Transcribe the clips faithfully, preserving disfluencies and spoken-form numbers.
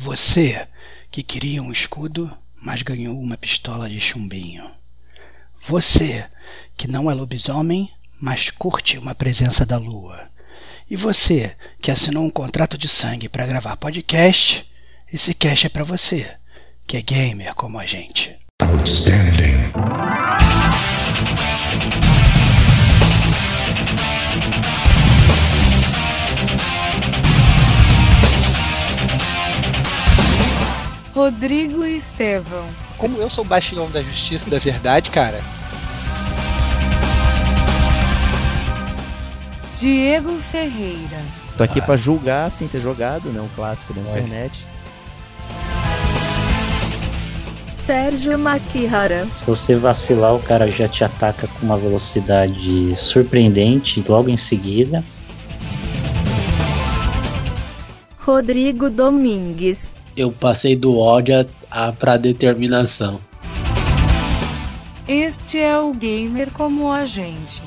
Você que queria um escudo, mas ganhou uma pistola de chumbinho. Você que não é lobisomem, mas curte uma presença da lua. E você que assinou um contrato de sangue para gravar podcast, esse cast é para você, que é gamer como a gente. Outstanding. Rodrigo e Estevão. Como eu sou o bastião da justiça e da verdade, cara. Diego Ferreira. Tô aqui ah. pra julgar sem ter jogado, né? Um clássico da internet. Sérgio Makihara. Se você vacilar, o cara já te ataca com uma velocidade surpreendente logo em seguida. Rodrigo Domingues. Eu passei do ódio a, pra determinação. Este é o Gamer como a gente.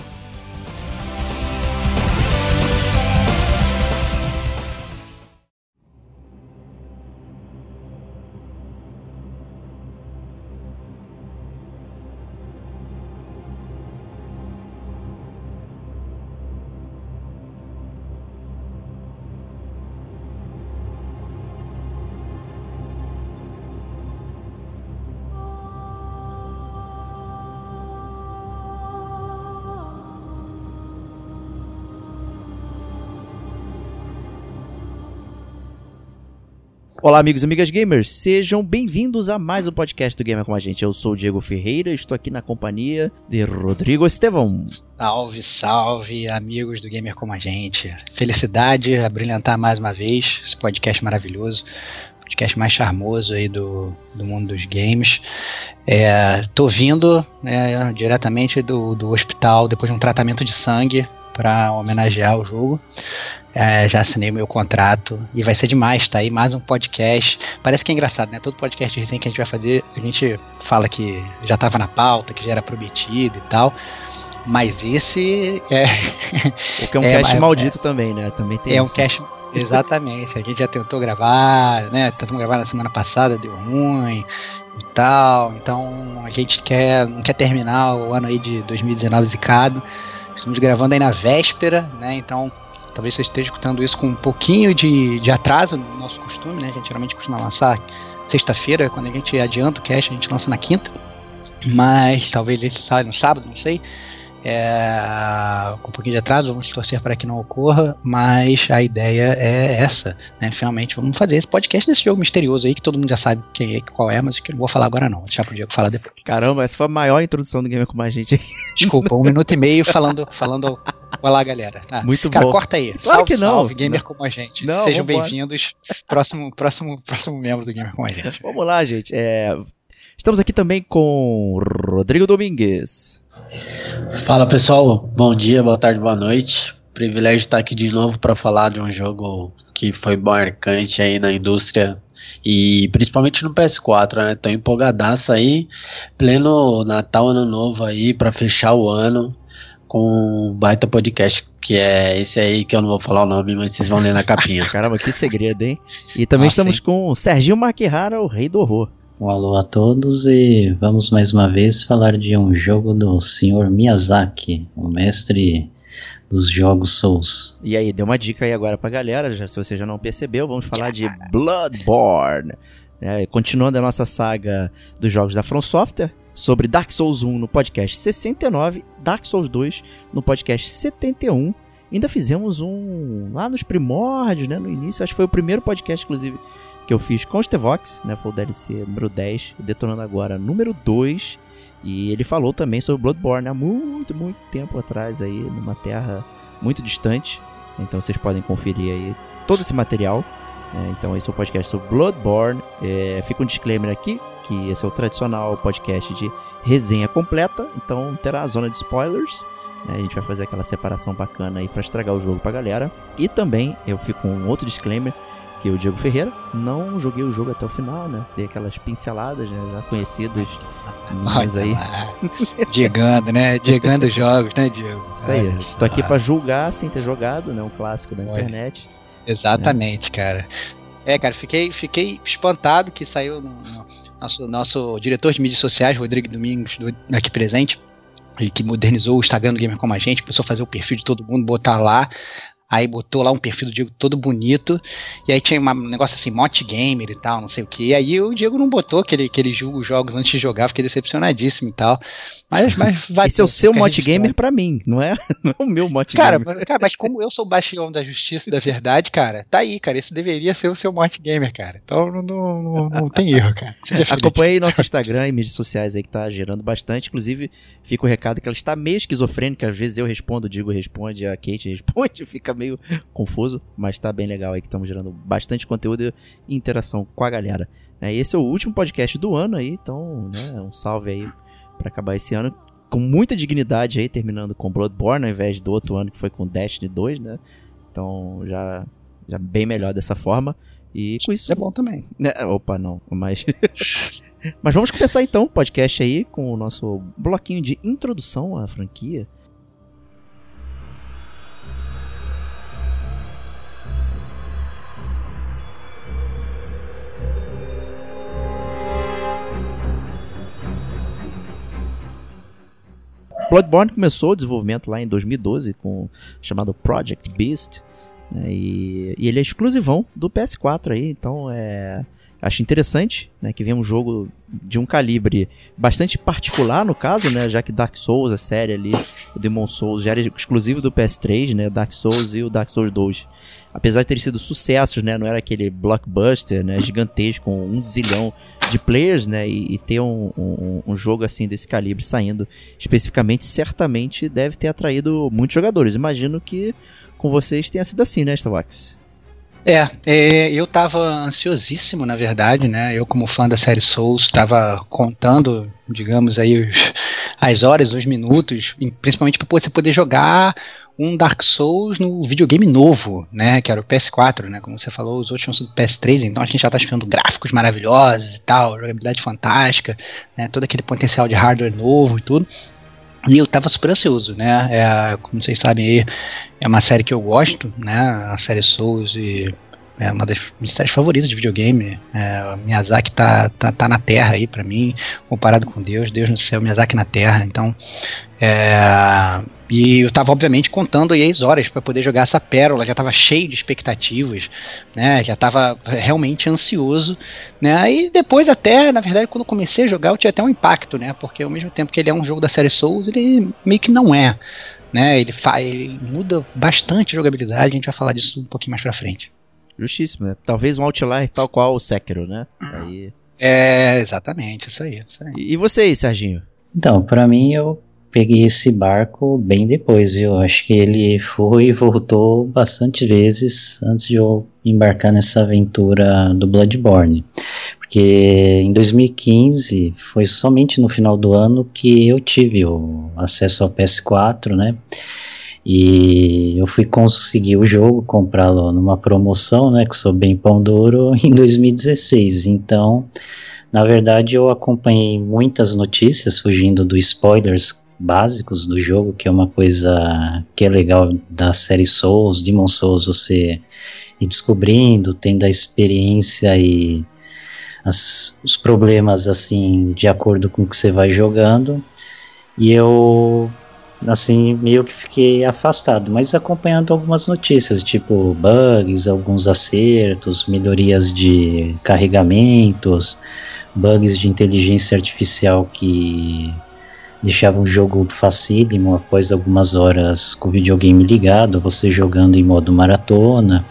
Olá, amigos e amigas gamers, sejam bem-vindos a mais um podcast do Gamer com a gente. Eu sou o Diego Ferreira e estou aqui na companhia de Rodrigo Estevão. Salve, salve, amigos do Gamer como a gente. Felicidade a brilhantar mais uma vez esse podcast maravilhoso, podcast mais charmoso aí do, do mundo dos games. É, tô vindo né, diretamente do, do hospital depois de um tratamento de sangue para homenagear o jogo. É, já assinei o meu contrato e vai ser demais, tá aí mais um podcast. Parece que é engraçado, né? Todo podcast de resenha que a gente vai fazer, a gente fala que já tava na pauta, que já era prometido e tal, mas esse é... O que é um é, cast é, maldito é, também, né? Também tem É isso. um cast, exatamente, a gente já tentou gravar, né? Tentamos gravar na semana passada, deu ruim e tal, então a gente quer, não quer terminar o ano aí de dois mil e dezenove zicado. Estamos gravando aí na véspera, né? Então talvez você esteja escutando isso com um pouquinho de, de atraso no nosso costume, né? A gente geralmente costuma lançar sexta-feira, quando a gente adianta o cast, a gente lança na quinta. Mas talvez esse saia no sábado, não sei. É, com um pouquinho de atraso, vamos torcer para que não ocorra, mas a ideia é essa, né? Finalmente vamos fazer esse podcast desse jogo misterioso aí, que todo mundo já sabe quem é, qual é, mas que eu não vou falar agora não, vou deixar pro Diego falar depois. Caramba, essa foi a maior introdução do Gamer com a gente. Desculpa, um minuto e meio falando, falando olá galera. Tá. Muito Cara, bom. corta aí. Claro salve, que não. Salve, Gamer não. como a gente. Não, Sejam vambora. bem-vindos, próximo, próximo, próximo membro do Gamer como a gente. Vamos lá, gente. É... Estamos aqui também com Rodrigo Domingues. Fala pessoal, bom dia, boa tarde, boa noite. Privilégio estar aqui de novo para falar de um jogo que foi marcante aí na indústria e principalmente no P S quatro, né? Tô empolgadaço aí, pleno Natal, Ano Novo aí para fechar o ano com um baita podcast, que é esse aí que eu não vou falar o nome, mas vocês vão ler na capinha. Caramba, que segredo, hein? E também Nossa, estamos hein? com o Serginho Makihara, o rei do horror. Um alô a todos e vamos mais uma vez falar de um jogo do senhor Miyazaki, o mestre dos jogos Souls. E aí, deu uma dica aí agora pra galera, já, se você já não percebeu, vamos falar de Bloodborne. É, continuando a nossa saga dos jogos da From Software, sobre Dark Souls um no podcast sessenta e nove, Dark Souls dois no podcast setenta e um. Ainda fizemos um lá nos primórdios, né, no início, acho que foi o primeiro podcast, inclusive, que eu fiz com o Stevox, né, foi o D L C número dez, detonando agora número dois, e ele falou também sobre Bloodborne há muito, muito tempo atrás aí, numa terra muito distante, então vocês podem conferir aí todo esse material, né? Então esse é o podcast sobre Bloodborne. É, fica um disclaimer aqui, que esse é o tradicional podcast de resenha completa, então terá a zona de spoilers, né? A gente vai fazer aquela separação bacana aí pra estragar o jogo pra galera, e também eu fico com um outro disclaimer, que eu, Diego Ferreira, não joguei o jogo até o final, né? Dei aquelas pinceladas, né? Já conhecidas minhas aí. Diegando, né? Diegando jogos, né, Diego? Isso aí. Olha Tô aqui só. pra julgar sem ter jogado, né? Um clássico da Olha. internet. Exatamente, cara. É, cara, fiquei, fiquei espantado que saiu no, no nosso, nosso diretor de mídias sociais, Rodrigo Domingos, do, aqui presente, ele que modernizou o Instagram do Gamer Como a Gente, começou a fazer o perfil de todo mundo, botar lá. Aí botou lá um perfil do Diego todo bonito. E aí tinha um negócio assim, Mote Gamer e tal, não sei o que. E aí o Diego não botou que ele, que ele julga os jogos antes de jogar, fiquei decepcionadíssimo e tal. Mas, mas vai. Esse é o seu Mote Gamer pra mim, não é, não é o meu Mote cara, Gamer. Cara, mas como eu sou o bastião da justiça e da verdade, cara, tá aí, cara. Esse deveria ser o seu Mote Gamer, cara. Então não, não, não, não tem erro, cara. Acompanhei nosso Instagram e mídias sociais aí que tá gerando bastante. Inclusive, fica o recado que ela está meio esquizofrênica. Às vezes eu respondo, o Diego responde, a Kate responde, fica meio confuso, mas tá bem legal aí que estamos gerando bastante conteúdo e interação com a galera. Esse é o último podcast do ano aí, então, né, um salve aí pra acabar esse ano com muita dignidade aí, terminando com Bloodborne ao invés do outro ano que foi com Destiny dois, né? Então, já, já bem melhor dessa forma. E com isso... É bom também. Né, opa, não, mas... mas vamos começar então o podcast aí com o nosso bloquinho de introdução à franquia. Bloodborne começou o desenvolvimento lá em dois mil e doze com o chamado Project Beast, né, e, e ele é exclusivão do P S quatro aí, então é, acho interessante, né, que vem um jogo de um calibre bastante particular no caso, né, já que Dark Souls, a série ali, o Demon Souls já era exclusivo do P S três, né, Dark Souls e o Dark Souls dois. Apesar de terem sido sucessos, né, não era aquele blockbuster, né, gigantesco, com um zilhão de players, né, e, e ter um, um, um jogo assim desse calibre saindo especificamente, certamente deve ter atraído muitos jogadores. Imagino que com vocês tenha sido assim, né, Starwax? É, é, eu tava ansiosíssimo, na verdade, né, eu como fã da série Souls, tava contando, digamos aí, os, as horas, os minutos, principalmente para você poder jogar um Dark Souls no videogame novo, né, que era o P S quatro, né, como você falou, os outros tinham sido P S três, então a gente já tá esperando gráficos maravilhosos e tal, jogabilidade fantástica, né, todo aquele potencial de hardware novo e tudo, e eu tava super ansioso, né, é, como vocês sabem aí, é uma série que eu gosto, né, a série Souls, e é uma das minhas séries favoritas de videogame. É, Miyazaki tá, tá, tá na terra aí pra mim, comparado com Deus, Deus no céu, Miyazaki na terra, então é, e eu tava obviamente contando aí as horas para poder jogar essa pérola, já tava cheio de expectativas, né, já tava realmente ansioso, né, e depois até, na verdade, quando eu comecei a jogar eu tinha até um impacto, né, porque ao mesmo tempo que ele é um jogo da série Souls, ele meio que não é, né, ele, faz, ele muda bastante a jogabilidade, a gente vai falar disso um pouquinho mais pra frente. Justíssimo, né? Talvez um outlier tal qual o Sekiro, né? Aí... É, exatamente, isso aí, isso aí. E você aí, Serginho? Então, pra mim, eu peguei esse barco bem depois, viu? Acho que ele foi e voltou bastante vezes antes de eu embarcar nessa aventura do Bloodborne. Porque em dois mil e quinze, foi somente no final do ano que eu tive o acesso ao P S quatro, né? E eu fui conseguir o jogo, comprá-lo numa promoção, né, que sou bem pão duro, em dois mil e dezesseis. Então, na verdade, eu acompanhei muitas notícias fugindo dos spoilers básicos do jogo, que é uma coisa que é legal da série Souls, Demon Souls, você ir descobrindo, tendo a experiência e as, os problemas, assim, de acordo com o que você vai jogando. E eu... assim, meio que fiquei afastado, mas acompanhando algumas notícias, tipo bugs, alguns acertos, melhorias de carregamentos, bugs de inteligência artificial que deixavam o jogo facílimo após algumas horas com o videogame ligado, você jogando em modo maratona.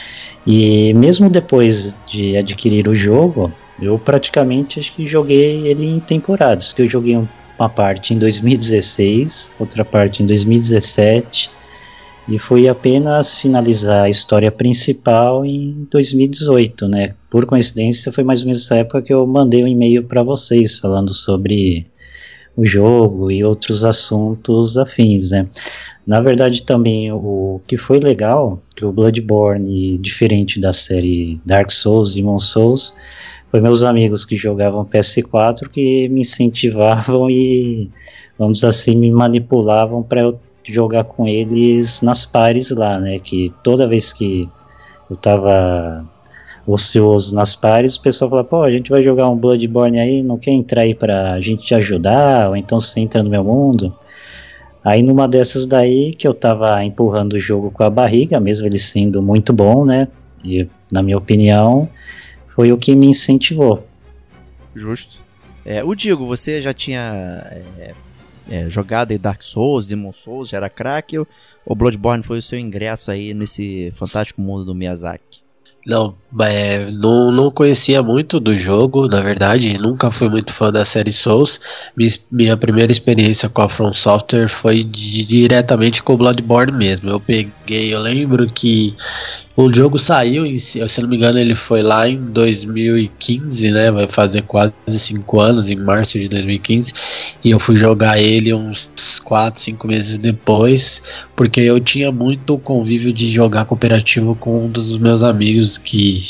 E mesmo depois de adquirir o jogo, eu praticamente acho que joguei ele em temporadas, porque eu joguei um uma parte em dois mil e dezesseis, outra parte em dois mil e dezessete, e fui apenas finalizar a história principal em dois mil e dezoito, né? Por coincidência, foi mais ou menos essa época que eu mandei um e-mail para vocês falando sobre o jogo e outros assuntos afins, né? Na verdade, também o que foi legal, que o Bloodborne, diferente da série Dark Souls e Demon Souls, foi meus amigos que jogavam P S quatro que me incentivavam e, vamos dizer assim, me manipulavam para eu jogar com eles nas pares lá, né? Que toda vez que eu tava ocioso nas pares, o pessoal fala, pô, a gente vai jogar um Bloodborne aí, não quer entrar aí pra gente te ajudar, ou então você entra no meu mundo. Aí numa dessas daí, que eu tava empurrando o jogo com a barriga, mesmo ele sendo muito bom, né, e na minha opinião, foi o que me incentivou. Justo. É, o Diego, você já tinha é, é, jogado aí Dark Souls, Demon Souls, já era craque, ou o Bloodborne foi o seu ingresso aí nesse fantástico mundo do Miyazaki? Não, é, não, não conhecia muito do jogo, na verdade, nunca fui muito fã da série Souls. Minha, minha primeira experiência com a From Software foi de, diretamente com o Bloodborne mesmo. Eu peguei, eu lembro que o jogo saiu, em, se não me engano, ele foi lá em dois mil e quinze, né? Vai fazer quase cinco anos, em março de dois mil e quinze. E eu fui jogar ele uns quatro, cinco meses depois, porque eu tinha muito convívio de jogar cooperativo com um dos meus amigos que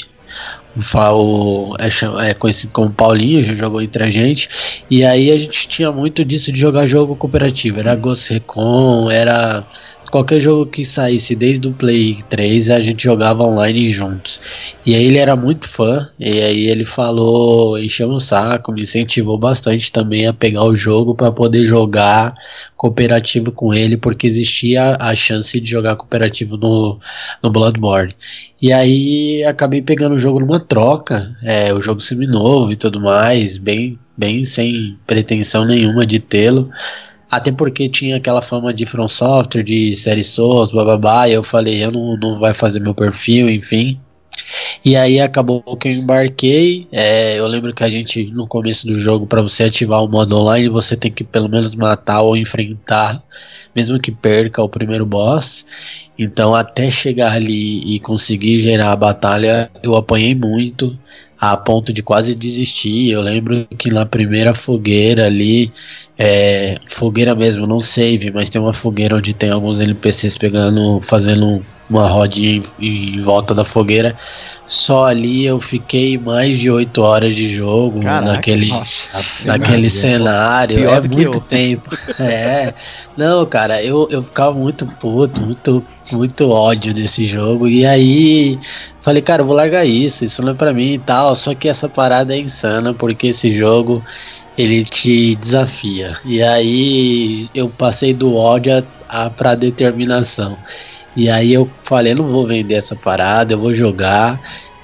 o, é, é conhecido como Paulinho, já jogou entre a gente. E aí a gente tinha muito disso de jogar jogo cooperativo. Era Ghost Recon, era... qualquer jogo que saísse desde o Play três, a gente jogava online juntos. E aí ele era muito fã, e aí ele falou, encheu o saco, me incentivou bastante também a pegar o jogo para poder jogar cooperativo com ele, porque existia a chance de jogar cooperativo no, no Bloodborne. E aí acabei pegando o jogo numa troca, é, o jogo seminovo e tudo mais, bem, bem sem pretensão nenhuma de tê-lo. Até porque tinha aquela fama de From Software, de série Souls, bababá, e eu falei, eu não, não vai fazer meu perfil, enfim. E aí acabou que eu embarquei, é, eu lembro que a gente, no começo do jogo, para você ativar o modo online, você tem que pelo menos matar ou enfrentar, mesmo que perca o primeiro boss. Então até chegar ali e conseguir gerar a batalha, eu apanhei muito, a ponto de quase desistir. Eu lembro que na primeira fogueira ali, é, fogueira mesmo, não save, mas tem uma fogueira onde tem alguns N P Cs pegando, fazendo uma rodinha em, em volta da fogueira. Só ali eu fiquei mais de oito horas de jogo. Caraca, naquele, nossa, naquele cenário. Pior é muito eu. tempo. É. Não, cara, eu, eu ficava muito puto, muito, muito ódio desse jogo. E aí falei, cara, eu vou largar isso, isso não é pra mim e tal. Só que essa parada é insana, porque esse jogo ele te desafia. E aí eu passei do ódio a, a, pra determinação. E aí eu falei, não vou vender essa parada, eu vou jogar.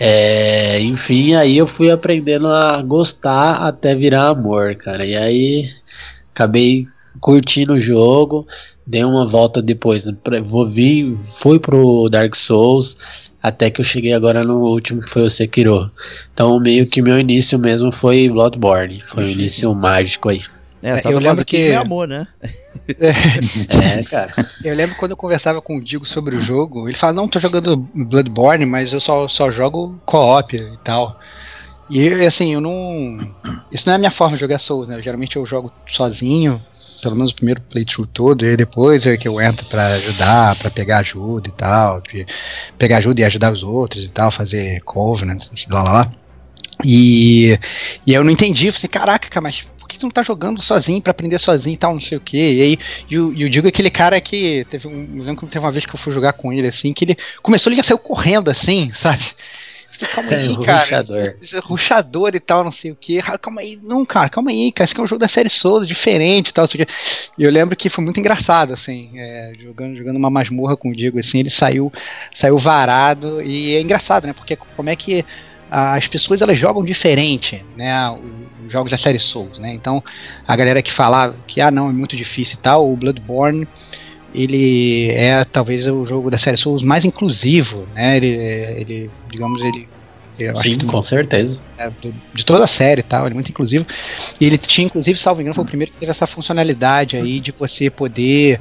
É, enfim, aí eu fui aprendendo a gostar até virar amor, cara. E aí acabei curtindo o jogo. Dei uma volta depois, vou vir, fui pro Dark Souls, até que eu cheguei agora no último, que foi o Sekiro. Então meio que meu início mesmo foi Bloodborne. Foi o um início mágico aí. É, só eu lembro que é amor, né? É, cara. Eu lembro quando eu conversava com o Digo sobre o jogo, ele fala, não, tô jogando Bloodborne, mas eu só, só jogo co-op e tal. E assim, eu não... Isso não é a minha forma de jogar Souls, né? Geralmente eu jogo sozinho, pelo menos o primeiro playthrough todo, e depois é que eu entro pra ajudar, pra pegar ajuda e tal, pegar ajuda e ajudar os outros e tal, fazer Covenant, lá lá lá. E, e eu não entendi, falei, caraca, cara, mas por que tu não tá jogando sozinho pra aprender sozinho e tal, não sei o que. E aí, e o, e o Digo é aquele cara que teve um, eu lembro que teve uma vez que eu fui jogar com ele assim, que ele começou, ele já saiu correndo assim, sabe? Calma aí, é, cara, ruxador. ruxador e tal, não sei o que. Calma aí, não, cara, calma aí, cara. Esse aqui é um jogo da série Souls, diferente e tal, não sei o que. E eu lembro que foi muito engraçado, assim, é, jogando, jogando uma masmorra com o Diego, assim, ele saiu, saiu varado. E é engraçado, né? Porque como é que as pessoas elas jogam diferente, né? Os jogos da série Souls, né? Então, a galera que falava que, ah, não, é muito difícil e tal, o Bloodborne, ele é talvez o jogo da série Souls mais inclusivo, né? Ele, ele digamos, ele... Sim, com certeza. É, de toda a série e tal, ele é muito inclusivo. E ele tinha, inclusive, salvo engano, foi o primeiro que teve essa funcionalidade aí de você poder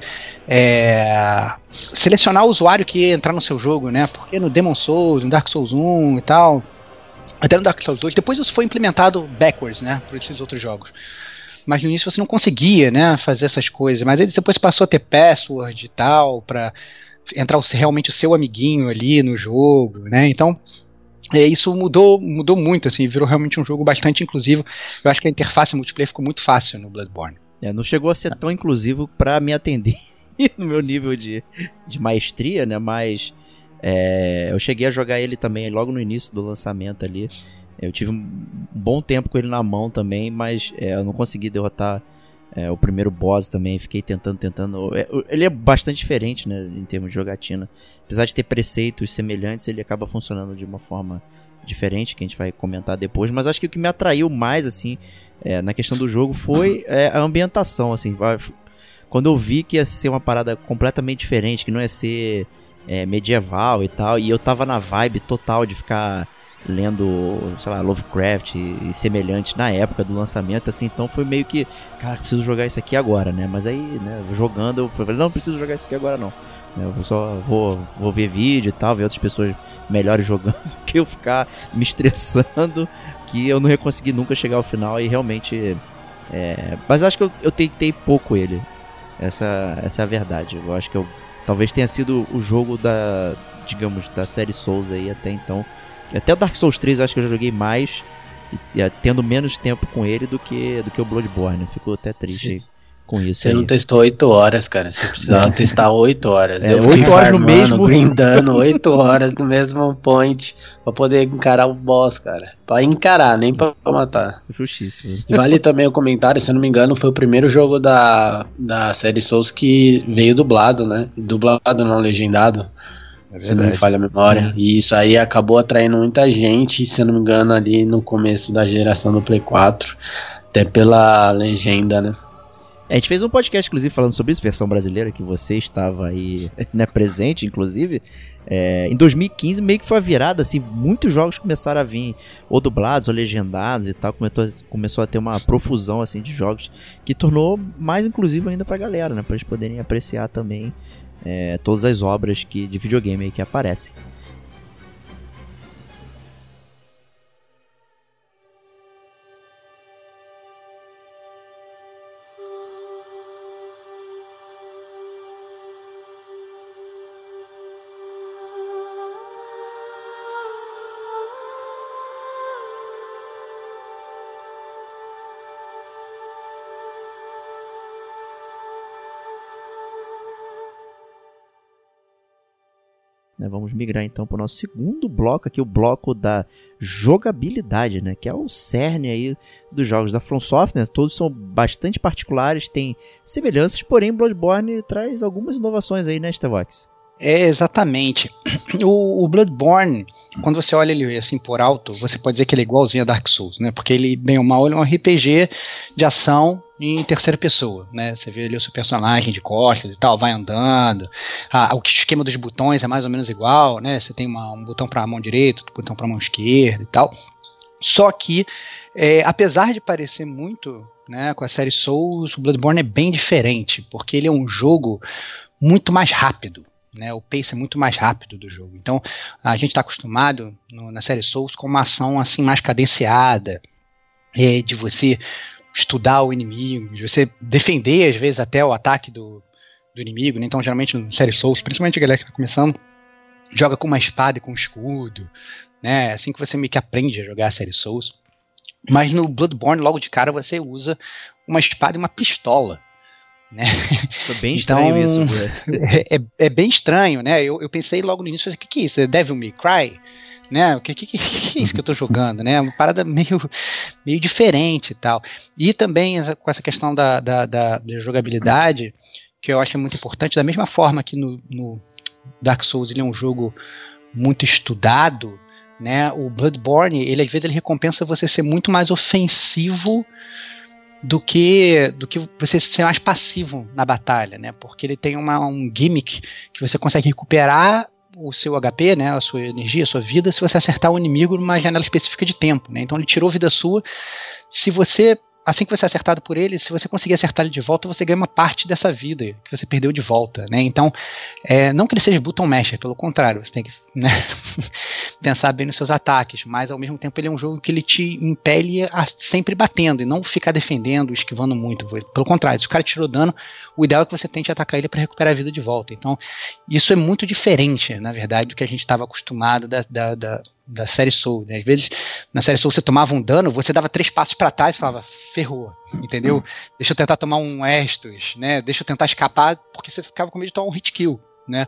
é, selecionar o usuário que ia entrar no seu jogo, né? Porque no Demon Souls, no Dark Souls um e tal, até no Dark Souls dois, depois isso foi implementado backwards, né? Por esses outros jogos. Mas no início você não conseguia, né, fazer essas coisas. Mas ele depois passou a ter password e tal, pra entrar o, realmente o seu amiguinho ali no jogo, né? Então, é, isso mudou, mudou muito, assim, virou realmente um jogo bastante inclusivo. Eu acho que a interface multiplayer ficou muito fácil no Bloodborne. É, não chegou a ser tão inclusivo pra me atender no meu nível de, de maestria, né? Mas É, eu cheguei a jogar ele também logo no início do lançamento ali. Eu tive um bom tempo com ele na mão também, mas é, eu não consegui derrotar é, o primeiro boss também. Fiquei tentando, tentando. É, ele é bastante diferente, né, em termos de jogatina. Apesar de ter preceitos semelhantes, ele acaba funcionando de uma forma diferente, que a gente vai comentar depois. Mas acho que o que me atraiu mais, assim, é, na questão do jogo foi é, a ambientação, assim. Vai, quando eu vi que ia ser uma parada completamente diferente, que não ia ser é, medieval e tal, e eu tava na vibe total de ficar lendo, sei lá, Lovecraft e, e semelhante na época do lançamento, assim, então foi meio que, cara, preciso jogar isso aqui agora, né, mas aí, né, jogando, eu falei, não, preciso jogar isso aqui agora não, eu só vou, vou ver vídeo e tal, ver outras pessoas melhores jogando, do que eu ficar me estressando, que eu não ia conseguir nunca chegar ao final, e realmente, é... mas eu acho que eu, eu tentei pouco ele, essa, essa é a verdade, eu acho que eu, talvez tenha sido o jogo da, digamos, da série Souls aí até então. Até o Dark Souls três eu acho que eu já joguei mais, e, e, tendo menos tempo com ele do que, do que o Bloodborne. Fico até triste Sim. com isso. Você aí. não testou oito horas, cara. Você precisava testar oito horas. É, eu oito horas no mesmo. Grindando oito horas no mesmo point pra poder encarar o boss, cara. Pra encarar, nem pra matar. Justíssimo. E vale também o comentário, se eu não me engano, foi o primeiro jogo da, da série Souls que veio dublado, né? Dublado, não legendado. É se não me falha a memória. Sim. E isso aí acabou atraindo muita gente, se eu não me engano, ali no começo da geração do Play quatro. Até pela legenda, né? A gente fez um podcast, inclusive, falando sobre isso, versão brasileira, que você estava aí, né, presente, inclusive. É, em dois mil e quinze, meio que foi a virada, assim, muitos jogos começaram a vir ou dublados ou legendados e tal. Começou, começou a ter uma profusão, assim, de jogos que tornou mais inclusivo ainda pra galera, né? Pra eles poderem apreciar também É, todas as obras que, de videogame aí que aparecem. Vamos migrar então para o nosso segundo bloco aqui, o bloco da jogabilidade, né? Que é o cerne aí dos jogos da From Software, né? Todos são bastante particulares, têm semelhanças, porém Bloodborne traz algumas inovações aí, né, Stevox? É, exatamente. O, o Bloodborne, quando você olha ele assim por alto, você pode dizer que ele é igualzinho a Dark Souls, né? Porque ele, bem ou mal, ele é um R P G de ação em terceira pessoa, né? Você vê ali o seu personagem de costas e tal, vai andando. Ah, o esquema dos botões é mais ou menos igual, né? Você tem uma, um botão para a mão direita, outro botão para a mão esquerda e tal. Só que, é, apesar de parecer muito, né, com a série Souls, o Bloodborne é bem diferente, porque ele é um jogo muito mais rápido. Né, o pace é muito mais rápido do jogo. Então, a gente está acostumado no, na série Souls com uma ação assim mais cadenciada, é, de você estudar o inimigo, de você defender, às vezes, até o ataque do, do inimigo. Né? Então, geralmente, na série Souls, principalmente a galera que está começando, joga com uma espada e com um escudo. Né? Assim que você meio que aprende a jogar a série Souls. Mas no Bloodborne, logo de cara, você usa uma espada e uma pistola. Né? Foi bem estranho então, isso. é, é, é bem estranho, né? Eu, eu pensei logo no início, o que, que é isso? É Devil May Cry? Né? O que, que, que é isso que eu tô jogando? Né? Uma parada meio, meio diferente e tal. E também com essa questão da, da, da, da jogabilidade, que eu acho muito importante, da mesma forma que no, no Dark Souls ele é um jogo muito estudado, né? O Bloodborne, ele às vezes ele recompensa você ser muito mais ofensivo do que, do que você ser mais passivo na batalha, né? Porque ele tem uma, um gimmick que você consegue recuperar o seu H P, né? A sua energia, a sua vida, se você acertar o inimigo numa janela específica de tempo, né? Então ele tirou vida sua. Se você, assim que você é acertado por ele, se você conseguir acertar ele de volta, você ganha uma parte dessa vida que você perdeu de volta, né? Então, é, não que ele seja button masher, pelo contrário, você tem que, né, pensar bem nos seus ataques, mas ao mesmo tempo ele é um jogo que ele te impele a sempre batendo e não ficar defendendo, esquivando muito. Pelo contrário, se o cara tirou dano, o ideal é que você tente atacar ele para recuperar a vida de volta. Então, isso é muito diferente, na verdade, do que a gente estava acostumado da, da, da, da série Souls. Né? Às vezes, na série Souls você tomava um dano, você dava três passos para trás e falava, ferrou, entendeu? Deixa eu tentar tomar um Estus, né? Deixa eu tentar escapar, porque você ficava com medo de tomar um hit kill. né?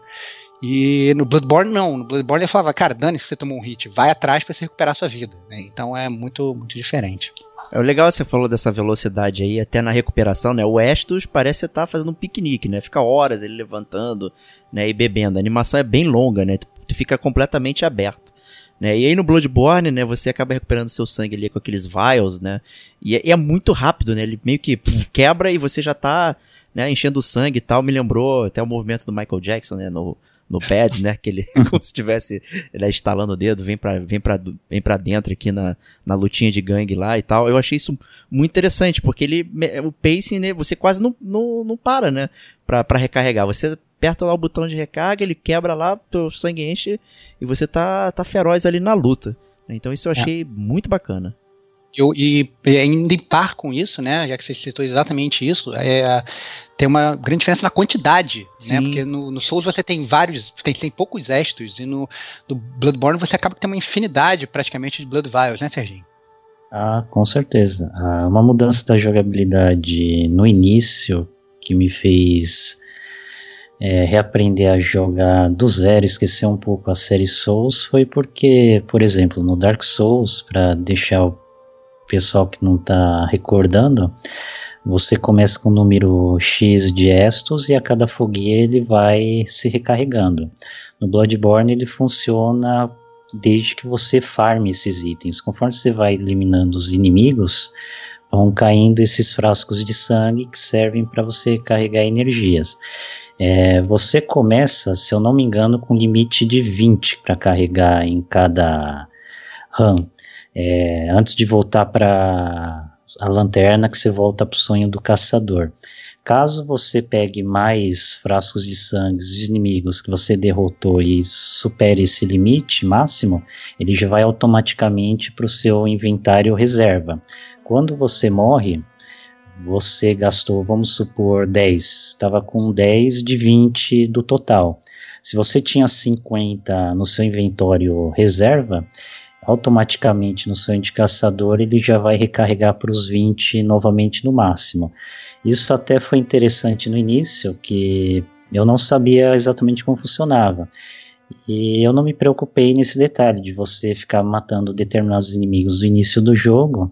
E no Bloodborne não, no Bloodborne ele falava, cara, dane-se se você tomou um hit, vai atrás pra você recuperar a sua vida, né? Então é muito, muito diferente. É o legal, você falou dessa velocidade aí, até na recuperação, né? O Estus parece estar fazendo um piquenique, né? Fica horas ele levantando, né? E bebendo. A animação é bem longa, né? Tu, tu fica completamente aberto, né? E aí no Bloodborne, né? Você acaba recuperando seu sangue ali com aqueles vials, né? E é, e é muito rápido, né? Ele meio que puf, quebra e você já tá, né? Enchendo o sangue e tal. Me lembrou até o movimento do Michael Jackson, né? No... no pad, né, que ele, como se estivesse, né, estalando o dedo, vem pra, vem pra, vem pra dentro aqui na, na lutinha de gangue lá e tal. Eu achei isso muito interessante, porque ele, o pacing, né, você quase não, não, não para, né, pra, pra recarregar. Você aperta lá o botão de recarga, ele quebra lá, teu sangue enche e você tá, tá feroz ali na luta. Então isso eu achei é. muito bacana. Eu, e ainda em par com isso, né, já que você citou exatamente isso, é, tem uma grande diferença na quantidade, Sim. né, porque no, no Souls você tem vários, tem, tem poucos Estus, e no, no Bloodborne você acaba tendo uma infinidade praticamente de Blood Vials, né, Serginho? Ah, com certeza. Ah, uma mudança da jogabilidade no início que me fez é, reaprender a jogar do zero, esquecer um pouco a série Souls, foi porque, por exemplo, no Dark Souls, para deixar o pessoal que não está recordando, você começa com o número X de Estus e a cada fogueira ele vai se recarregando. No Bloodborne ele funciona desde que você farme esses itens. Conforme você vai eliminando os inimigos, vão caindo esses frascos de sangue que servem para você carregar energias. É, você começa, se eu não me engano, com limite de vinte para carregar em cada run. É, antes de voltar para a lanterna, que você volta para o sonho do caçador. Caso você pegue mais frascos de sangue dos inimigos que você derrotou e supere esse limite máximo, ele já vai automaticamente para o seu inventário reserva. Quando você morre, você gastou, vamos supor, dez, estava com dez de vinte do total. Se você tinha cinquenta no seu inventário reserva, automaticamente no sonho de caçador ele já vai recarregar para os vinte novamente no máximo. Isso até foi interessante no início, que eu não sabia exatamente como funcionava. E eu não me preocupei nesse detalhe de você ficar matando determinados inimigos no início do jogo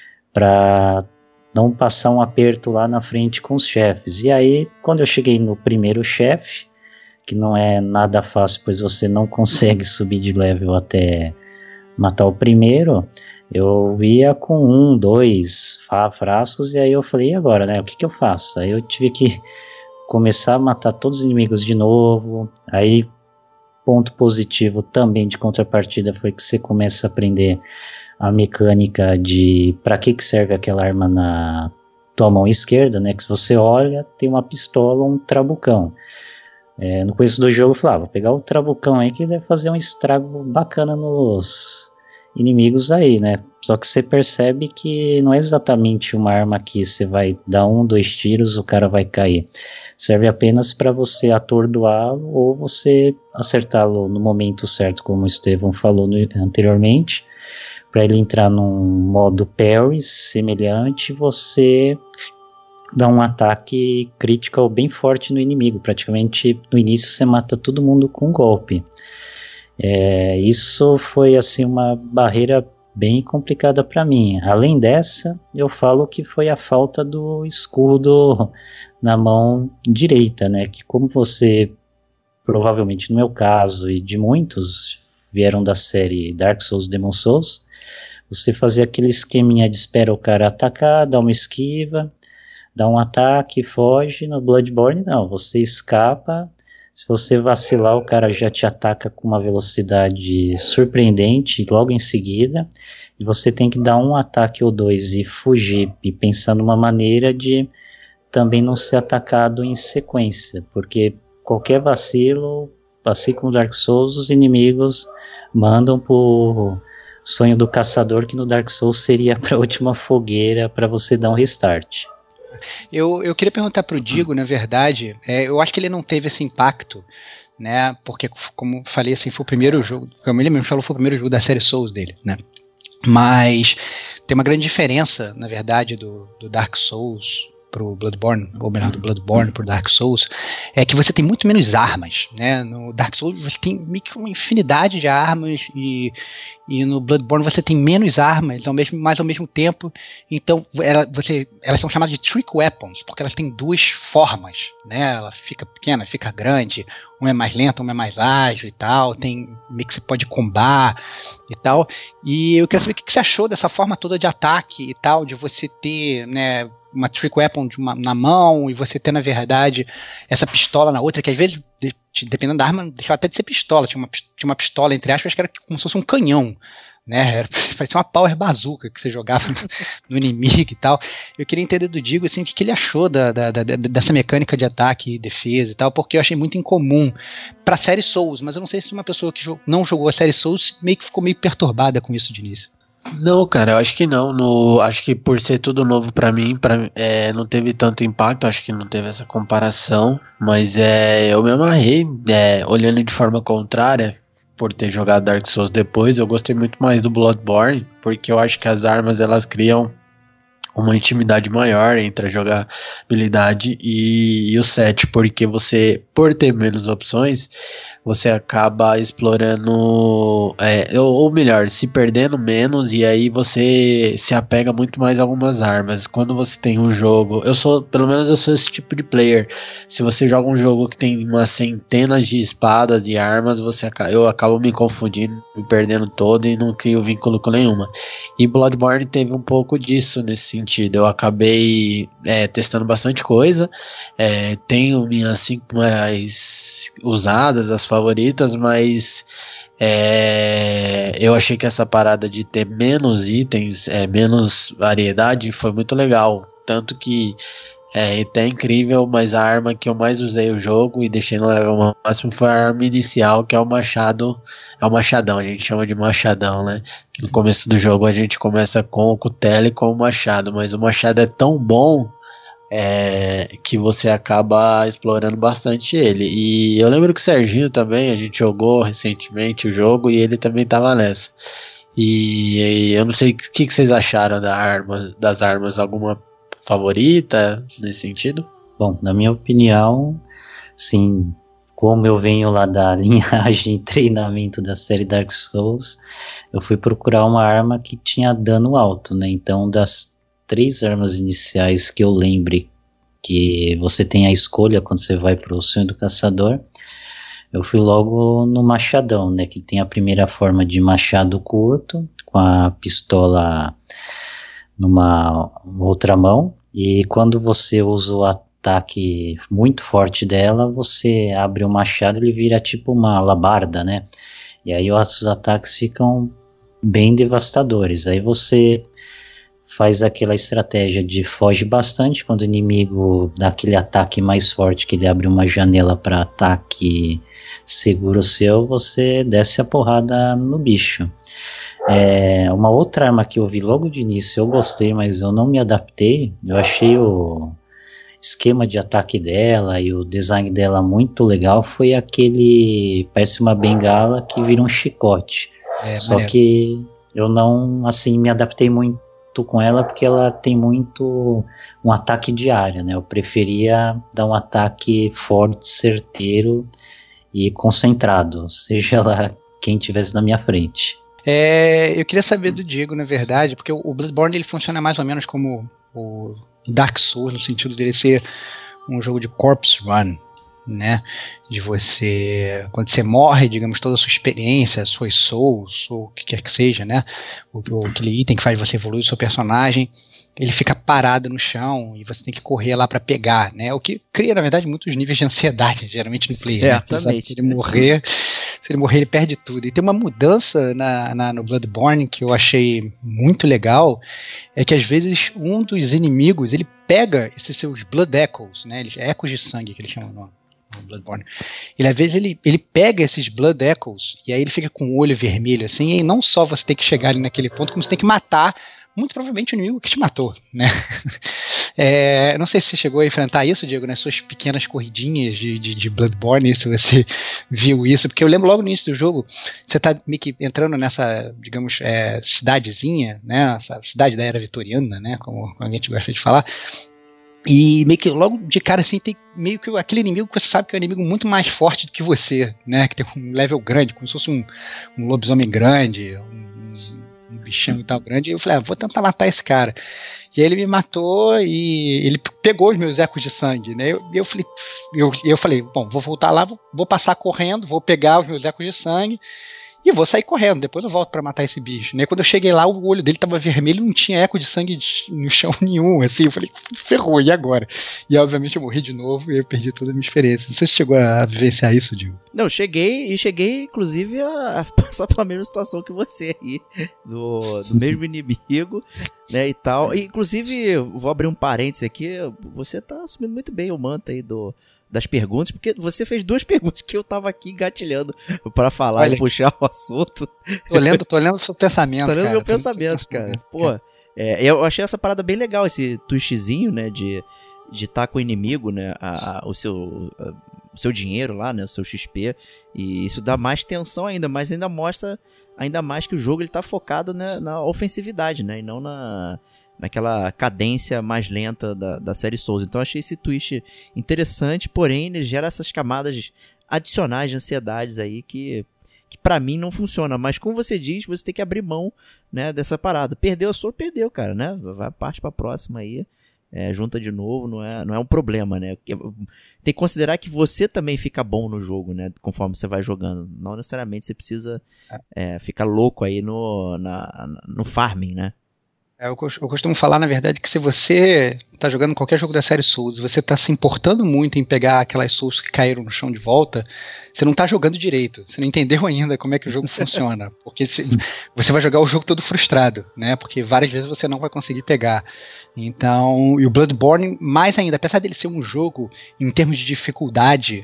para não passar um aperto lá na frente com os chefes. E aí, quando eu cheguei no primeiro chefe, que não é nada fácil, pois você não consegue subir de level até matar o primeiro, eu ia com um, dois frascos, e aí eu falei, e agora, né, o que que eu faço? Aí eu tive que começar a matar todos os inimigos de novo. Aí, ponto positivo também de contrapartida foi que você começa a aprender a mecânica de para que que serve aquela arma na tua mão esquerda, né, que se você olha, tem uma pistola ou um trabucão. É, no começo do jogo eu falava, vou pegar o trabucão aí que deve fazer um estrago bacana nos inimigos aí, né? Só que você percebe que não é exatamente uma arma que você vai dar um, dois tiros, o cara vai cair. Serve apenas para você atordoá-lo ou você acertá-lo no momento certo, como o Estevão falou no, anteriormente, para ele entrar num modo parry semelhante, você dá um ataque critical bem forte no inimigo. Praticamente no início você mata todo mundo com um golpe. É, isso foi assim uma barreira bem complicada para mim. Além dessa, eu falo que foi a falta do escudo na mão direita, né? Que como você, provavelmente no meu caso e de muitos, vieram da série Dark Souls, Demon Souls, você fazia aquele esqueminha de espera o cara atacar, dá uma esquiva, dá um ataque, foge. No Bloodborne não, você escapa, se você vacilar o cara já te ataca com uma velocidade surpreendente logo em seguida, e você tem que dar um ataque ou dois e fugir, e pensar numa maneira de também não ser atacado em sequência, porque qualquer vacilo, assim como Dark Souls, os inimigos mandam pro sonho do caçador, que no Dark Souls seria para a última fogueira para você dar um restart. Eu, eu queria perguntar pro Digo, na verdade, é, eu acho que ele não teve esse impacto, né, porque como falei assim, foi o primeiro jogo, como ele mesmo falou, foi o primeiro jogo da série Souls dele, né, mas tem uma grande diferença, na verdade, do, do Dark Souls pro Bloodborne, ou melhor, do Bloodborne pro Dark Souls, é que você tem muito menos armas, né? No Dark Souls você tem meio que uma infinidade de armas e, e no Bloodborne você tem menos armas, ao mesmo, mas ao mesmo tempo, então ela, você, elas são chamadas de trick weapons, porque elas têm duas formas, né? Ela fica pequena, fica grande, uma é mais lenta, uma é mais ágil e tal, tem meio que você pode combar e tal, e eu queria saber o que você achou dessa forma toda de ataque e tal, de você ter, né, uma trick weapon de uma, na mão e você ter, na verdade, essa pistola na outra, que às vezes, de, dependendo da arma, deixava até de ser pistola, tinha uma, tinha uma pistola, entre aspas, que era como se fosse um canhão, né, era, parecia uma power bazooka que você jogava no, no inimigo e tal. Eu queria entender do Digo, assim, o que, que ele achou da, da, da, dessa mecânica de ataque e defesa e tal, porque eu achei muito incomum pra série Souls, mas eu não sei se uma pessoa que jo- não jogou a série Souls meio que ficou meio perturbada com isso de início. Não, cara, eu acho que não. No, acho que por ser tudo novo pra mim, pra, é, não teve tanto impacto, acho que não teve essa comparação, mas é, eu me amarrei, é, olhando de forma contrária, por ter jogado Dark Souls depois, eu gostei muito mais do Bloodborne, porque eu acho que as armas, elas criam uma intimidade maior entre a jogabilidade e, e o set, porque você, por ter menos opções, você acaba explorando, é, ou, ou melhor, se perdendo menos, e aí você se apega muito mais a algumas armas. Quando você tem um jogo, eu sou, pelo menos eu sou esse tipo de player, se você joga um jogo que tem umas centenas de espadas e armas, você, eu acabo me confundindo, me perdendo todo e não crio vínculo com nenhuma. E Bloodborne teve um pouco disso nesse sentido. Eu acabei é, testando bastante coisa, é, tenho minhas cinco mais usadas, as favoritas, mas é, eu achei que essa parada de ter menos itens, é, menos variedade, foi muito legal. Tanto que é até incrível, mas a arma que eu mais usei o jogo e deixei no level máximo foi a arma inicial, que é o machado, é o machadão, a gente chama de machadão, né? Que no começo do jogo a gente começa com o cutelo e com o machado, mas o machado é tão bom é, que você acaba explorando bastante ele. E eu lembro que o Serginho também, a gente jogou recentemente o jogo e ele também tava nessa. E, e eu não sei o que, que vocês acharam da arma, das armas, alguma favorita nesse sentido? Bom, na minha opinião, sim, como eu venho lá da linhagem e treinamento da série Dark Souls, eu fui procurar uma arma que tinha dano alto, né? Então, das três armas iniciais que eu lembre que você tem a escolha quando você vai para o Sonho do Caçador, eu fui logo no machadão, né? Que tem a primeira forma de machado curto, com a pistola numa outra mão, e quando você usa o ataque muito forte dela, você abre o machado e ele vira tipo uma alabarda, né? E aí os ataques ficam bem devastadores. Aí você faz aquela estratégia de foge bastante quando o inimigo dá aquele ataque mais forte, que ele abre uma janela para ataque seguro seu, você desce a porrada no bicho. É, uma outra arma que eu vi logo de início, eu gostei, mas eu não me adaptei. Eu achei o esquema de ataque dela e o design dela muito legal. Foi aquele, parece uma bengala que vira um chicote. É, Só maneiro. Que eu não, assim, me adaptei muito com ela, porque ela tem muito um ataque diário, né? Eu preferia dar um ataque forte, certeiro e concentrado, seja lá quem estivesse na minha frente. É, eu queria saber do Diego, na verdade, porque o Bloodborne ele funciona mais ou menos como o Dark Souls, no sentido dele ser um jogo de corpse run, né? De você, quando você morre, digamos, toda a sua experiência, suas souls, ou o que quer que seja, né? O, o, aquele item que faz você evoluir o seu personagem, ele fica parado no chão e você tem que correr lá para pegar, né? O que cria, na verdade, muitos níveis de ansiedade, geralmente no player. Certamente. Né? Se ele morrer, se ele morrer, ele perde tudo. E tem uma mudança na, na, no Bloodborne que eu achei muito legal, é que às vezes um dos inimigos, ele pega esses seus blood echoes, né? Eles, ecos de sangue que eles chamam no Bloodborne. Ele, às vezes, ele, ele pega esses Blood Echoes e aí ele fica com o olho vermelho, assim, e não só você tem que chegar ali naquele ponto, como você tem que matar, muito provavelmente, o inimigo que te matou, né? É, não sei se você chegou a enfrentar isso, Diego, nas suas pequenas corridinhas de, de, de Bloodborne, se você viu isso, porque eu lembro logo no início do jogo, você tá meio que entrando nessa, digamos, é, cidadezinha, né? Essa cidade da era vitoriana, né? Como, como a gente gosta de falar. E meio que logo de cara assim tem meio que aquele inimigo que você sabe que é um inimigo muito mais forte do que você, né? Que tem um level grande, como se fosse um, um lobisomem grande, um, um bichão e tal grande. E eu falei, ah, vou tentar matar esse cara. E aí ele me matou e ele pegou os meus ecos de sangue, né? E eu, eu falei, eu, eu falei, bom, vou voltar lá, vou, vou passar correndo, vou pegar os meus ecos de sangue e vou sair correndo, depois eu volto pra matar esse bicho, né? Quando eu cheguei lá, o olho dele tava vermelho, não tinha eco de sangue no chão nenhum, assim, eu falei, ferrou, e agora? E obviamente eu morri de novo e eu perdi toda a minha experiência. Não sei se chegou a vivenciar isso, Diego. Não, cheguei, e cheguei, inclusive, a, a passar pela mesma situação que você aí, do, do mesmo inimigo, né, e tal. E, inclusive, vou abrir um parênteses aqui, você tá assumindo muito bem o manto aí do... das perguntas, porque você fez duas perguntas que eu tava aqui engatilhando pra falar. Olha, e puxar o assunto. Tô lendo, tô lendo o seu pensamento, tô lendo cara. meu pensamento, cara. Pô, é, eu achei essa parada bem legal, esse twistzinho, né, de de estar tá com o inimigo, né, a, a, o, seu, a, o seu dinheiro lá, né, o seu X P, e isso dá mais tensão ainda, mas ainda mostra ainda mais que o jogo ele tá focado, né, na ofensividade, né, e não na... naquela cadência mais lenta da, da série Souls. Então eu achei esse twist interessante, porém ele gera essas camadas adicionais de ansiedades aí que, que pra mim não funciona. Mas como você diz, você tem que abrir mão, né, dessa parada. Perdeu a sua, perdeu, cara, né? Vai, parte pra próxima aí, é, junta de novo, não é, não é um problema, né? Tem que considerar que você também fica bom no jogo, né, conforme você vai jogando. Não necessariamente você precisa é, ficar louco aí no, na, no farming, né? É, eu costumo falar, na verdade, que se você tá jogando qualquer jogo da série Souls e você tá se importando muito em pegar aquelas Souls que caíram no chão de volta, você não tá jogando direito. Você não entendeu ainda como é que o jogo funciona. Porque se, você vai jogar o jogo todo frustrado, né? Porque várias vezes você não vai conseguir pegar. Então, e o Bloodborne, mais ainda, apesar dele ser um jogo, em termos de dificuldade,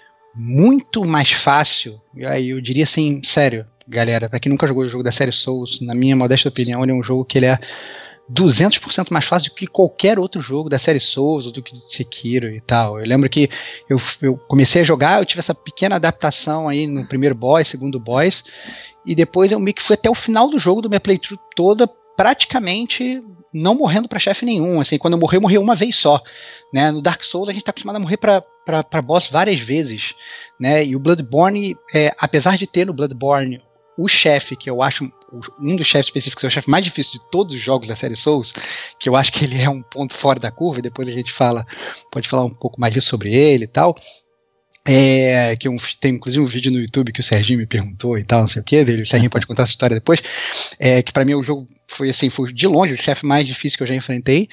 muito mais fácil, e aí eu diria assim, sério, galera, pra quem nunca jogou o jogo da série Souls, na minha modesta opinião, ele é um jogo que ele é duzentos por cento mais fácil do que qualquer outro jogo da série Souls, ou do que Sekiro e tal. Eu lembro que eu, eu comecei a jogar, eu tive essa pequena adaptação aí no primeiro boss, segundo boss, e depois eu meio que fui até o final do jogo, do minha playthrough toda, praticamente não morrendo pra chefe nenhum. Assim, quando eu morri, eu morri uma vez só, né? No Dark Souls a gente tá acostumado a morrer pra, pra, pra boss várias vezes, né? E o Bloodborne, é, apesar de ter no Bloodborne o chefe, que eu acho um dos chefes específicos, é o chefe mais difícil de todos os jogos da série Souls, que eu acho que ele é um ponto fora da curva, e depois a gente fala, pode falar um pouco mais disso sobre ele e tal. É, que eu, tem inclusive um vídeo no YouTube que o Serginho me perguntou e tal, não sei o que, o Serginho pode contar essa história depois, é, que pra mim o jogo foi assim, foi de longe o chefe mais difícil que eu já enfrentei.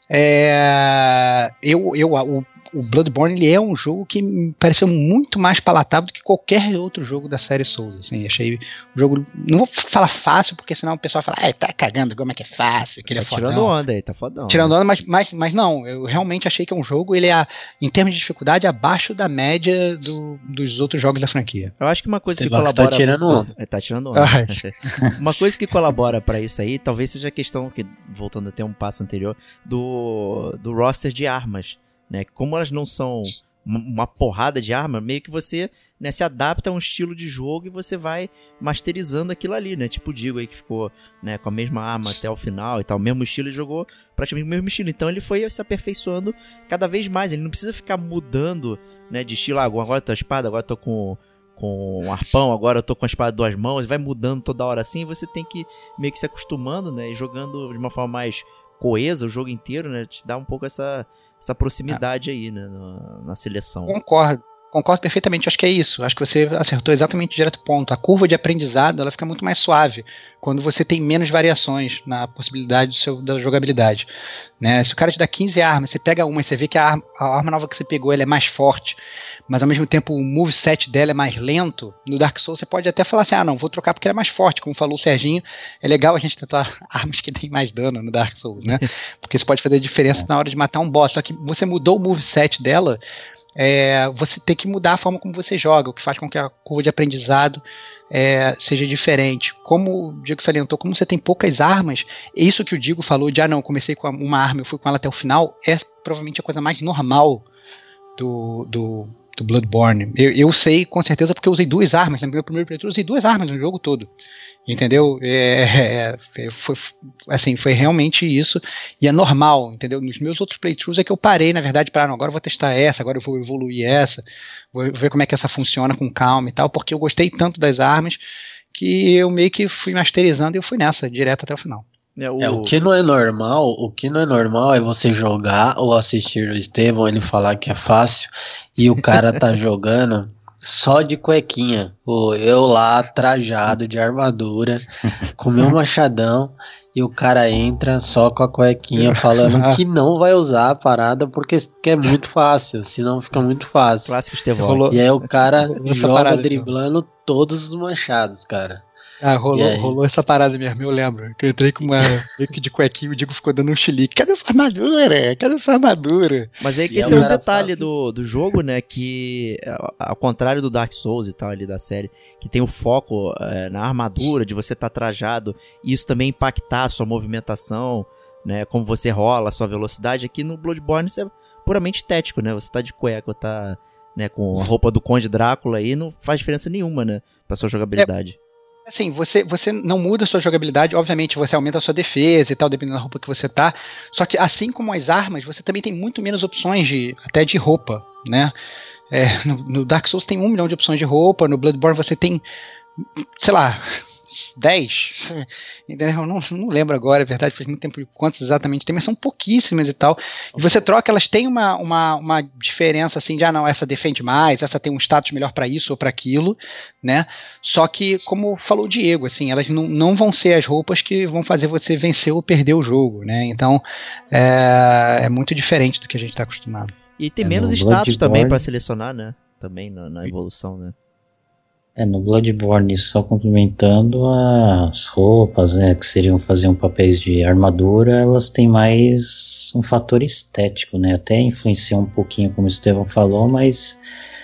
É, eu, eu, o, o Bloodborne, ele é um jogo que me pareceu muito mais palatável do que qualquer outro jogo da série Souls, assim, achei o jogo, não vou falar fácil, porque senão o pessoal fala, ah, tá cagando, como é que é fácil, que ele é tá fodão. Tirando onda aí, tá fodão. Tirando onda, mas, mas, mas não, eu realmente achei que é um jogo, ele é, em termos de dificuldade, abaixo da média do, dos outros jogos da franquia. Eu acho que uma coisa Você que colabora... tá tirando onda. É, tá tirando onda. Uma coisa que colabora pra isso aí, talvez seja a questão, que voltando até um passo anterior, do, do roster de armas, né? Como elas não são uma porrada de arma, meio que você, né, se adapta a um estilo de jogo e você vai masterizando aquilo ali, né? Tipo o Digo aí que ficou, né, com a mesma arma até o final e tal, o mesmo estilo, ele jogou praticamente o mesmo estilo. Então ele foi se aperfeiçoando cada vez mais. Ele não precisa ficar mudando, né, de estilo. Ah, agora eu tô com a espada, agora eu tô com com um arpão, agora eu tô com a espada de duas mãos. Vai mudando toda hora assim, e você tem que meio que se acostumando, né, e jogando de uma forma mais coesa o jogo inteiro, né? Te dá um pouco essa essa proximidade ah. aí, né, na, na seleção. Concordo, concordo perfeitamente, acho que é isso, acho que você acertou exatamente direto o ponto. A curva de aprendizado, ela fica muito mais suave quando você tem menos variações na possibilidade do seu, da jogabilidade, né? Se o cara te dá quinze armas, você pega uma e você vê que a arma, a arma nova que você pegou, ela é mais forte, mas ao mesmo tempo o moveset dela é mais lento, no Dark Souls você pode até falar assim, ah não, vou trocar porque ela é mais forte, como falou o Serginho, é legal a gente tentar armas que tem mais dano no Dark Souls, né? Porque isso pode fazer diferença na hora de matar um boss, só que você mudou o moveset dela, é, você tem que mudar a forma como você joga, o que faz com que a curva de aprendizado é, seja diferente. Como o Diego salientou, como você tem poucas armas, isso que o Diego falou de, ah não, eu comecei com uma arma, eu fui com ela até o final, é provavelmente a coisa mais normal do, do, do Bloodborne. Eu, eu sei com certeza porque eu usei duas armas. No meu primeiro playthrough eu usei duas armas no jogo todo. Entendeu? É, é, foi, assim, foi realmente isso. E é normal, entendeu? Nos meus outros playthroughs é que eu parei, na verdade, para agora eu vou testar essa, agora eu vou evoluir essa, vou ver como é que essa funciona com calma e tal, porque eu gostei tanto das armas que eu meio que fui masterizando e eu fui nessa, direto até o final. É o... É, o que não é normal, o que não é normal é você jogar ou assistir o Estevão, ele falar que é fácil, e o cara tá jogando só de cuequinha. Pô, eu lá, trajado de armadura, com meu machadão, e o cara entra só com a cuequinha, falando que não vai usar a parada porque que é muito fácil, senão fica muito fácil. Clássico Estevão. E aí o cara joga parada, driblando então. todos os machados, cara. Ah, rolou, rolou essa parada mesmo, eu lembro. Que eu entrei com uma meio que de cuequinha e o Diego ficou dando um chilique. Cadê essa armadura? Cadê essa armadura? Mas aí que E esse é é o um cara detalhe fala- do, do jogo, né? Que, ao contrário do Dark Souls e tal ali da série, que tem o foco é, na armadura, de você estar tá trajado, e isso também impactar a sua movimentação, né? Como você rola, a sua velocidade. Aqui no Bloodborne isso é puramente estético, né? Você tá de cueca ou tá, né, com a roupa do Conde Drácula aí, não faz diferença nenhuma, né? Pra sua jogabilidade. Assim, você, você não muda a sua jogabilidade, obviamente você aumenta a sua defesa e tal, dependendo da roupa que você tá, só que assim como as armas, você também tem muito menos opções de, até de roupa, né? É, no, no Dark Souls tem um milhão de opções de roupa, no Bloodborne você tem, sei lá, dez, entendeu? Eu não, não lembro agora, é verdade, faz muito tempo de quantas exatamente tem, mas são pouquíssimas e tal, e você troca, elas têm uma, uma, uma diferença assim, de, ah não, essa defende mais, essa tem um status melhor pra isso ou pra aquilo, né? Só que, como falou o Diego, assim, elas não, não vão ser as roupas que vão fazer você vencer ou perder o jogo, né? Então, é, é muito diferente do que a gente tá acostumado. E tem É, menos no status também Bloodborne- pra selecionar, né? Também na, na evolução, né? É, no Bloodborne, só complementando, as roupas, né, que seriam fazer um papéis de armadura, elas têm mais um fator estético, né, até influencia um pouquinho, como o Estevão falou, mas,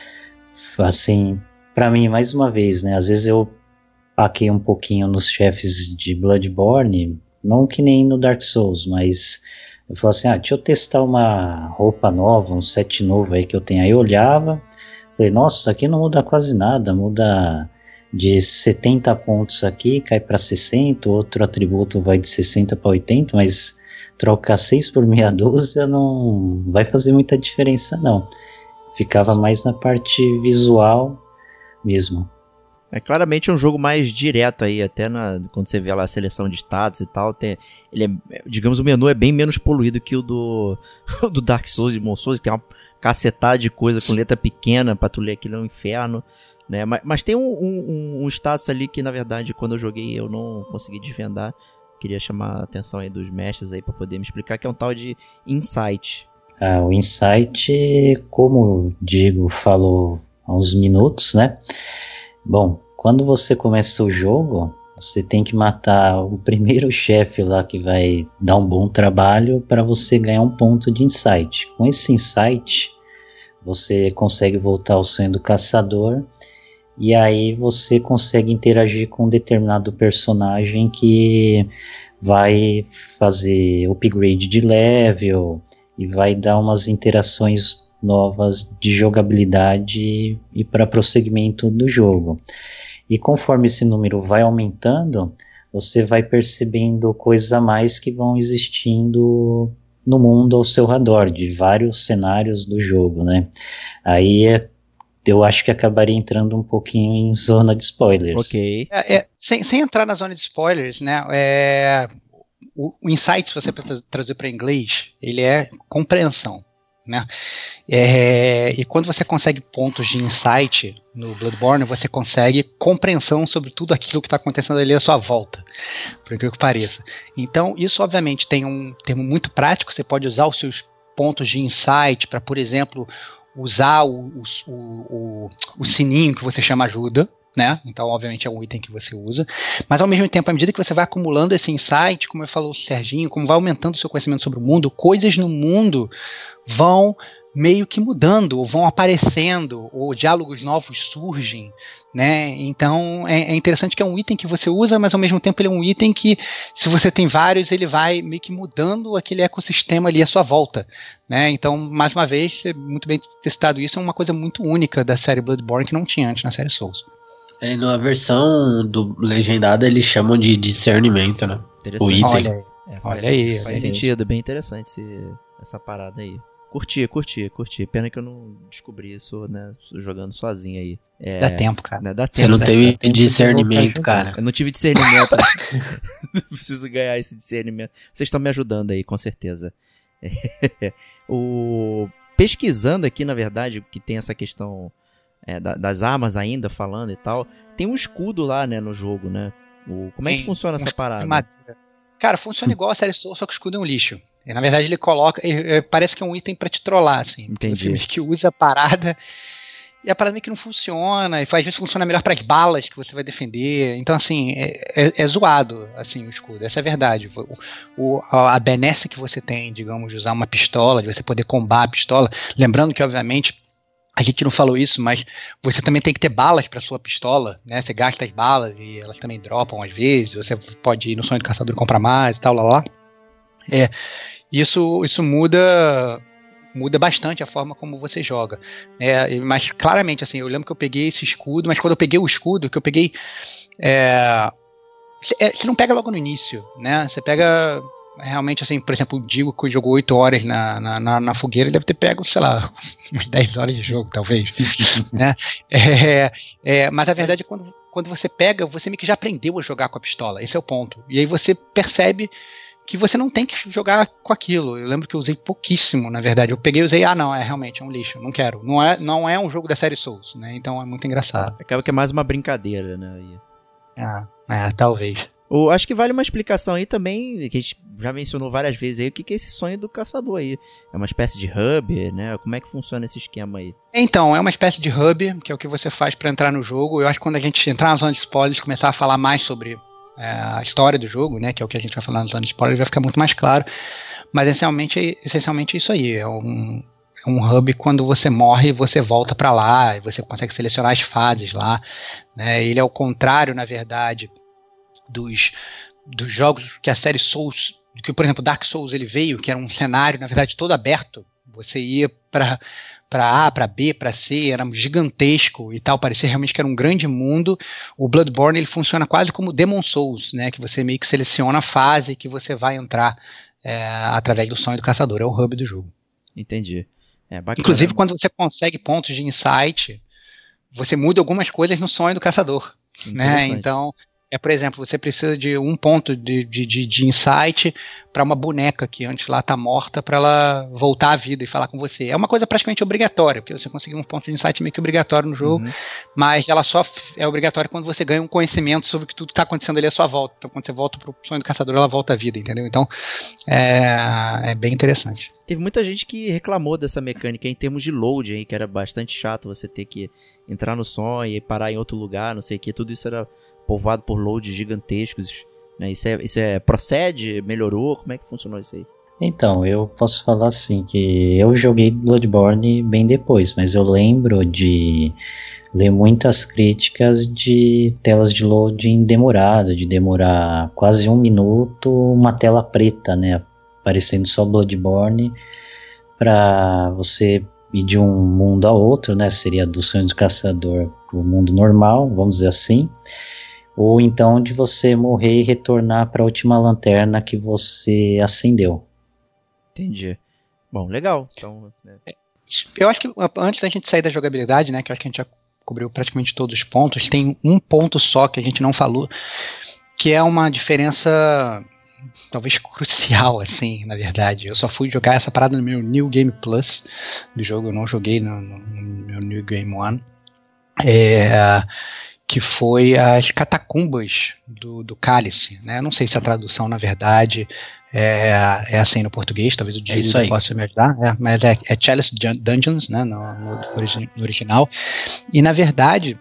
assim, pra mim, mais uma vez, né, às vezes eu paquei um pouquinho nos chefes de Bloodborne, não que nem no Dark Souls, mas eu falo assim, ah, deixa eu testar uma roupa nova, um set novo aí que eu tenho, aí eu olhava, falei, nossa, isso aqui não muda quase nada, muda de setenta pontos aqui, cai para sessenta, outro atributo vai de sessenta para oitenta, mas trocar seis por meia dúzia não vai fazer muita diferença não. Ficava mais na parte visual mesmo. É claramente um jogo mais direto aí, até na, quando você vê lá a seleção de status e tal, tem, ele é, digamos, o menu é bem menos poluído que o do, do Dark Souls e Demon Souls, que tem uma cacetada de coisa com letra pequena pra tu ler aquilo no inferno, né? Mas, mas tem um, um, um status ali que, na verdade, quando eu joguei eu não consegui desvendar. Queria chamar a atenção aí dos mestres aí pra poder me explicar, que é um tal de Insight. Ah, o Insight, como o Diego falou há uns minutos, né? Bom, quando você começa o jogo, você tem que matar o primeiro chefe lá que vai dar um bom trabalho para você ganhar um ponto de Insight. Com esse Insight, você consegue voltar ao sonho do caçador e aí você consegue interagir com um determinado personagem que vai fazer upgrade de level e vai dar umas interações novas de jogabilidade e para prosseguimento do jogo. E conforme esse número vai aumentando, você vai percebendo coisas a mais que vão existindo no mundo ao seu redor, de vários cenários do jogo, né? Aí é, eu acho que acabaria entrando um pouquinho em zona de spoilers. Ok. É, é, sem, sem entrar na zona de spoilers, né? É, o, o Insight, se você tra- trazer para inglês, ele é compreensão, né? É, e quando você consegue pontos de insight no Bloodborne, você consegue compreensão sobre tudo aquilo que está acontecendo ali à sua volta, por incrível que pareça. Então, isso obviamente tem um termo muito prático, você pode usar os seus pontos de insight para, por exemplo, usar o, o, o, o sininho que você chama ajuda, né? Então, obviamente, é um item que você usa, mas ao mesmo tempo, à medida que você vai acumulando esse insight, como falou o Serginho, como vai aumentando o seu conhecimento sobre o mundo, coisas no mundo vão meio que mudando, ou vão aparecendo, ou diálogos novos surgem, né? Então é, é interessante que é um item que você usa, mas ao mesmo tempo ele é um item que, se você tem vários, ele vai meio que mudando aquele ecossistema ali à sua volta, né? Então, mais uma vez, muito bem testado isso, é uma coisa muito única da série Bloodborne que não tinha antes na série Souls. É, na versão do legendada eles chamam de discernimento, né? O item. Olha aí, É, olha aí. Faz olha aí. sentido, bem interessante esse, essa parada aí. Curti, curti, curti. Pena que eu não descobri isso, né, jogando sozinho aí. É, Dá tempo, cara. né, dá Você tempo, não né? teve tempo de discernimento, voltar a cara. Eu não tive discernimento. Né? Preciso ganhar esse discernimento. Vocês estão me ajudando aí, com certeza. o... Pesquisando aqui, na verdade, que tem essa questão é, da, das armas ainda, falando e tal, tem um escudo lá, né, no jogo, né? O... Como é que Tem funciona um essa escudo parada? de madeira. Cara, funciona igual a série Souls, só que o escudo é um lixo. E, na verdade, ele coloca. é, é, parece que é um item pra te trollar, assim. Entendi. Você meio que usa a parada. E a parada meio que não funciona. E às vezes funciona melhor para as balas que você vai defender. Então, assim, é, é, é zoado assim, o escudo. Essa é a verdade. O, o, a benesse que você tem, digamos, de usar uma pistola, de você poder combar a pistola. Lembrando que, obviamente, a gente não falou isso, mas você também tem que ter balas para sua pistola, né? Você gasta as balas e elas também dropam às vezes. Você pode ir no Sonho do Caçador e comprar mais e tal, lá, lá. É, isso, isso muda, muda bastante a forma como você joga. É, mas claramente, assim, eu lembro que eu peguei esse escudo, mas quando eu peguei o escudo, que eu peguei. É, você não pega logo no início, né? Você pega. Realmente, assim, por exemplo, o Digo que jogou oito horas na, na, na, na fogueira, ele deve ter pego, sei lá, umas dez horas de jogo, talvez. né? É, é, mas a verdade é que quando, quando você pega, você meio que já aprendeu a jogar com a pistola. Esse é o ponto. E aí você percebe que você não tem que jogar com aquilo. Eu lembro que eu usei pouquíssimo, na verdade. Eu peguei e usei, ah, não, é realmente é um lixo, não quero. Não é, não é um jogo da série Souls, né? Então é muito engraçado. Acaba que é mais uma brincadeira, né? E... Ah, é, talvez. O, acho que vale uma explicação aí também, que a gente já mencionou várias vezes aí, o que, que é esse sonho do caçador aí? É uma espécie de hub, né? Como é que funciona esse esquema aí? Então, é uma espécie de hub, que é o que você faz para entrar no jogo. Eu acho que quando a gente entrar na zona de spoilers, começar a falar mais sobre é, a história do jogo, né? Que é o que a gente vai falar na zona de spoilers, vai ficar muito mais claro. Mas essencialmente, essencialmente é isso aí. É um, é um hub quando você morre, você volta para lá, e você consegue selecionar as fases lá. Né? Ele é o contrário, na verdade, dos, dos jogos que a série Souls, que por exemplo Dark Souls ele veio, que era um cenário na verdade todo aberto, você ia para para A, para B, para C, era gigantesco e tal, parecia realmente que era um grande mundo. O Bloodborne ele funciona quase como Demon Souls, né, que você meio que seleciona a fase que você vai entrar é, através do sonho do caçador, é o hub do jogo. Entendi. É, bacana. Inclusive quando você consegue pontos de insight, você muda algumas coisas no sonho do caçador, né, então é, por exemplo, você precisa de um ponto de, de, de, de insight para uma boneca que antes lá tá morta, para ela voltar à vida e falar com você. É uma coisa praticamente obrigatória, porque você conseguir um ponto de insight meio que obrigatório no jogo, uhum. mas ela só é obrigatória quando você ganha um conhecimento sobre o que tudo tá acontecendo ali à sua volta. Então, quando você volta pro sonho do caçador, ela volta à vida, entendeu? Então, é, é bem interessante. Teve muita gente que reclamou dessa mecânica em termos de load aí, que era bastante chato você ter que entrar no sonho e parar em outro lugar, não sei o que, tudo isso era povoado por loads gigantescos, né? Isso, é, isso é, procede? Melhorou? Como é que funcionou isso aí? Então, eu posso falar assim, que eu joguei Bloodborne bem depois, mas eu lembro de ler muitas críticas de telas de loading demorada, de demorar quase um minuto, uma tela preta, né, aparecendo só Bloodborne, para você ir de um mundo a outro, né, seria do sonho do caçador para o mundo normal, vamos dizer assim, ou então de você morrer e retornar para a última lanterna que você acendeu. Entendi. Bom, legal. Então, né. Eu acho que antes da gente sair da jogabilidade, né, que eu acho que a gente já cobriu praticamente todos os pontos, tem um ponto só que a gente não falou, que é uma diferença talvez crucial, assim, na verdade. Eu só fui jogar essa parada no meu New Game Plus do jogo, eu não joguei no, no, no meu New Game One. É... que foi as catacumbas do, do Cálice, né? Eu não sei se a tradução, na verdade, é, é assim no português, talvez o Diego é possa me ajudar, é, mas é, é Chalice Dungeons, né, no, no, origi no original, e na verdade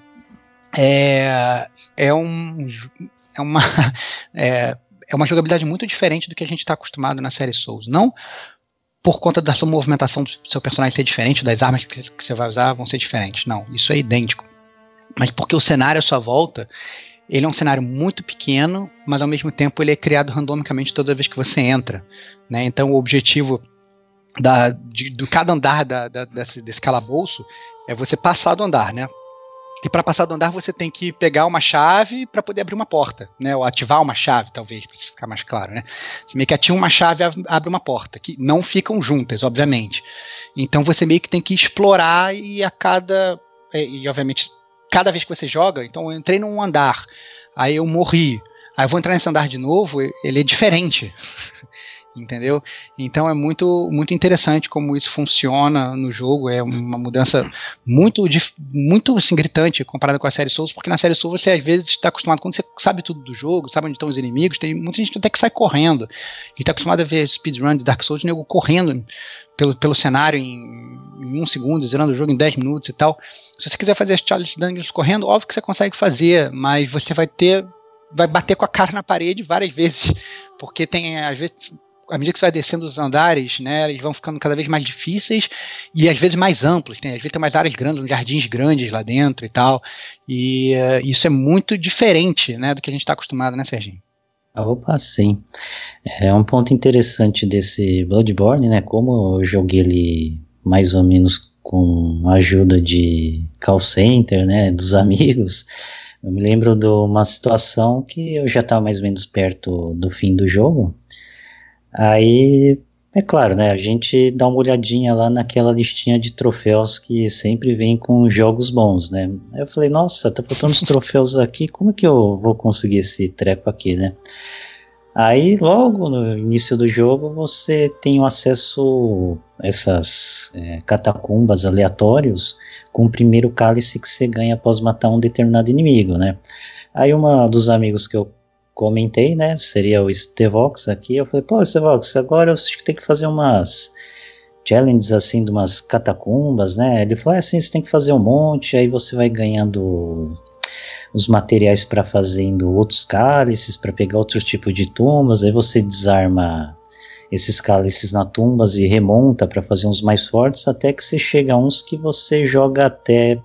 é, é, um, é, uma, é, é uma jogabilidade muito diferente do que a gente está acostumado na série Souls, não por conta da sua movimentação do seu personagem ser diferente, das armas que, que você vai usar vão ser diferentes. Não, isso é idêntico. Mas porque o cenário à sua volta, ele é um cenário muito pequeno, mas ao mesmo tempo ele é criado randomicamente toda vez que você entra, né? Então o objetivo da, de, de cada andar da, da, desse, desse calabouço é você passar do andar, né? E para passar do andar você tem que pegar uma chave para poder abrir uma porta, né? Ou ativar uma chave, talvez, para ficar mais claro, né? Você meio que ativa uma chave e abre uma porta, que não ficam juntas, obviamente. Então você meio que tem que explorar e a cada... E obviamente, cada vez que você joga, então eu entrei num andar, aí eu morri, aí eu vou entrar nesse andar de novo, ele é diferente. Entendeu? Então é muito, muito interessante como isso funciona no jogo, é uma mudança muito, muito assim, gritante comparada com a série Souls, porque na série Souls você às vezes está acostumado, quando você sabe tudo do jogo, sabe onde estão os inimigos, tem muita gente até que sai correndo, a gente está acostumado a ver speedrun de Dark Souls, o nego correndo pelo, pelo cenário em, em um segundo, zerando o jogo em dez minutos e tal. Se você quiser fazer as challenge dungeons correndo, óbvio que você consegue fazer, mas você vai ter, vai bater com a cara na parede várias vezes, porque tem, às vezes, à medida que você vai descendo os andares, né, eles vão ficando cada vez mais difíceis e às vezes mais amplos, tem, às vezes tem mais áreas grandes, uns jardins grandes lá dentro e tal, e uh, isso é muito diferente, né, do que a gente está acostumado, né, Serginho? Opa, sim. É um ponto interessante desse Bloodborne, né, como eu joguei ele mais ou menos com a ajuda de call center, né, dos amigos. Eu me lembro de uma situação que eu já estava mais ou menos perto do fim do jogo. Aí, é claro, né, a gente dá uma olhadinha lá naquela listinha de troféus que sempre vem com jogos bons, né. Aí eu falei, nossa, tá faltando os troféus aqui, como é que eu vou conseguir esse treco aqui, né? Aí, logo no início do jogo, você tem o acesso a essas é, catacumbas aleatórios com o primeiro cálice que você ganha após matar um determinado inimigo, né. Aí uma dos amigos que eu comentei, né, seria o Stevox aqui, eu falei, pô, Stevox, agora eu acho que tem que fazer umas challenges assim, de umas catacumbas, né, ele falou, é assim, você tem que fazer um monte, aí você vai ganhando os materiais para fazendo outros cálices, para pegar outro tipo de tumbas, aí você desarma esses cálices na tumbas e remonta para fazer uns mais fortes, até que você chega a uns que você joga até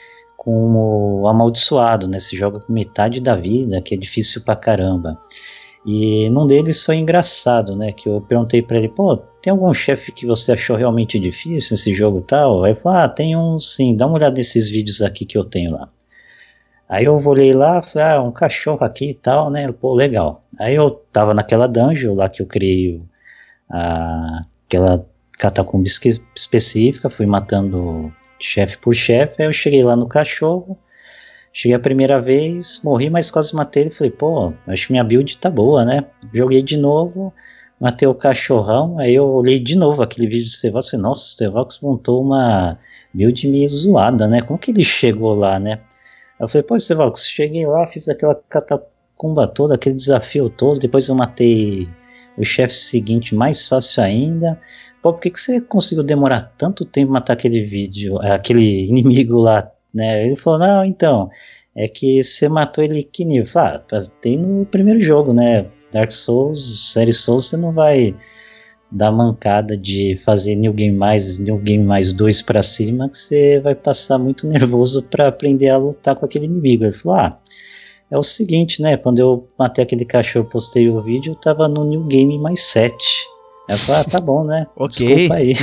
como amaldiçoado, né? Você joga com metade da vida, que é difícil pra caramba. E num deles foi engraçado, né? Que eu perguntei pra ele, pô, tem algum chefe que você achou realmente difícil nesse jogo e tal? Aí ele falou, ah, tem um sim, dá uma olhada nesses vídeos aqui que eu tenho lá. Aí eu olhei lá, falei, ah, um cachorro aqui e tal, né? Pô, legal. Aí eu tava naquela dungeon lá que eu criei a, aquela catacumba esque- específica, fui matando chefe por chefe, aí eu cheguei lá no cachorro, cheguei a primeira vez, morri, mas quase matei ele, falei, pô, acho que minha build tá boa, né, joguei de novo, matei o cachorrão, aí eu olhei de novo aquele vídeo do Stevox, falei, nossa, o Stevox montou uma build meio zoada, né, como que ele chegou lá, né, aí eu falei, pô, Stevox, cheguei lá, fiz aquela catacumba toda, aquele desafio todo, depois eu matei o chefe seguinte mais fácil ainda. Pô, por que, que você conseguiu demorar tanto tempo matar aquele vídeo, aquele inimigo lá, né? Ele falou, não, então, é que você matou ele que nível? Eu falei, ah, tem no primeiro jogo, né? Dark Souls, série Souls, você não vai dar mancada de fazer New Game Mais, New Game Mais dois pra cima, que você vai passar muito nervoso pra aprender a lutar com aquele inimigo. Ele falou, ah, é o seguinte, né? Quando eu matei aquele cachorro e postei o vídeo, eu tava no New Game Mais sete. Eu falei, ah, tá bom, né? Ok. Desculpa aí.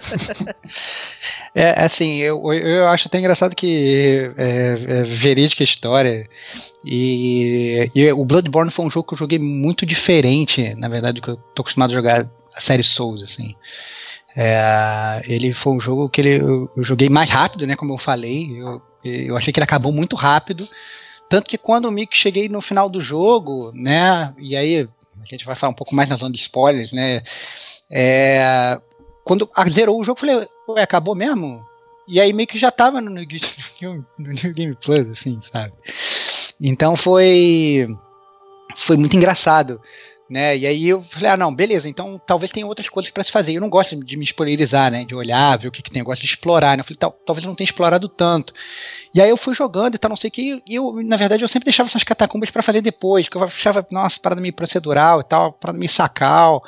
É, assim, eu, eu acho até engraçado que é, é verídica a história. E, e o Bloodborne foi um jogo que eu joguei muito diferente, na verdade, do que eu tô acostumado a jogar a série Souls, assim. É, ele foi um jogo que ele, eu, eu joguei mais rápido, né? Como eu falei. Eu, eu achei que ele acabou muito rápido. Tanto que quando eu me cheguei no final do jogo, né? E aí a gente vai falar um pouco mais na zona de spoilers, né? É, quando zerou o jogo, eu falei, ué, acabou mesmo? E aí meio que já tava no, no, no New Game Plus, assim, sabe? Então foi foi muito engraçado, né? E aí eu falei, ah, não, beleza, então talvez tenha outras coisas para se fazer. Eu não gosto de me spoilerizar, né? De olhar, ver o que, que tem, eu gosto de explorar, né? Eu falei, Tal, talvez eu não tenha explorado tanto. E aí eu fui jogando e tal, não sei o que, e eu, na verdade, eu sempre deixava essas catacumbas para fazer depois, porque eu achava, nossa, parada meio procedural e tal, parada meio sacal.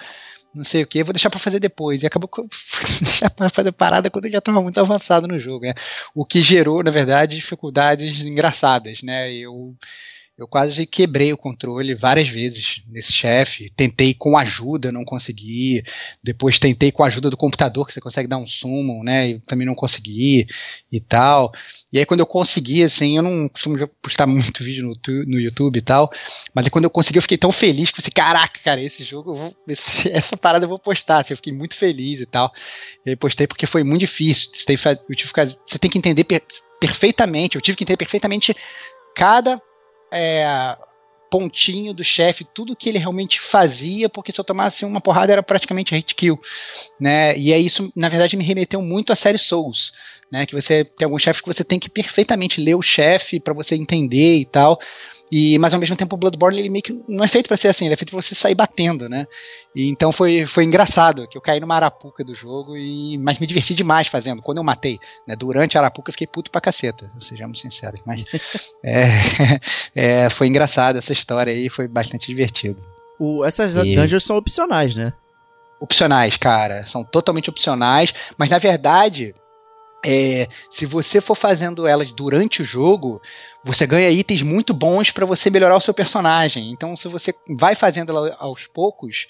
não sei o que, vou deixar pra fazer depois. E acabou que eu fui deixar pra fazer parada quando eu já tava muito avançado no jogo, né? O que gerou, na verdade, dificuldades engraçadas, né? Eu... Eu quase quebrei o controle várias vezes nesse chefe. Tentei com ajuda, não consegui. Depois tentei com a ajuda do computador, que você consegue dar um summon, né? E também não consegui e tal. E aí quando eu consegui, assim, eu não costumo postar muito vídeo no, no YouTube e tal, mas aí quando eu consegui eu fiquei tão feliz que eu falei, caraca, cara, esse jogo, eu vou, esse, essa parada eu vou postar. Assim, eu fiquei muito feliz e tal. E aí postei porque foi muito difícil. Você tem, eu tive que ficar, você tem que entender per, perfeitamente, eu tive que entender perfeitamente cada É, pontinho do chefe, tudo que ele realmente fazia, porque se eu tomasse uma porrada era praticamente hit kill, né? E aí isso, na verdade, me remeteu muito à série Souls, né? Que você tem alguns chefes que você tem que perfeitamente ler o chefe para você entender e tal. E, mas ao mesmo tempo o Bloodborne ele meio que não é feito pra ser assim, ele é feito pra você sair batendo, né? E então foi, foi engraçado, que eu caí numa arapuca do jogo, e, mas me diverti demais fazendo, quando eu matei, né? Durante a arapuca eu fiquei puto pra caceta, sejamos sinceros, mas é, é, foi engraçado essa história aí, foi bastante divertido. O, essas E- dungeons são opcionais, né? Opcionais, cara, são totalmente opcionais, mas na verdade, é, se você for fazendo elas durante o jogo, você ganha itens muito bons para você melhorar o seu personagem. Então, se você vai fazendo ela aos poucos,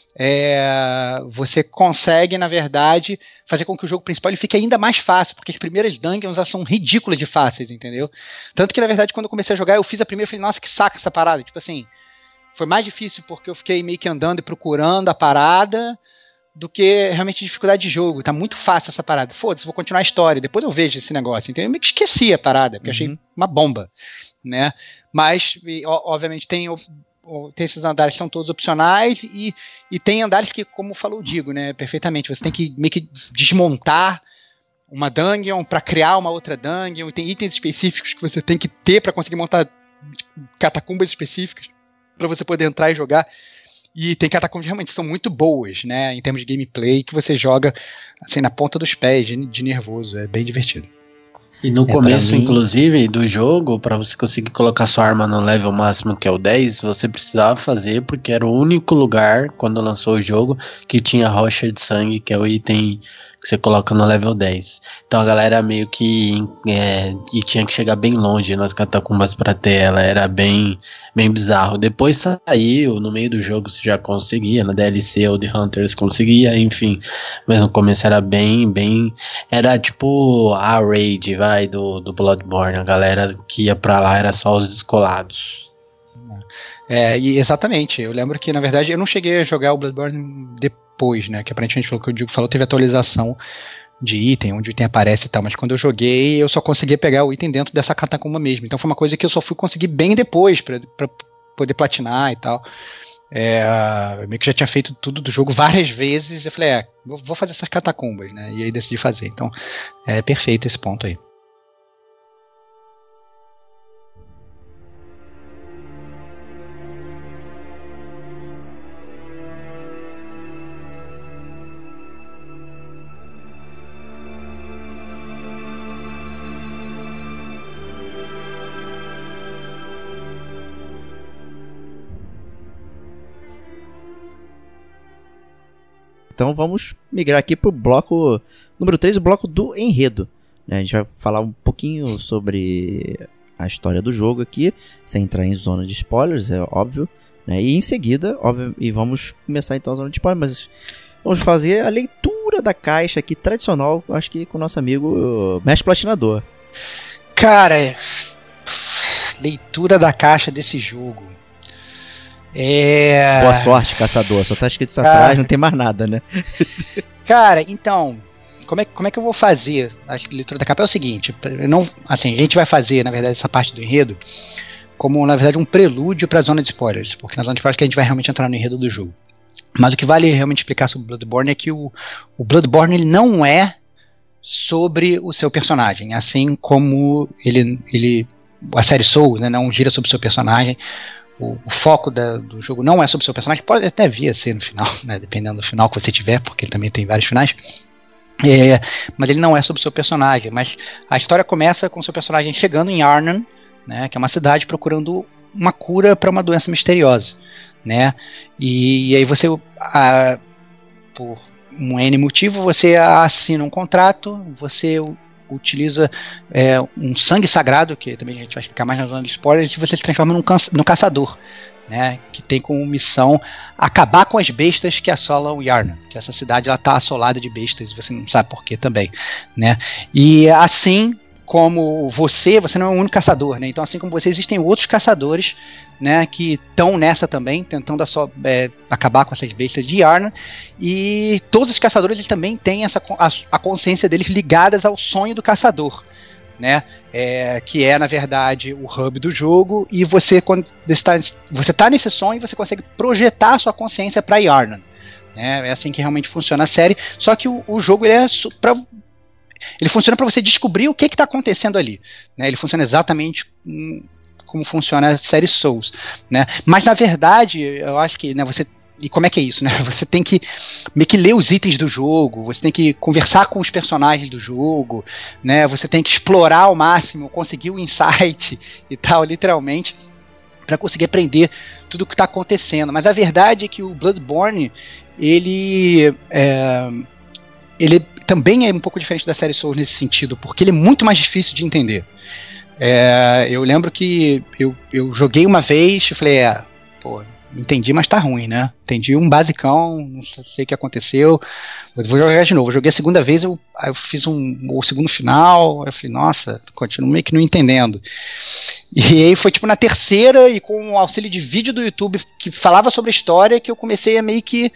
é, você consegue, na verdade, fazer com que o jogo principal ele fique ainda mais fácil, porque as primeiras dungeons elas são ridículas de fáceis, entendeu? Tanto que, na verdade, quando eu comecei a jogar, eu fiz a primeira e falei, nossa, que saco essa parada. Tipo assim, foi mais difícil porque eu fiquei meio que andando e procurando a parada do que realmente dificuldade de jogo. Tá muito fácil essa parada. Foda-se, vou continuar a história, depois eu vejo esse negócio. Então eu meio que esqueci a parada, porque eu Uhum. achei uma bomba, né? Mas, e, ó, obviamente, tem, o- o- tem esses andares que são todos opcionais e, e tem andares que, como falou o Digo, né, perfeitamente, você tem que meio que desmontar uma dungeon para criar uma outra dungeon, e tem itens específicos que você tem que ter para conseguir montar catacumbas específicas para você poder entrar e jogar. E tem catacumbas que realmente são muito boas, né, em termos de gameplay, que você joga assim na ponta dos pés, de, de nervoso, é bem divertido. E no É, começo, pra mim- inclusive, do jogo, pra você conseguir colocar sua arma no level máximo, que é o dez, você precisava fazer, porque era o único lugar, quando lançou o jogo, que tinha rocha de sangue, que é o item que você coloca no level dez. Então a galera meio que é, e tinha que chegar bem longe nas catacumbas pra ter ela, era bem, bem bizarro. Depois saiu, no meio do jogo você já conseguia, na D L C ou The Hunters conseguia, enfim. Mas no começo era bem, bem... Era tipo a raid, vai, do, do Bloodborne. A galera que ia pra lá era só os descolados. É, e exatamente, eu lembro que na verdade eu não cheguei a jogar o Bloodborne depois, né, que aparentemente pelo que o Diego falou teve atualização de item, onde o item aparece e tal, mas quando eu joguei eu só conseguia pegar o item dentro dessa catacumba mesmo, então foi uma coisa que eu só fui conseguir bem depois pra, pra poder platinar e tal. É, eu meio que já tinha feito tudo do jogo várias vezes, eu falei, é, vou vou fazer essas catacumbas, né, e aí decidi fazer, então é perfeito esse ponto aí. Então vamos migrar aqui pro bloco número três, o bloco do enredo. Né? A gente vai falar um pouquinho sobre a história do jogo aqui, sem entrar em zona de spoilers, é óbvio. Né? E em seguida, óbvio, e vamos começar então a zona de spoilers, mas vamos fazer a leitura da caixa aqui, tradicional, acho que com o nosso amigo uh, Mestre Platinador. Cara, leitura da caixa desse jogo. É... Boa sorte, caçador. Só tá escrito isso Cara. atrás, não tem mais nada, né? Cara, então, como é, como é que eu vou fazer a leitura da capa? É o seguinte, eu não, assim, a gente vai fazer, na verdade, essa parte do enredo como, na verdade, um prelúdio pra zona de spoilers, porque na zona de spoilers que a gente vai realmente entrar no enredo do jogo. Mas o que vale realmente explicar sobre o Bloodborne é que o, o Bloodborne ele não é sobre o seu personagem, assim como ele, ele a série Souls, né, não gira sobre o seu personagem. O, o foco da, do jogo não é sobre o seu personagem, pode até vir a ser no final, né, dependendo do final que você tiver, porque ele também tem vários finais. É, mas ele não é sobre o seu personagem. Mas a história começa com o seu personagem chegando em Arnon, né, que é uma cidade, procurando uma cura para uma doença misteriosa, né? E, e aí você a, por um N motivo, você assina um contrato, você utiliza é, um sangue sagrado, que também a gente vai explicar mais na zona de spoilers, e você se transforma num, num caçador, né, que tem como missão acabar com as bestas que assolam Yharnam, que essa cidade está assolada de bestas, você não sabe por quê também, né, e assim como você, você não é o único caçador, né, então assim como você, existem outros caçadores, né, que estão nessa também, tentando só, é, acabar com essas bestas de Yharnam, e todos os caçadores eles também têm essa, a, a consciência deles ligadas ao sonho do caçador, né, é, que é na verdade o hub do jogo, e você quando está você tá nesse sonho, você consegue projetar a sua consciência para Yharnam, né, é assim que realmente funciona a série, só que o, o jogo ele é pra, ele funciona para você descobrir o que está acontecendo ali, né, ele funciona exatamente hum, como funciona a série Souls, né? Mas na verdade, eu acho que, né, você, e como é que é isso, né? Você tem que meio que ler os itens do jogo, você tem que conversar com os personagens do jogo, né? Você tem que explorar ao máximo, conseguir o insight e tal, literalmente, para conseguir aprender tudo o que está acontecendo. Mas a verdade é que o Bloodborne, ele é, ele também é um pouco diferente da série Souls nesse sentido, porque ele é muito mais difícil de entender. É, eu lembro que eu, eu joguei uma vez e falei, é, pô, entendi, mas tá ruim, né? Entendi um basicão, não sei o que aconteceu, eu vou jogar de novo. Eu joguei a segunda vez, eu, eu fiz um, o segundo final, eu falei, nossa, continuo meio que não entendendo. E aí foi tipo na terceira, e com o auxílio de vídeo do YouTube que falava sobre a história, que eu comecei a meio que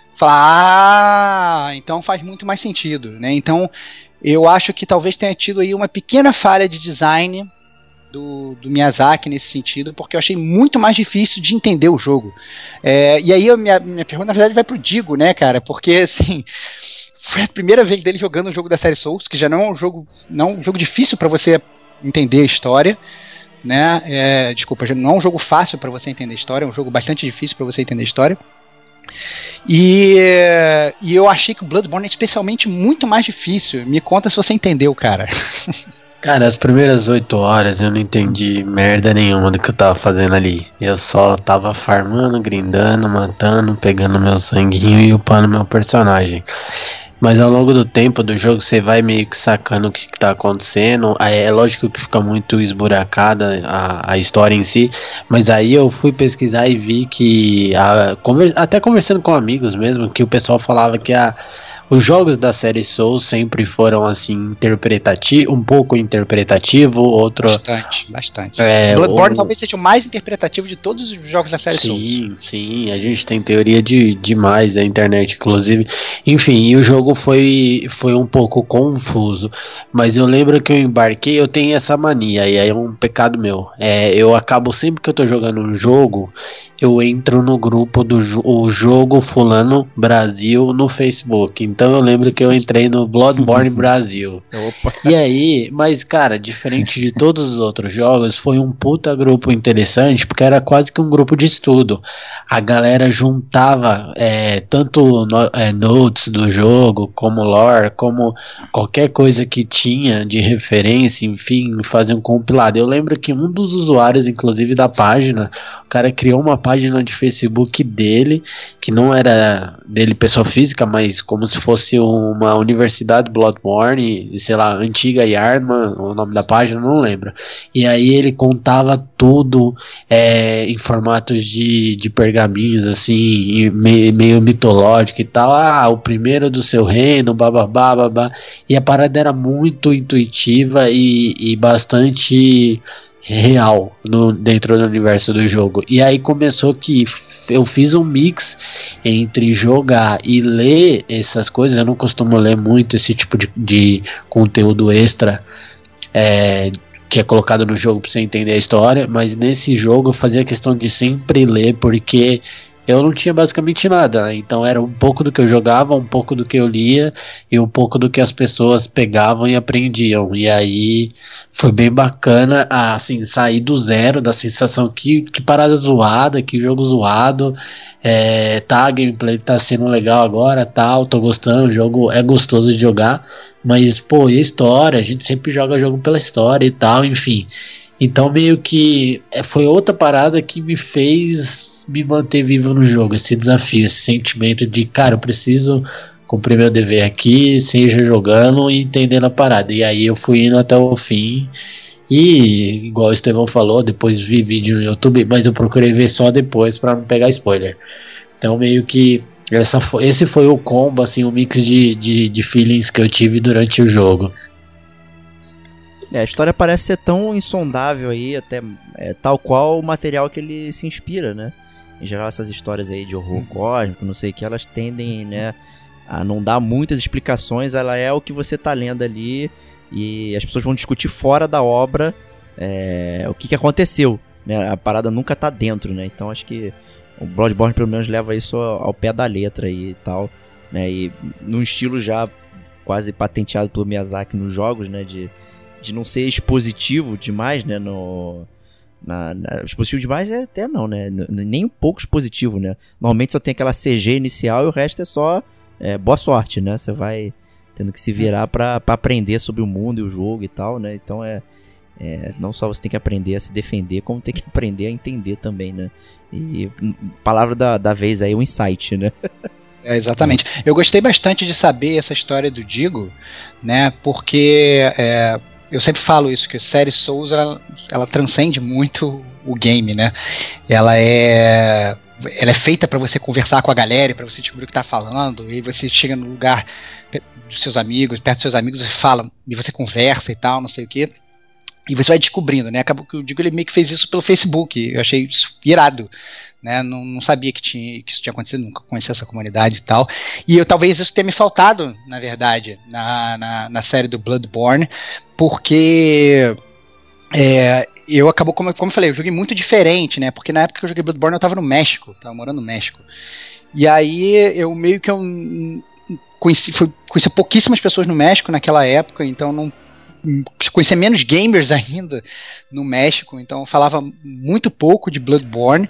falar, ah, então faz muito mais sentido, né? Então eu acho que talvez tenha tido aí uma pequena falha de design do, do Miyazaki nesse sentido, porque eu achei muito mais difícil de entender o jogo. É, e aí a minha, minha pergunta, na verdade, vai pro Digo, né, cara? Porque, assim, foi a primeira vez dele jogando um jogo da série Souls, que já não é um jogo, não é um jogo difícil para você entender a história, né? É, desculpa, já não é um jogo fácil para você entender a história, é um jogo bastante difícil para você entender a história. E, e eu achei que o Bloodborne é especialmente muito mais difícil. Me conta se você entendeu, cara. Cara, as primeiras oito horas eu não entendi merda nenhuma do que eu tava fazendo ali. Eu só tava farmando, grindando, matando, pegando meu sanguinho e upando meu personagem. Mas ao longo do tempo do jogo você vai meio que sacando o que, que tá acontecendo. É lógico que fica muito esburacada a, a história em si, mas aí eu fui pesquisar e vi que, a, conver, até conversando com amigos mesmo, que o pessoal falava que a... os jogos da série Souls sempre foram assim, interpretativo, um pouco interpretativo, outro... Bastante, bastante. É, Bloodborne o... talvez seja o mais interpretativo de todos os jogos da série sim, Souls. Sim, sim, a gente tem teoria de demais da internet, inclusive. Enfim, e o jogo foi, foi um pouco confuso, mas eu lembro que eu embarquei, eu tenho essa mania, e aí é um pecado meu. É, eu acabo sempre que eu tô jogando um jogo, eu entro no grupo do jo- o jogo fulano Brasil no Facebook. Então eu lembro que eu entrei no Bloodborne Brasil. Opa. E aí, mas cara, diferente de todos os outros jogos, foi um puta grupo interessante, porque era quase que um grupo de estudo. A galera juntava é, tanto no, é, notes do jogo, como lore, como qualquer coisa que tinha de referência, enfim, fazia um compilado. Eu lembro que um dos usuários, inclusive da página, o cara criou uma página página de Facebook dele, que não era dele pessoa física, mas como se fosse uma universidade Bloodborne, sei lá, antiga Yharnam, o nome da página, não lembro. E aí ele contava tudo é, em formatos de, de pergaminhos, assim, meio, meio mitológico e tal. Ah, o primeiro do seu reino, bababá, babá. E a parada era muito intuitiva e, e bastante real no, dentro do universo do jogo. E aí começou que eu fiz um mix entre jogar e ler essas coisas. Eu não costumo ler muito esse tipo de, de conteúdo extra é, que é colocado no jogo para você entender a história, mas nesse jogo eu fazia questão de sempre ler, porque eu não tinha basicamente nada, né? Então era um pouco do que eu jogava, um pouco do que eu lia e um pouco do que as pessoas pegavam e aprendiam. E aí foi bem bacana, assim, sair do zero, da sensação que, que parada zoada, que jogo zoado, é, tá, a gameplay tá sendo legal agora, tal, tô gostando, o jogo é gostoso de jogar, mas, pô, e a história? A gente sempre joga jogo pela história e tal, enfim. Então meio que foi outra parada que me fez me manter vivo no jogo, esse desafio, esse sentimento de, cara, eu preciso cumprir meu dever aqui, seja jogando e entendendo a parada. E aí eu fui indo até o fim. E, igual o Estevão falou, depois vi vídeo no YouTube, mas eu procurei ver só depois pra não pegar spoiler. Então meio que essa foi, esse foi o combo, assim, o mix de, de, de feelings que eu tive durante o jogo. É, a história parece ser tão insondável aí, até é, tal qual o material que ele se inspira, né? Em geral, essas histórias aí de horror cósmico, não sei o que, elas tendem, né, a não dar muitas explicações, ela é o que você tá lendo ali e as pessoas vão discutir fora da obra é, o que, que aconteceu, né? A parada nunca tá dentro, né? Então acho que o Bloodborne pelo menos leva isso ao, ao pé da letra e tal, né? E num estilo já quase patenteado pelo Miyazaki nos jogos, né? De de não ser expositivo demais, né, no... Na, na, expositivo demais é até não, né, nem um pouco expositivo, né, normalmente só tem aquela C G inicial e o resto é só é, boa sorte, né, você vai tendo que se virar pra, pra aprender sobre o mundo e o jogo e tal, né, então é, é, não só você tem que aprender a se defender, como tem que aprender a entender também, né, e palavra da, da vez aí, o insight, né. É, exatamente. Eu gostei bastante de saber essa história do Digo, né, porque é, eu sempre falo isso, que a série Souls, ela, ela transcende muito o game, né? Ela é, ela é feita para você conversar com a galera, para você descobrir o que tá falando, e você chega no lugar dos seus amigos, perto dos seus amigos, e fala, e você conversa e tal, não sei o quê. E você vai descobrindo, né? Acabou que o Digo, ele meio que fez isso pelo Facebook. Eu achei isso irado, né? Não, não sabia que, tinha, que isso tinha acontecido, nunca conheci essa comunidade e tal. E eu, talvez isso tenha me faltado, na verdade, na, na, na série do Bloodborne, porque é, eu acabou, como, como eu falei, eu joguei muito diferente, né? Porque na época que eu joguei Bloodborne eu tava no México, tava morando no México. E aí eu meio que eu conheci, foi, conheci pouquíssimas pessoas no México naquela época, então não conhecia menos gamers ainda no México, então eu falava muito pouco de Bloodborne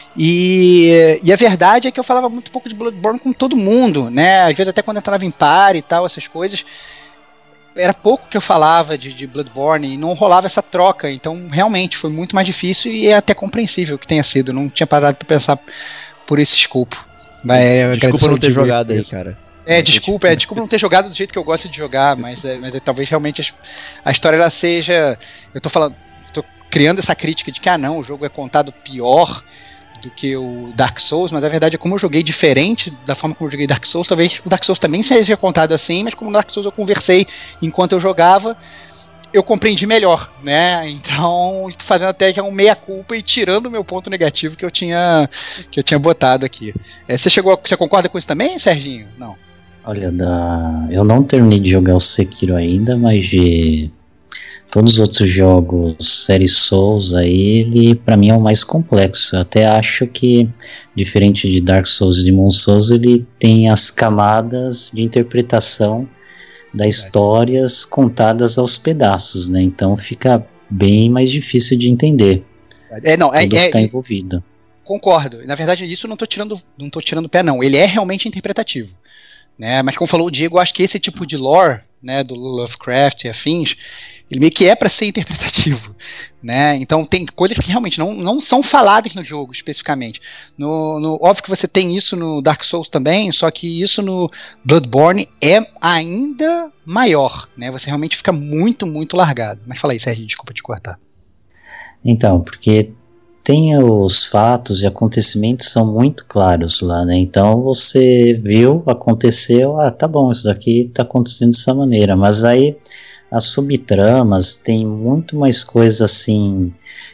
e, e a verdade é que eu falava muito pouco de Bloodborne com todo mundo, né? Às vezes até quando eu entrava em par e tal, essas coisas, era pouco que eu falava de, de Bloodborne e não rolava essa troca, então realmente foi muito mais difícil e é até compreensível que tenha sido, não tinha parado para pensar por esse escopo. Mas, desculpa não ter jogado aí, cara. É, desculpa, é, desculpa não ter jogado do jeito que eu gosto de jogar, mas, é, mas é, talvez realmente a, a história ela seja... Eu tô falando, tô criando essa crítica de que, ah não, o jogo é contado pior do que o Dark Souls, mas a verdade é como eu joguei diferente da forma como eu joguei Dark Souls, talvez o Dark Souls também seja contado assim, mas como no Dark Souls eu conversei enquanto eu jogava, eu compreendi melhor, né? Então, estou fazendo até já um meia-culpa e tirando o meu ponto negativo que eu tinha, que eu tinha botado aqui. É, você chegou, você concorda com isso também, Serginho? Não. Olha, da... eu não terminei de jogar o Sekiro ainda, mas de todos os outros jogos, série Souls, aí, ele pra mim é o mais complexo. Eu até acho que, diferente de Dark Souls e Demon Souls, ele tem as camadas de interpretação das histórias contadas aos pedaços, né? Então fica bem mais difícil de entender. É, não, é, tudo é, que tá é, envolvido. Concordo. Na verdade, isso eu não tô tirando, não tô tirando o pé, não. Ele é realmente interpretativo. Né, mas como falou o Diego, eu acho que esse tipo de lore, né, do Lovecraft e afins, ele meio que é para ser interpretativo, né? Então tem coisas que realmente não, não são faladas no jogo especificamente. No, no, óbvio que você tem isso no Dark Souls também, só que isso no Bloodborne é ainda maior, né? Você realmente fica muito, muito largado. Mas fala aí, Sérgio, desculpa te cortar. Então, porque tem os fatos e acontecimentos são muito claros lá, né? Então você viu, aconteceu, ah, tá bom, isso daqui tá acontecendo dessa maneira, mas aí as subtramas tem muito mais coisa assim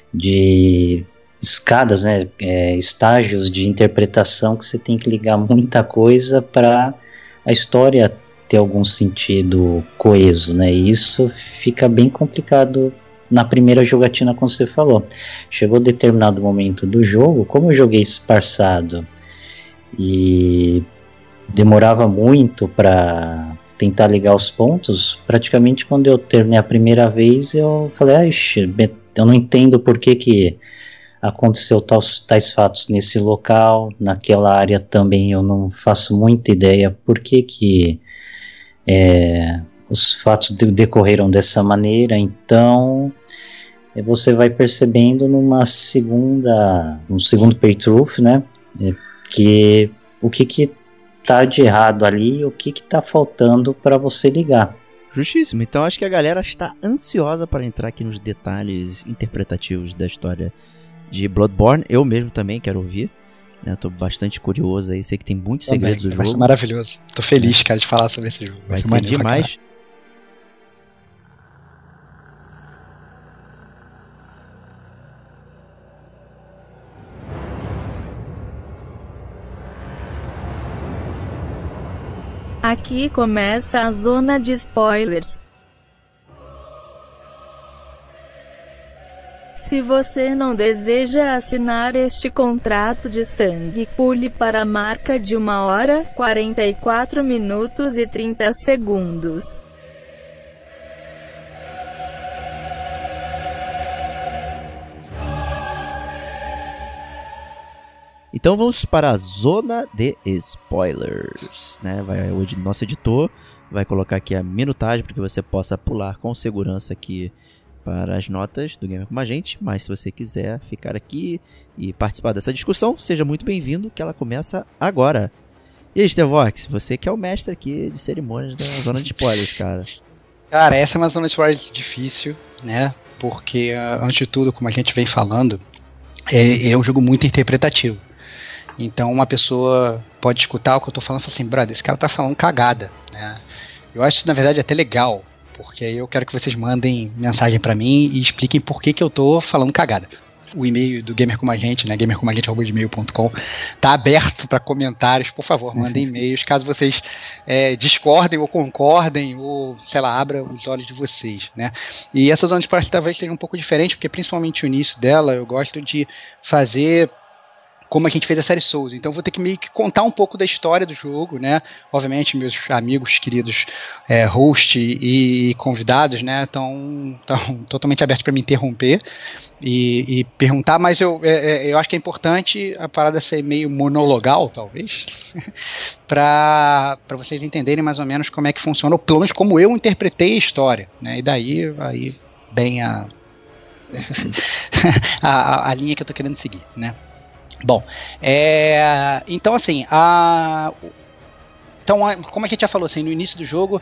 de escadas, né? É, estágios de interpretação que você tem que ligar muita coisa para a história ter algum sentido coeso, né? E isso fica bem complicado na primeira jogatina, como você falou. Chegou determinado momento do jogo, como eu joguei esparçado e demorava muito para tentar ligar os pontos, praticamente quando eu terminei a primeira vez, eu falei, ah, ixi, eu não entendo por que que aconteceu tais, tais fatos nesse local, naquela área também eu não faço muita ideia por que que é, os fatos de, decorreram dessa maneira. Então E você vai percebendo numa segunda, um segundo playthrough, né, que o que que tá de errado ali e o que que tá faltando para você ligar. Justíssimo. Então acho que a galera está ansiosa para entrar aqui nos detalhes interpretativos da história de Bloodborne. Eu mesmo também quero ouvir. Né? Tô bastante curioso aí. Sei que tem muitos também segredos do jogo. Vai ser maravilhoso. Tô feliz, é. cara, de falar sobre esse jogo. Vai, vai ser, ser demais. Aqui começa a zona de spoilers. Se você não deseja assinar este contrato de sangue, pule para a marca de uma hora, quarenta e quatro minutos e trinta segundos. Então vamos para a zona de spoilers, né? Vai, o nosso editor vai colocar aqui a minutagem para que você possa pular com segurança aqui para as notas do Gamer Como a Gente, mas se você quiser ficar aqui e participar dessa discussão, seja muito bem-vindo, que ela começa agora. E aí, Stevox, você que é o mestre aqui de cerimônias da zona de spoilers, cara. Cara, essa é uma zona de spoilers difícil, né? Porque, antes de tudo, como a gente vem falando, é, é um jogo muito interpretativo. Então uma pessoa pode escutar o que eu tô falando e falar assim, brother, esse cara tá falando cagada, né? Eu acho isso na verdade até legal, porque aí eu quero que vocês mandem mensagem pra mim e expliquem por que que eu tô falando cagada. O e-mail do Gamer Como a Gente, né, gamer como a gente arroba gmail ponto com, tá aberto para comentários, por favor, mandem e-mails, caso vocês é, discordem ou concordem, ou, sei lá, abra os olhos de vocês, né. E essa zona de spoilers talvez seja um pouco diferente, porque principalmente o início dela, eu gosto de fazer como a gente fez a série Souls. Então eu vou ter que meio que contar um pouco da história do jogo, né? Obviamente meus amigos queridos é, host e, e convidados, né, estão totalmente abertos para me interromper e, e perguntar, mas eu, é, eu acho que é importante a parada ser meio monologal, talvez, para para vocês entenderem mais ou menos como é que funciona, ou pelo menos como eu interpretei a história, né? E daí aí bem a, a, a linha que eu tô querendo seguir, né? Bom, é, então assim, a, então, a, como a gente já falou, assim, no início do jogo,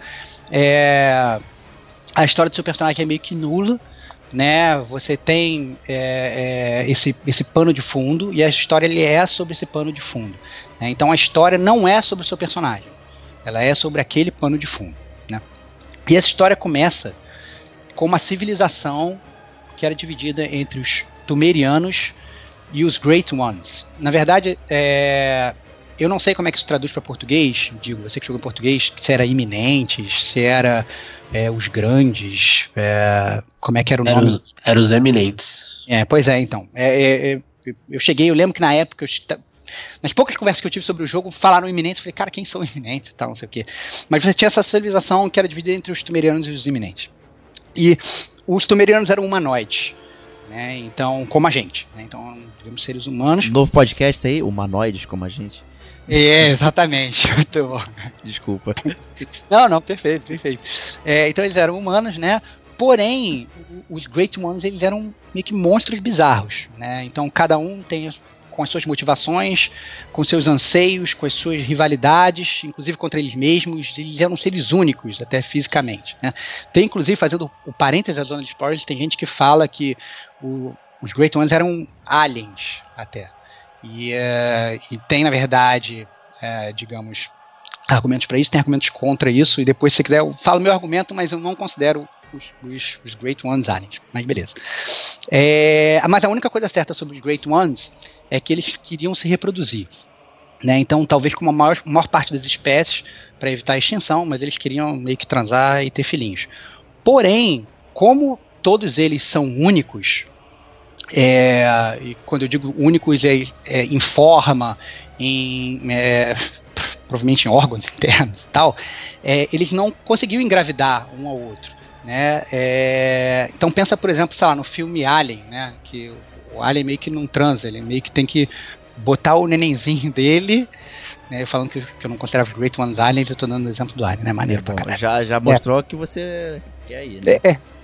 é, a história do seu personagem é meio que nula, né? Você tem é, é, esse, esse pano de fundo, e a história ele é sobre esse pano de fundo, né? Então a história não é sobre o seu personagem, ela é sobre aquele pano de fundo, né? E essa história começa com uma civilização que era dividida entre os Túmerianos e os Great Ones. Na verdade, é, eu não sei como é que isso traduz para português, digo, você que jogou em português, se era iminentes, se era é, os grandes, é, como é que era o era nome? Os, era os eminentes. É, pois é, então. É, é, eu cheguei, eu lembro que na época, eu, nas poucas conversas que eu tive sobre o jogo, falaram iminentes, eu falei, cara, quem são iminentes e tal, não sei o quê. Mas você tinha essa civilização que era dividida entre os Túmerianos e os iminentes. E os Túmerianos eram humanoides, né? Então, como a gente, né? Então, digamos, seres humanos. Novo podcast aí, humanoides como a gente. É, exatamente. Muito bom. Desculpa. Não, não, perfeito, perfeito. É, então eles eram humanos, né? Porém, os Great Ones, eles eram meio que monstros bizarros, né? Então cada um tem com as suas motivações, com seus anseios, com as suas rivalidades, inclusive contra eles mesmos. Eles eram seres únicos, até fisicamente, né? Tem, inclusive, fazendo o parênteses da zona de spoilers, tem gente que fala que o, os Great Ones eram aliens, até. E, uh, e tem, na verdade, uh, digamos, argumentos para isso, tem argumentos contra isso, e depois, se você quiser, eu falo meu argumento, mas eu não considero os, os, os Great Ones aliens, mas beleza. É, mas a única coisa certa sobre os Great Ones é que eles queriam se reproduzir, né? Então, talvez com a maior, maior parte das espécies, para evitar a extinção, mas eles queriam meio que transar e ter filhinhos. Porém, como todos eles são únicos, é, e quando eu digo únicos é, é em forma, em, é, provavelmente em órgãos internos e tal, é, eles não conseguiam engravidar um ao outro, né? É, então pensa, por exemplo, sei lá, no filme Alien, né? Que o Alien meio que não transa, ele meio que tem que botar o nenenzinho dele, né? Falando que, que eu não considerava os Great Ones aliens, eu tô dando o exemplo do Alien, né? Maneiro é pra bom, caralho. já, já mostrou é. que você quer ir, né? É,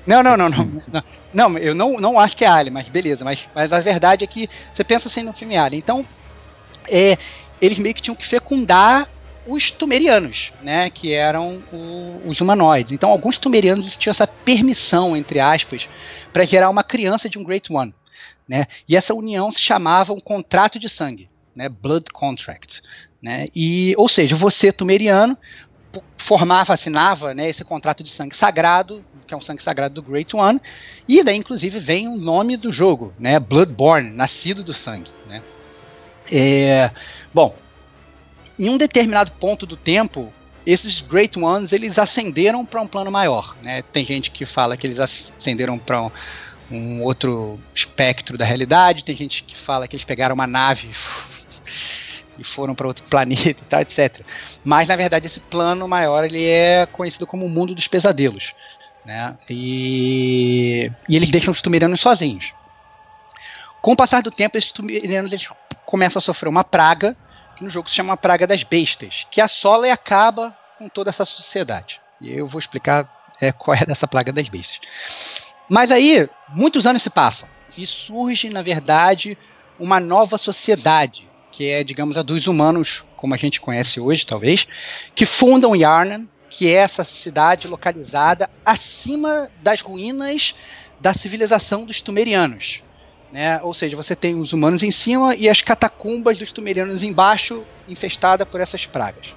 Não, não, não, não, não. Não, eu não, não acho que é Alien, mas beleza. Mas, mas a verdade é que você pensa assim no filme Alien. Então, é, eles meio que tinham que fecundar os Tumerianos, né? Que eram o, os humanoides. Então, alguns Tumerianos tinham essa permissão, entre aspas, para gerar uma criança de um Great One, né? E essa união se chamava um contrato de sangue, né? Blood Contract, né? E, ou seja, você, Tumeriano, formava, assinava, né, esse contrato de sangue sagrado, que é um sangue sagrado do Great One, e daí inclusive vem o nome do jogo, né, Bloodborne, nascido do sangue, né. É, bom, em um determinado ponto do tempo, esses Great Ones, eles ascenderam para um plano maior, né. Tem gente que fala que eles ascenderam para um, um outro espectro da realidade, tem gente que fala que eles pegaram uma nave e foram para outro planeta e tal, etcétera. Mas, na verdade, esse plano maior ele é conhecido como o mundo dos pesadelos, né? E, e eles deixam os Tumerianos sozinhos. Com o passar do tempo, esses Tumerianos eles começam a sofrer uma praga, que no jogo se chama a Praga das Bestas, que assola e acaba com toda essa sociedade. E eu vou explicar é, qual é dessa Praga das Bestas. Mas aí, muitos anos se passam, e surge, na verdade, uma nova sociedade, que é, digamos, a dos humanos, como a gente conhece hoje, talvez, que fundam Yharnam, que é essa cidade localizada acima das ruínas da civilização dos Tumerianos, né? Ou seja, você tem os humanos em cima e as catacumbas dos Tumerianos embaixo, infestada por essas pragas.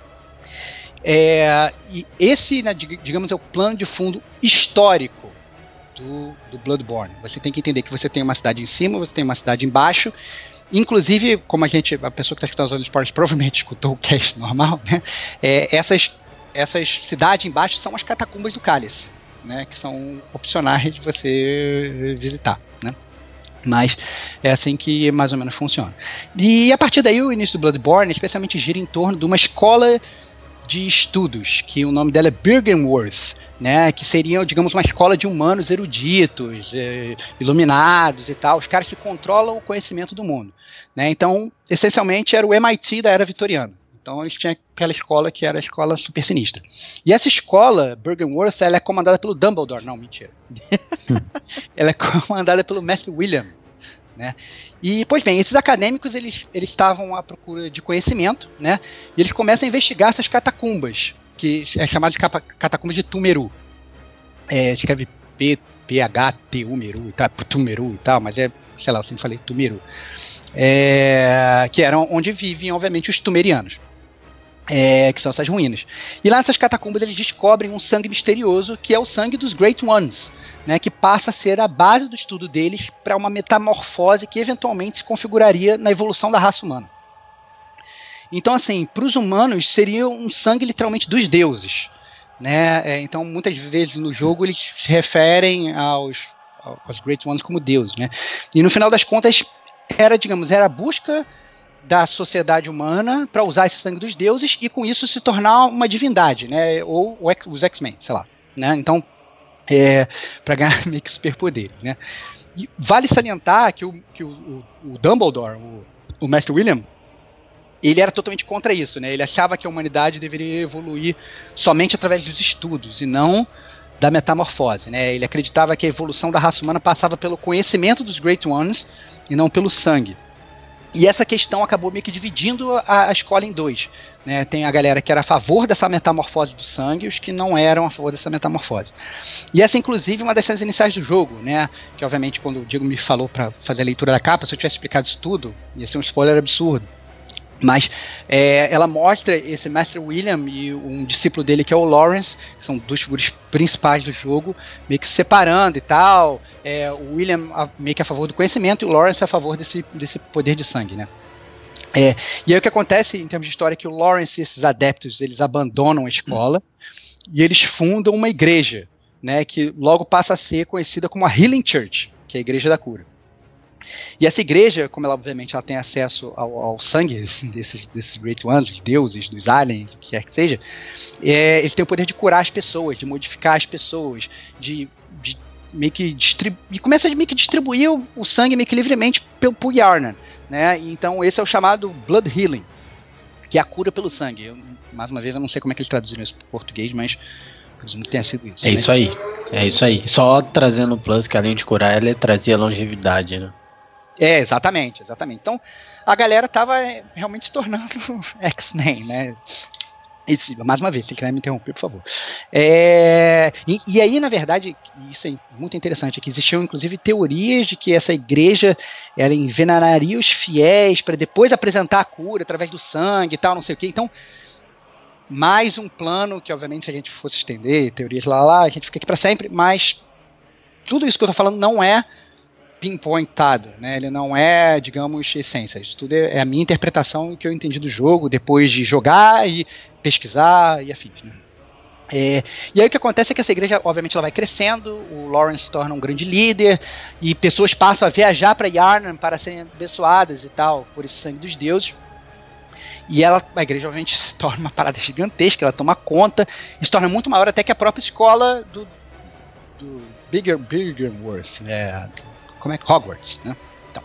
É, e esse, né, digamos, é o plano de fundo histórico do, do Bloodborne. Você tem que entender que você tem uma cidade em cima, você tem uma cidade embaixo. Inclusive, como a gente, a pessoa que está escutando os Olhos Spoilers provavelmente escutou o cast normal, né? É, essas, essas cidades embaixo são as catacumbas do Cálice, né? Que são opcionais de você visitar, né? Mas é assim que mais ou menos funciona. E a partir daí o início do Bloodborne especialmente gira em torno de uma escola de estudos, que o nome dela é Byrgenwerth, né, que seriam, digamos, uma escola de humanos eruditos, eh, iluminados e tal, os caras que controlam o conhecimento do mundo, né? Então, essencialmente, era o M I T da era vitoriana. Então, eles tinham aquela escola que era a escola super sinistra. E essa escola, Byrgenwerth, ela é comandada pelo Dumbledore. Não, mentira. Ela é comandada pelo Mestre William, né? E, pois bem, esses acadêmicos, eles eles estavam à procura de conhecimento, né? E eles começam a investigar essas catacumbas, que é chamado de catacumbas de Tumeru. É, escreve P, P H T U Meru e tal, Tumeru e tal, mas é, sei lá, eu sempre falei Tumeru. É, que eram onde vivem, obviamente, os Tumerianos. É, que são essas ruínas. E lá nessas catacumbas eles descobrem um sangue misterioso, que é o sangue dos Great Ones, né, que passa a ser a base do estudo deles para uma metamorfose que eventualmente se configuraria na evolução da raça humana. Então, assim, para os humanos seria um sangue literalmente dos deuses, né? É, então, muitas vezes no jogo eles se referem aos, aos Great Ones como deuses, né? E no final das contas era, digamos, era a busca da sociedade humana para usar esse sangue dos deuses e com isso se tornar uma divindade, né? Ou os X-Men, sei lá, né? Então, é, para ganhar meio que superpoderes, né? E vale salientar que o, que o, o Dumbledore, o, o Mestre William, ele era totalmente contra isso, né? Ele achava que a humanidade deveria evoluir somente através dos estudos e não da metamorfose, né? Ele acreditava que a evolução da raça humana passava pelo conhecimento dos Great Ones e não pelo sangue. E essa questão acabou meio que dividindo a, a escola em dois, né? Tem a galera que era a favor dessa metamorfose do sangue e os que não eram a favor dessa metamorfose. E essa, inclusive, é uma das cenas iniciais do jogo, né? Que, obviamente, quando o Diego me falou para fazer a leitura da capa, se eu tivesse explicado isso tudo, ia ser um spoiler absurdo. Mas é, ela mostra esse Mestre William e um discípulo dele que é o Lawrence, que são duas figuras principais do jogo, meio que se separando e tal. É, o William a, meio que a favor do conhecimento e o Lawrence a favor desse, desse poder de sangue, né? É, e aí o que acontece em termos de história é que o Lawrence e esses adeptos, eles abandonam a escola e eles fundam uma igreja, né, que logo passa a ser conhecida como a Healing Church, que é a Igreja da Cura. E essa igreja, como ela obviamente ela tem acesso ao, ao sangue desses, desses Great Ones, dos deuses, dos aliens, o que quer que seja, é, eles têm o poder de curar as pessoas, de modificar as pessoas, de, de meio que distribuir, e começa a meio que distribuir o, o sangue meio que livremente pelo Yharnam, né? Então esse é o chamado Blood Healing, que é a cura pelo sangue. Eu, mais uma vez, eu não sei como é que eles traduziram isso para o português, mas Presumo que tenha sido isso. É né? isso aí, é isso aí. Só trazendo o plus que além de curar, ele trazia longevidade, né? É, exatamente, exatamente. Então, a galera tava é, realmente se tornando X-Men, né? Esse, mais uma vez, se quiser me interromper, por favor. É, e, e aí, na verdade, isso é muito interessante, é que existiam, inclusive, teorias de que essa igreja ela envenenaria os fiéis para depois apresentar a cura através do sangue e tal, não sei o quê. Então, mais um plano que, obviamente, se a gente fosse estender, teorias lá, lá, a gente fica aqui para sempre, mas tudo isso que eu tô falando não é pinpointado, né? Ele não é, digamos, essência. Isso tudo é a minha interpretação que eu entendi do jogo depois de jogar e pesquisar e afins, né? É, e aí o que acontece é que essa igreja, obviamente, ela vai crescendo, o Lawrence se torna um grande líder e pessoas passam a viajar para Yharnam para serem abençoadas e tal, por esse sangue dos deuses. E ela, a igreja, obviamente, se torna uma parada gigantesca, ela toma conta e se torna muito maior até que a própria escola do, do Bigger, Biggerworth, né? Como é que Hogwarts, né? Então,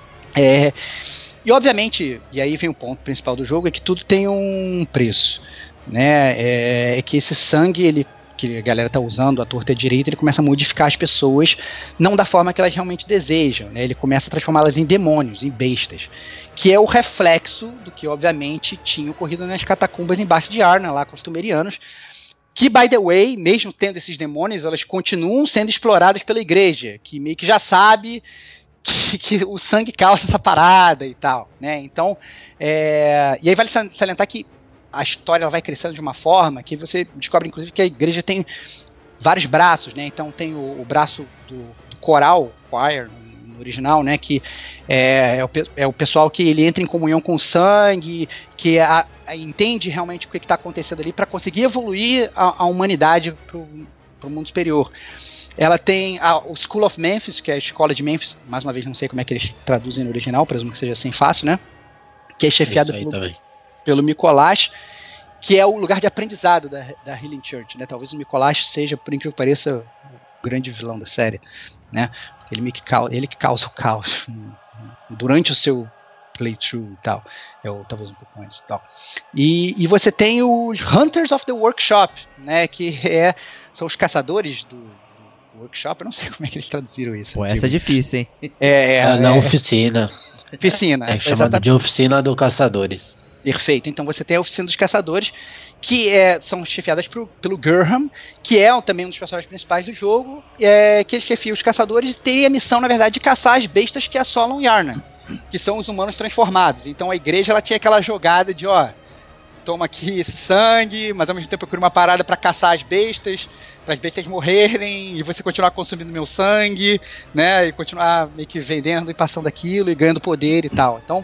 é, e obviamente, e aí vem o ponto principal do jogo, é que tudo tem um preço, né? É, é que esse sangue, ele, que a galera tá usando, a torta direita, ele começa a modificar as pessoas, não da forma que elas realmente desejam, né? Ele começa a transformá-las em demônios, em bestas, que é o reflexo do que, obviamente, tinha ocorrido nas catacumbas embaixo de Yharnam, lá com os Sumerianos, que, by the way, mesmo tendo esses demônios, elas continuam sendo exploradas pela igreja, que meio que já sabe que, que o sangue causa essa parada e tal, né? Então, é, e aí vale salientar que a história ela vai crescendo de uma forma que você descobre, inclusive, que a igreja tem vários braços, né? Então tem o, o braço do, do coral, choir, no original, né? Que é, é, o, é o pessoal que ele entra em comunhão com o sangue, que a, a, entende realmente o que está acontecendo ali para conseguir evoluir a, a humanidade para o mundo superior. Ela tem a, o School of Memphis, que é a escola de Memphis, mais uma vez não sei como é que eles traduzem no original, presumo que seja assim fácil, né? Que é chefiada pelo, pelo Micolash, que é o lugar de aprendizado da, da Healing Church, né? Talvez o Micolash seja, por incrível que pareça, o grande vilão da série, né? Porque ele, que, ele que causa o caos durante o seu playthrough e tal, é o, talvez um pouco antes e tal. E, e você tem os Hunters of the Workshop, né? Que é, são os caçadores do, do workshop, eu não sei como é que eles traduziram isso. Pô, essa é difícil, hein? É, é, é na oficina. Oficina. É chamado exatamente. De oficina dos caçadores. Perfeito. Então você tem a oficina dos caçadores, que é, são chefiadas pro, pelo Gurham, que é também um dos personagens principais do jogo, é, que ele chefia os caçadores e tem a missão, na verdade, de caçar as bestas que assolam Yharnam, que são os humanos transformados. Então a igreja ela tinha aquela jogada de, ó, toma aqui esse sangue, mas ao mesmo tempo eu crio uma parada para caçar as bestas, para as bestas morrerem e você continuar consumindo meu sangue, né, e continuar meio que vendendo e passando aquilo e ganhando poder e tal. Então,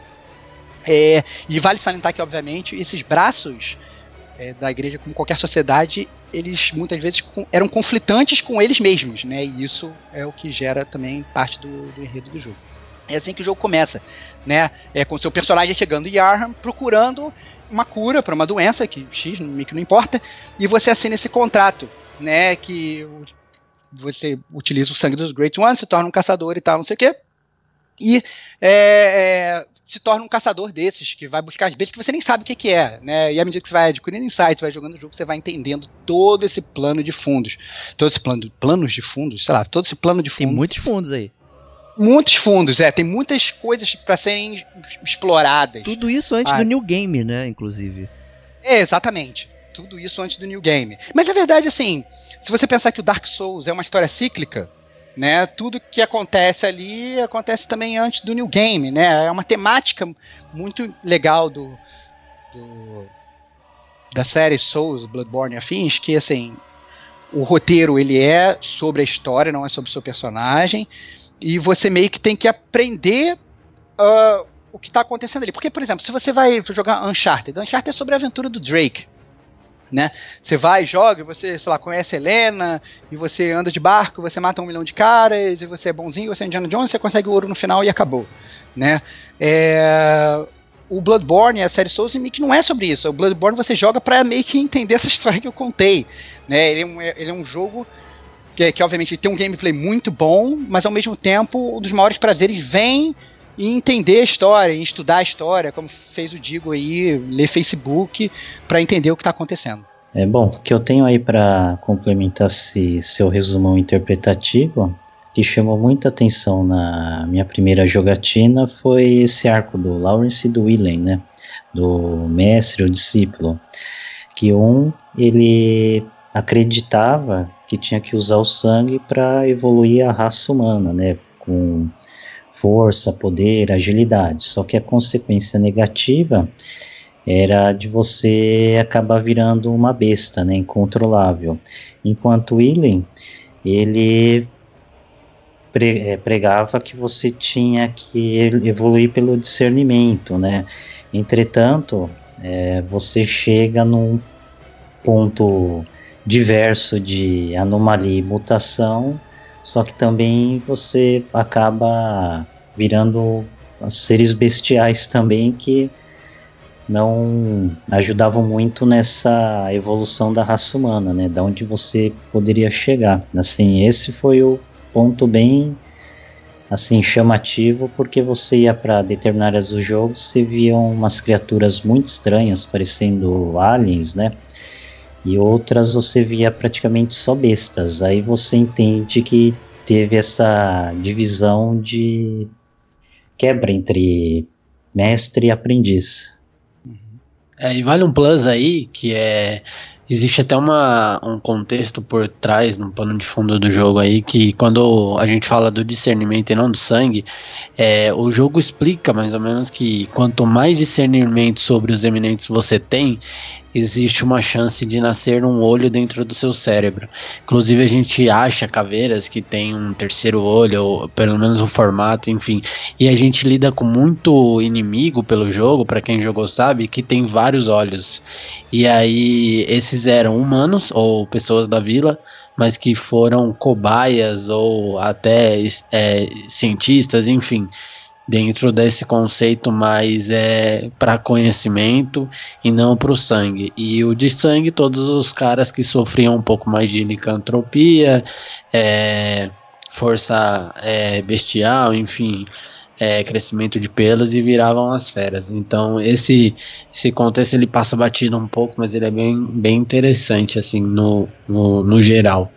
é, e vale salientar que, obviamente, esses braços é, da igreja, como qualquer sociedade, eles muitas vezes com, eram conflitantes com eles mesmos, né, e isso é o que gera também parte do, do enredo do jogo. É assim que o jogo começa, né, é com o seu personagem chegando em Yharnam, procurando uma cura para uma doença, que X, que não importa, e você assina esse contrato, né, que você utiliza o sangue dos Great Ones, se torna um caçador e tal, não sei o quê, e é, é, se torna um caçador desses, que vai buscar as bestas que você nem sabe o que, que é, né, e à medida que você vai adquirindo insight, vai jogando o jogo, você vai entendendo todo esse plano de fundos, todo esse plano de, planos de fundos, sei lá, todo esse plano de fundos. Tem muitos fundos aí. Muitos fundos, é, tem muitas coisas para serem exploradas. Tudo isso antes ah, do New Game, né, inclusive. É, exatamente. Tudo isso antes do New Game. Mas na verdade, assim, se você pensar que o Dark Souls é uma história cíclica, né, tudo que acontece ali acontece também antes do New Game, né, é uma temática muito legal do, do da série Souls, Bloodborne e afins, que assim, o roteiro ele é sobre a história, não é sobre o seu personagem, e você meio que tem que aprender uh, o que está acontecendo ali. Porque, por exemplo, se você vai jogar Uncharted, Uncharted é sobre a aventura do Drake, né? Você vai, joga, você, sei lá, conhece a Helena, e você anda de barco, você mata um milhão de caras, e você é bonzinho, você é Indiana Jones, você consegue o ouro no final e acabou, né? É... O Bloodborne, a série Souls, meio que não é sobre isso. O Bloodborne você joga para meio que entender essa história que eu contei, né? Ele é um, ele é um jogo que, que obviamente ele tem um gameplay muito bom, mas ao mesmo tempo um dos maiores prazeres vem em entender a história, em estudar a história, como fez o Digo aí, ler Facebook para entender o que está acontecendo. É bom, o que eu tenho aí para complementar esse seu resumão interpretativo, que chamou muita atenção na minha primeira jogatina, foi esse arco do Lawrence e do Willem, né? Do mestre, o discípulo. Que um, ele acreditava que tinha que usar o sangue para evoluir a raça humana, né? Com força, poder, agilidade. Só que a consequência negativa era de você acabar virando uma besta, né, incontrolável. Enquanto Willem, ele pregava que você tinha que evoluir pelo discernimento, né. Entretanto, é, você chega num ponto diverso de anomalia e mutação, só que também você acaba virando seres bestiais também que não ajudavam muito nessa evolução da raça humana, né, da onde você poderia chegar. Assim, esse foi o ponto bem, assim, chamativo, porque você ia para determinadas áreas do jogo, você via umas criaturas muito estranhas, parecendo aliens, né, e outras você via praticamente só bestas. Aí você entende que teve essa divisão de quebra entre mestre e aprendiz. É, e vale um plus aí, que é... Existe até uma, um contexto por trás, no pano de fundo do jogo aí, que quando a gente fala do discernimento e não do sangue, é, o jogo explica mais ou menos que quanto mais discernimento sobre os eminentes você tem, existe uma chance de nascer um olho dentro do seu cérebro. Inclusive a gente acha caveiras que tem um terceiro olho, ou pelo menos um formato, enfim. E a gente lida com muito inimigo pelo jogo, para quem jogou sabe, que tem vários olhos. E aí esses eram humanos, ou pessoas da vila, mas que foram cobaias, ou até é, cientistas, enfim, dentro desse conceito mais é, para conhecimento e não para o sangue. E o de sangue, todos os caras que sofriam um pouco mais de licantropia, é, força é, bestial, enfim, é, crescimento de pelos, e viravam as feras. Então esse, esse contexto ele passa batido um pouco, mas ele é bem, bem interessante assim, no, no, no geral.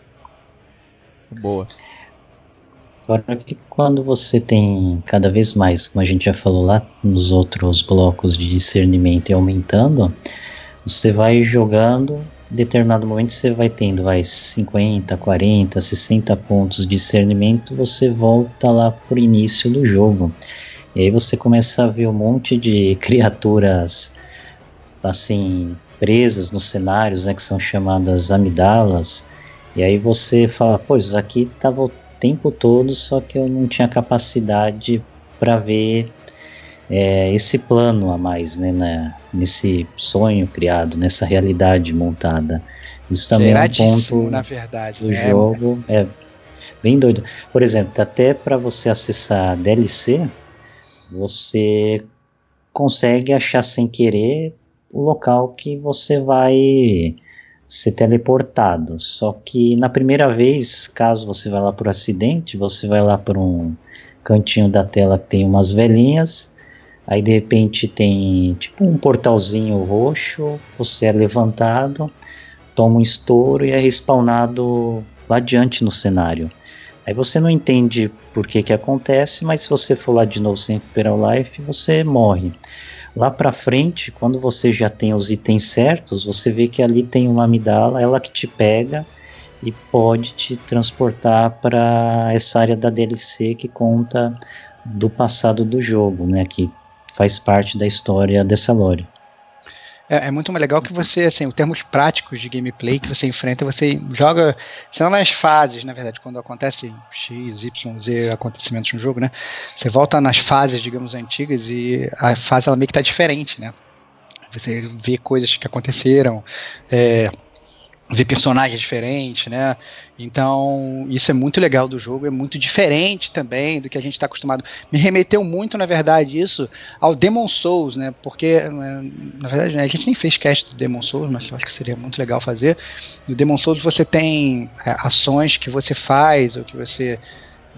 Boa. Agora que quando você tem cada vez mais, como a gente já falou lá nos outros blocos de discernimento e aumentando, você vai jogando, em determinado momento você vai tendo vai, cinquenta, quarenta, sessenta pontos de discernimento, você volta lá pro início do jogo. E aí você começa a ver um monte de criaturas assim, presas nos cenários, né, que são chamadas amidalas, e aí você fala, pô, isso aqui tá voltando tempo todo, só que eu não tinha capacidade para ver é, esse plano a mais, né, na, nesse sonho criado, nessa realidade montada. Isso também é um ponto na verdade, do né? jogo, é bem doido. Por exemplo, até para você acessar D L C, você consegue achar sem querer o local que você vai ser teleportado, só que na primeira vez, caso você vá lá por acidente, você vai lá por um cantinho da tela que tem umas velhinhas, aí de repente tem tipo um portalzinho roxo, você é levantado, toma um estouro e é respawnado lá adiante no cenário. Aí você não entende por que que acontece, mas se você for lá de novo sem recuperar o life, você morre. Lá pra frente, quando você já tem os itens certos, você vê que ali tem uma amidala, ela que te pega e pode te transportar para essa área da D L C que conta do passado do jogo, né, que faz parte da história dessa lore. É, é muito mais legal que você, assim, os termos práticos de gameplay que você enfrenta, você joga, sendo nas fases, na verdade, quando acontece X, Y, Z acontecimentos no jogo, né? Você volta nas fases, digamos, antigas e a fase ela meio que tá diferente, né? Você vê coisas que aconteceram, é, vê personagens diferentes, né? Então isso é muito legal do jogo, é muito diferente também do que a gente está acostumado. Me remeteu muito, na verdade, isso ao Demon Souls, né? Porque na verdade a gente nem fez cast do Demon Souls, mas eu acho que seria muito legal fazer. No Demon Souls você tem é, ações que você faz ou que você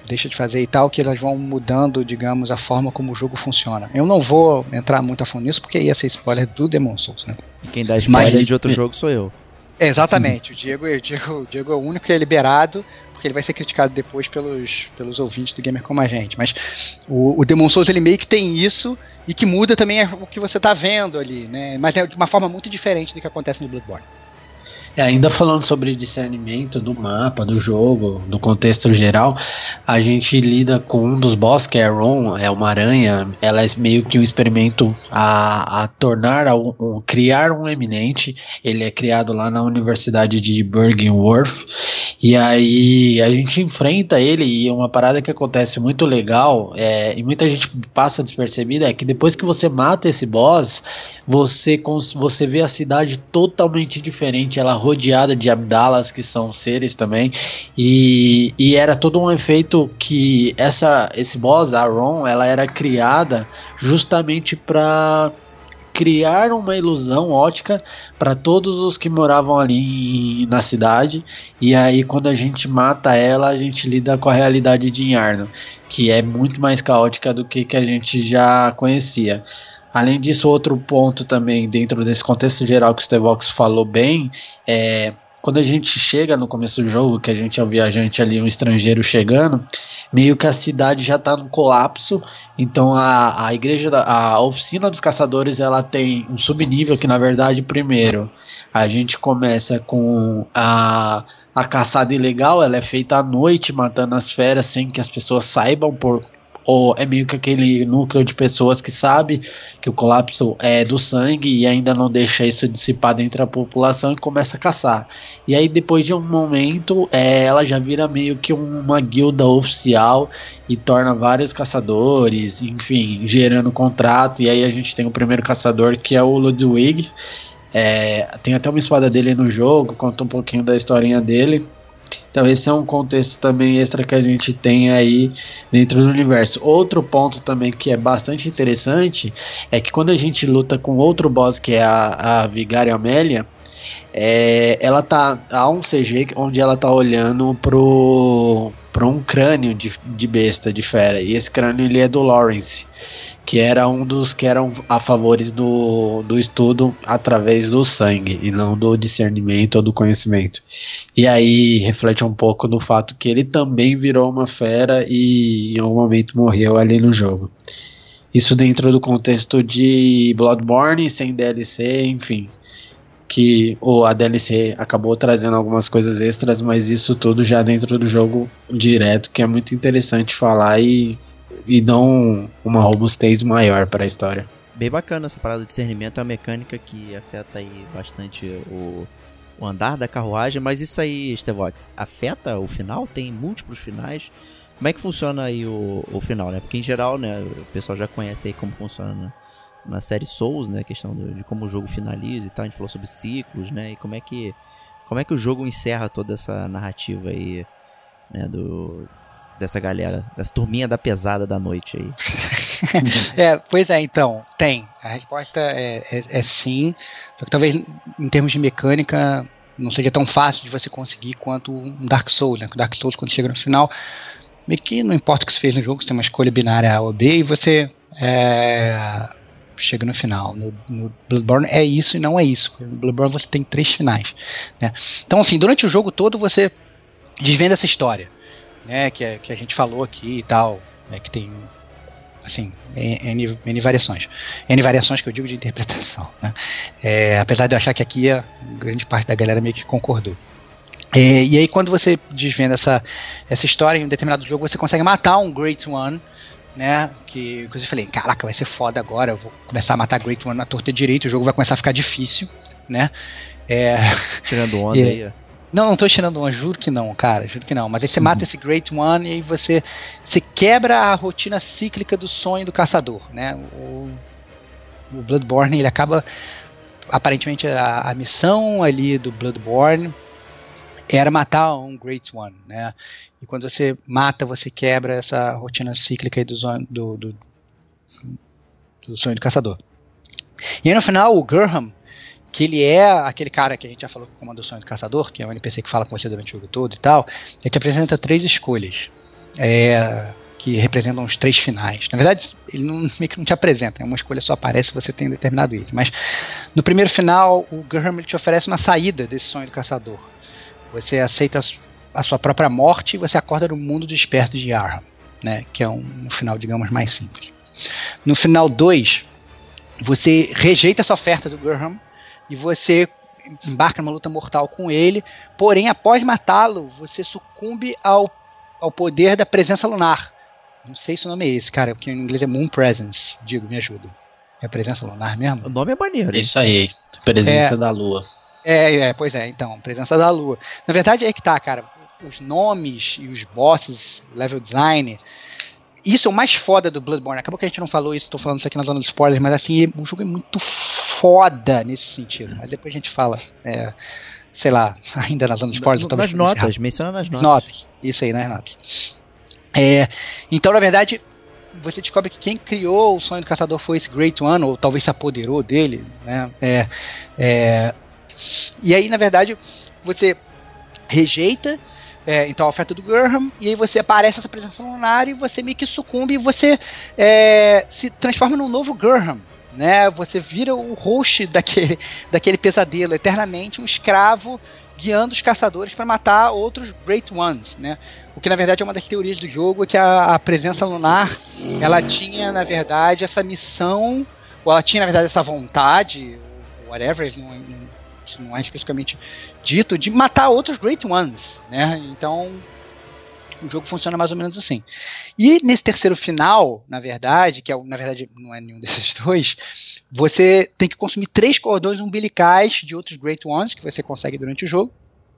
deixa de fazer e tal, que elas vão mudando, digamos, a forma como o jogo funciona. Eu não vou entrar muito a fundo nisso, porque ia ser spoiler do Demon's Souls, né? E quem dá spoiler Mas, de outro jogo sou eu. Exatamente, o Diego, o, Diego, o Diego é o único que é liberado, porque ele vai ser criticado depois pelos, pelos ouvintes do Gamer Como a Gente. Mas o, o Demon's Souls, ele meio que tem isso, e que muda também o que você tá vendo ali, né? Mas é de uma forma muito diferente do que acontece no Bloodborne. É, ainda falando sobre discernimento do mapa, do jogo, do contexto geral, a gente lida com um dos boss, que é a Ron, é uma aranha. Ela é meio que um experimento a, a tornar, a, a criar um eminente. Ele é criado lá na Universidade de Byrgenwerth, e aí a gente enfrenta ele, e uma parada que acontece muito legal, é, e muita gente passa despercebida, é que depois que você mata esse boss, você, você vê a cidade totalmente diferente. Ela rodeada de Abdalas, que são seres também, e, e era todo um efeito que essa, esse boss, a Ron, ela era criada justamente para criar uma ilusão ótica para todos os que moravam ali na cidade. E aí quando a gente mata ela, a gente lida com a realidade de Yharnam, que é muito mais caótica do que, que a gente já conhecia. Além disso, outro ponto também dentro desse contexto geral que o Stevox falou bem, é quando a gente chega no começo do jogo, que a gente é um viajante ali, um estrangeiro chegando, meio que a cidade já está no colapso. Então a, a igreja, da, a oficina dos caçadores, ela tem um subnível que, na verdade, primeiro a gente começa com a, a caçada ilegal. Ela é feita à noite, matando as feras sem que as pessoas saibam, por ou é meio que aquele núcleo de pessoas que sabe que o colapso é do sangue e ainda não deixa isso dissipar dentro da população e começa a caçar. E aí depois de um momento é, ela já vira meio que uma guilda oficial e torna vários caçadores, enfim, gerando contrato. E aí a gente tem o primeiro caçador, que é o Ludwig. É, tem até uma espada dele no jogo, conta um pouquinho da historinha dele. Então esse é um contexto também extra que a gente tem aí dentro do universo. Outro ponto também que é bastante interessante é que quando a gente luta com outro boss, que é a, a Vigária Amélia, é, ela tá há um C G onde ela tá olhando pro, pro um crânio de, de besta, de fera, e esse crânio ele é do Lawrence, que era um dos que eram a favores do, do estudo através do sangue e não do discernimento ou do conhecimento. E aí reflete um pouco do fato que ele também virou uma fera e em algum momento morreu ali no jogo. Isso dentro do contexto de Bloodborne, sem D L C, enfim, que ou a D L C acabou trazendo algumas coisas extras, mas isso tudo já dentro do jogo direto, que é muito interessante falar e e dão uma robustez maior para a história. Bem bacana essa parada de discernimento, é uma mecânica que afeta aí bastante o, o andar da carruagem, mas isso aí, Stevox, afeta o final? Tem múltiplos finais? Como é que funciona aí o, o final, né? Porque em geral, né, o pessoal já conhece aí como funciona na, na série Souls, né, a questão de, de como o jogo finaliza e tal, a gente falou sobre ciclos, né, e como é que, como é que o jogo encerra toda essa narrativa aí, né, do... dessa galera, dessa turminha da pesada da noite aí. É, pois é, então, tem. A resposta é, é, é sim, só que talvez em termos de mecânica não seja tão fácil de você conseguir quanto um Dark Souls, né? O Dark Souls, quando chega no final, meio que não importa o que você fez no jogo, você tem uma escolha binária A ou B e você é, chega no final. No, no Bloodborne é isso e não é isso. No Bloodborne você tem três finais, né? Então, assim, durante o jogo todo você desvenda essa história, né, que, que a gente falou aqui e tal, né, que tem, assim, N, N variações. N variações que eu digo de interpretação, né? É, apesar de eu achar que aqui a grande parte da galera meio que concordou. É, e aí quando você desvenda essa, essa história, em um determinado jogo você consegue matar um Great One, né, que inclusive eu falei, caraca, vai ser foda agora, eu vou começar a matar Great One na torta e direito, o jogo vai começar a ficar difícil, né? É, tirando onda é, aí, ó. Não, não tô tirando uma, juro que não, cara, juro que não. Mas aí você uhum. mata esse Great One e aí você, você quebra a rotina cíclica do sonho do caçador, né? O, o Bloodborne, ele acaba, aparentemente a, a missão ali do Bloodborne era matar um Great One, né? E quando você mata, você quebra essa rotina cíclica aí do, do, do, do sonho do caçador. E aí no final, o Gurham, que ele é aquele cara que a gente já falou que comanda o sonho do caçador, que é um N P C que fala com você durante o jogo todo e tal, ele te apresenta três escolhas, é, que representam os três finais. Na verdade, ele não, meio que não te apresenta, é uma escolha só aparece se você tem um determinado item. Mas no primeiro final, o Gurham ele te oferece uma saída desse sonho do caçador. Você aceita a sua própria morte e você acorda no mundo desperto de Arham, né, que é um, um final, digamos, mais simples. No final dois, você rejeita essa oferta do Gurham e você embarca numa luta mortal com ele, porém, após matá-lo, você sucumbe ao, ao poder da presença lunar. Não sei se o nome é esse, cara, porque em inglês é Moon Presence. Digo, me ajuda. É a presença lunar mesmo? O nome é maneiro. Isso aí, presença é, da lua. É, é, pois é, então, presença da lua. Na verdade, é aí que tá, cara. Os nomes e os bosses, level design, isso é o mais foda do Bloodborne. Acabou que a gente não falou isso, tô falando isso aqui na zona dos spoilers, mas assim, o jogo é muito foda nesse sentido. Mas depois a gente fala, é, sei lá, ainda na zona dos spoilers. No, nas notas, encerrar. Menciona nas notas. notas. Isso aí, nas notas. É, então, na verdade, você descobre que quem criou o sonho do caçador foi esse Great One, ou talvez se apoderou dele, né? É, é, e aí, na verdade, você rejeita É, então a oferta do Gurham, e aí você aparece essa presença lunar e você meio que sucumbe e você é, se transforma num novo Gurham, né? Você vira o host daquele, daquele pesadelo, eternamente um escravo guiando os caçadores para matar outros Great Ones, né? O que na verdade é uma das teorias do jogo, é que a, a presença lunar, ela tinha na verdade essa missão, ou ela tinha na verdade essa vontade, whatever, não, não, isso não é especificamente dito, de matar outros Great Ones, né? Então o jogo funciona mais ou menos assim. E nesse terceiro final, na verdade, que é, na verdade não é nenhum desses dois, você tem que consumir três cordões umbilicais de outros Great Ones que você consegue durante o jogo.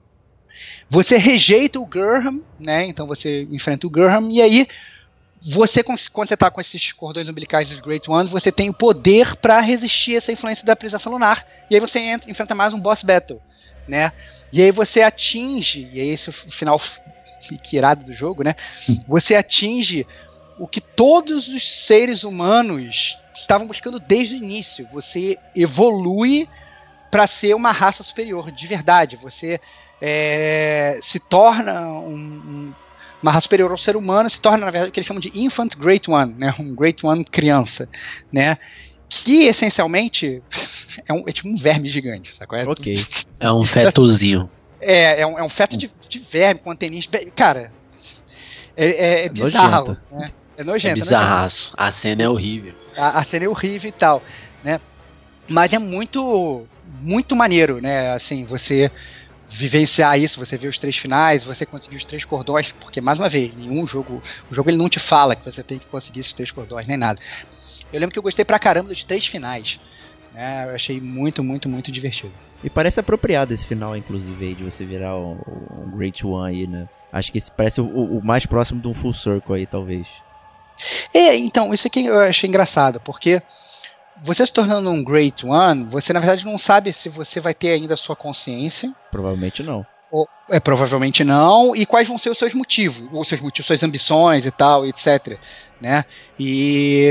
Você rejeita o Gurham, né? Então você enfrenta o Gurham, e aí você, quando você está com esses cordões umbilicais dos Great Ones, você tem o poder para resistir a essa influência da presença lunar, e aí você entra, enfrenta mais um boss battle, né? E aí você atinge, e aí esse é o final que irado do jogo, né? Você atinge o que todos os seres humanos estavam buscando desde o início. Você evolui para ser uma raça superior, de verdade. Você é, se torna um, um, uma raça superior ao ser humano, se torna, na verdade, o que eles chamam de Infant Great One, né? Um Great One criança, né? Que, essencialmente, é, um, é tipo um verme gigante, sacou? É, ok. É um fetozinho. É, é um, é um feto de, de verme com anteninhas. Cara, é, é, é bizarro. Né? É nojento. É bizarraço. Né? A cena é horrível. A, a cena é horrível e tal, né? Mas é muito, muito maneiro, né? Assim, você vivenciar isso, você ver os três finais, você conseguir os três cordões, porque, mais uma vez, nenhum jogo, o jogo ele não te fala que você tem que conseguir esses três cordões, nem nada. Eu lembro que eu gostei pra caramba dos três finais, né? Eu achei muito, muito, muito divertido. E parece apropriado esse final, inclusive, aí, de você virar um, um Great One aí, né? Acho que esse parece o, o mais próximo de um Full Circle aí, talvez. É, então, isso aqui eu achei engraçado, porque você se tornando um Great One, você na verdade não sabe se você vai ter ainda a sua consciência. Provavelmente não. Ou, é, provavelmente não, e quais vão ser os seus motivos, os seus motivos, suas ambições e tal, etcétera. Né? E,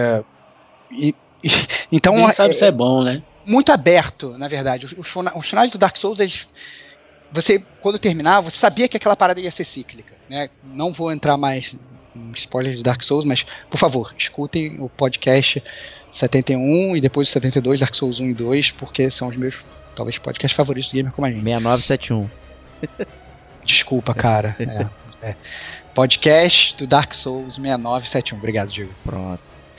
e, e então ninguém sabe é, se é bom, né? Muito aberto, na verdade. Os, os, os finais do Dark Souls, eles, você, quando terminar, você sabia que aquela parada ia ser cíclica, né? Não vou entrar mais em spoilers de Dark Souls, mas, por favor, escutem o podcast setenta e um e depois o setenta e dois, Dark Souls um e dois, porque são os meus, talvez, podcasts favoritos do gamer como a gente. sessenta e nove setenta e um. Desculpa, cara. É, é. Podcast do Dark Souls sessenta e nove setenta e um. Obrigado, Diego. Pronto.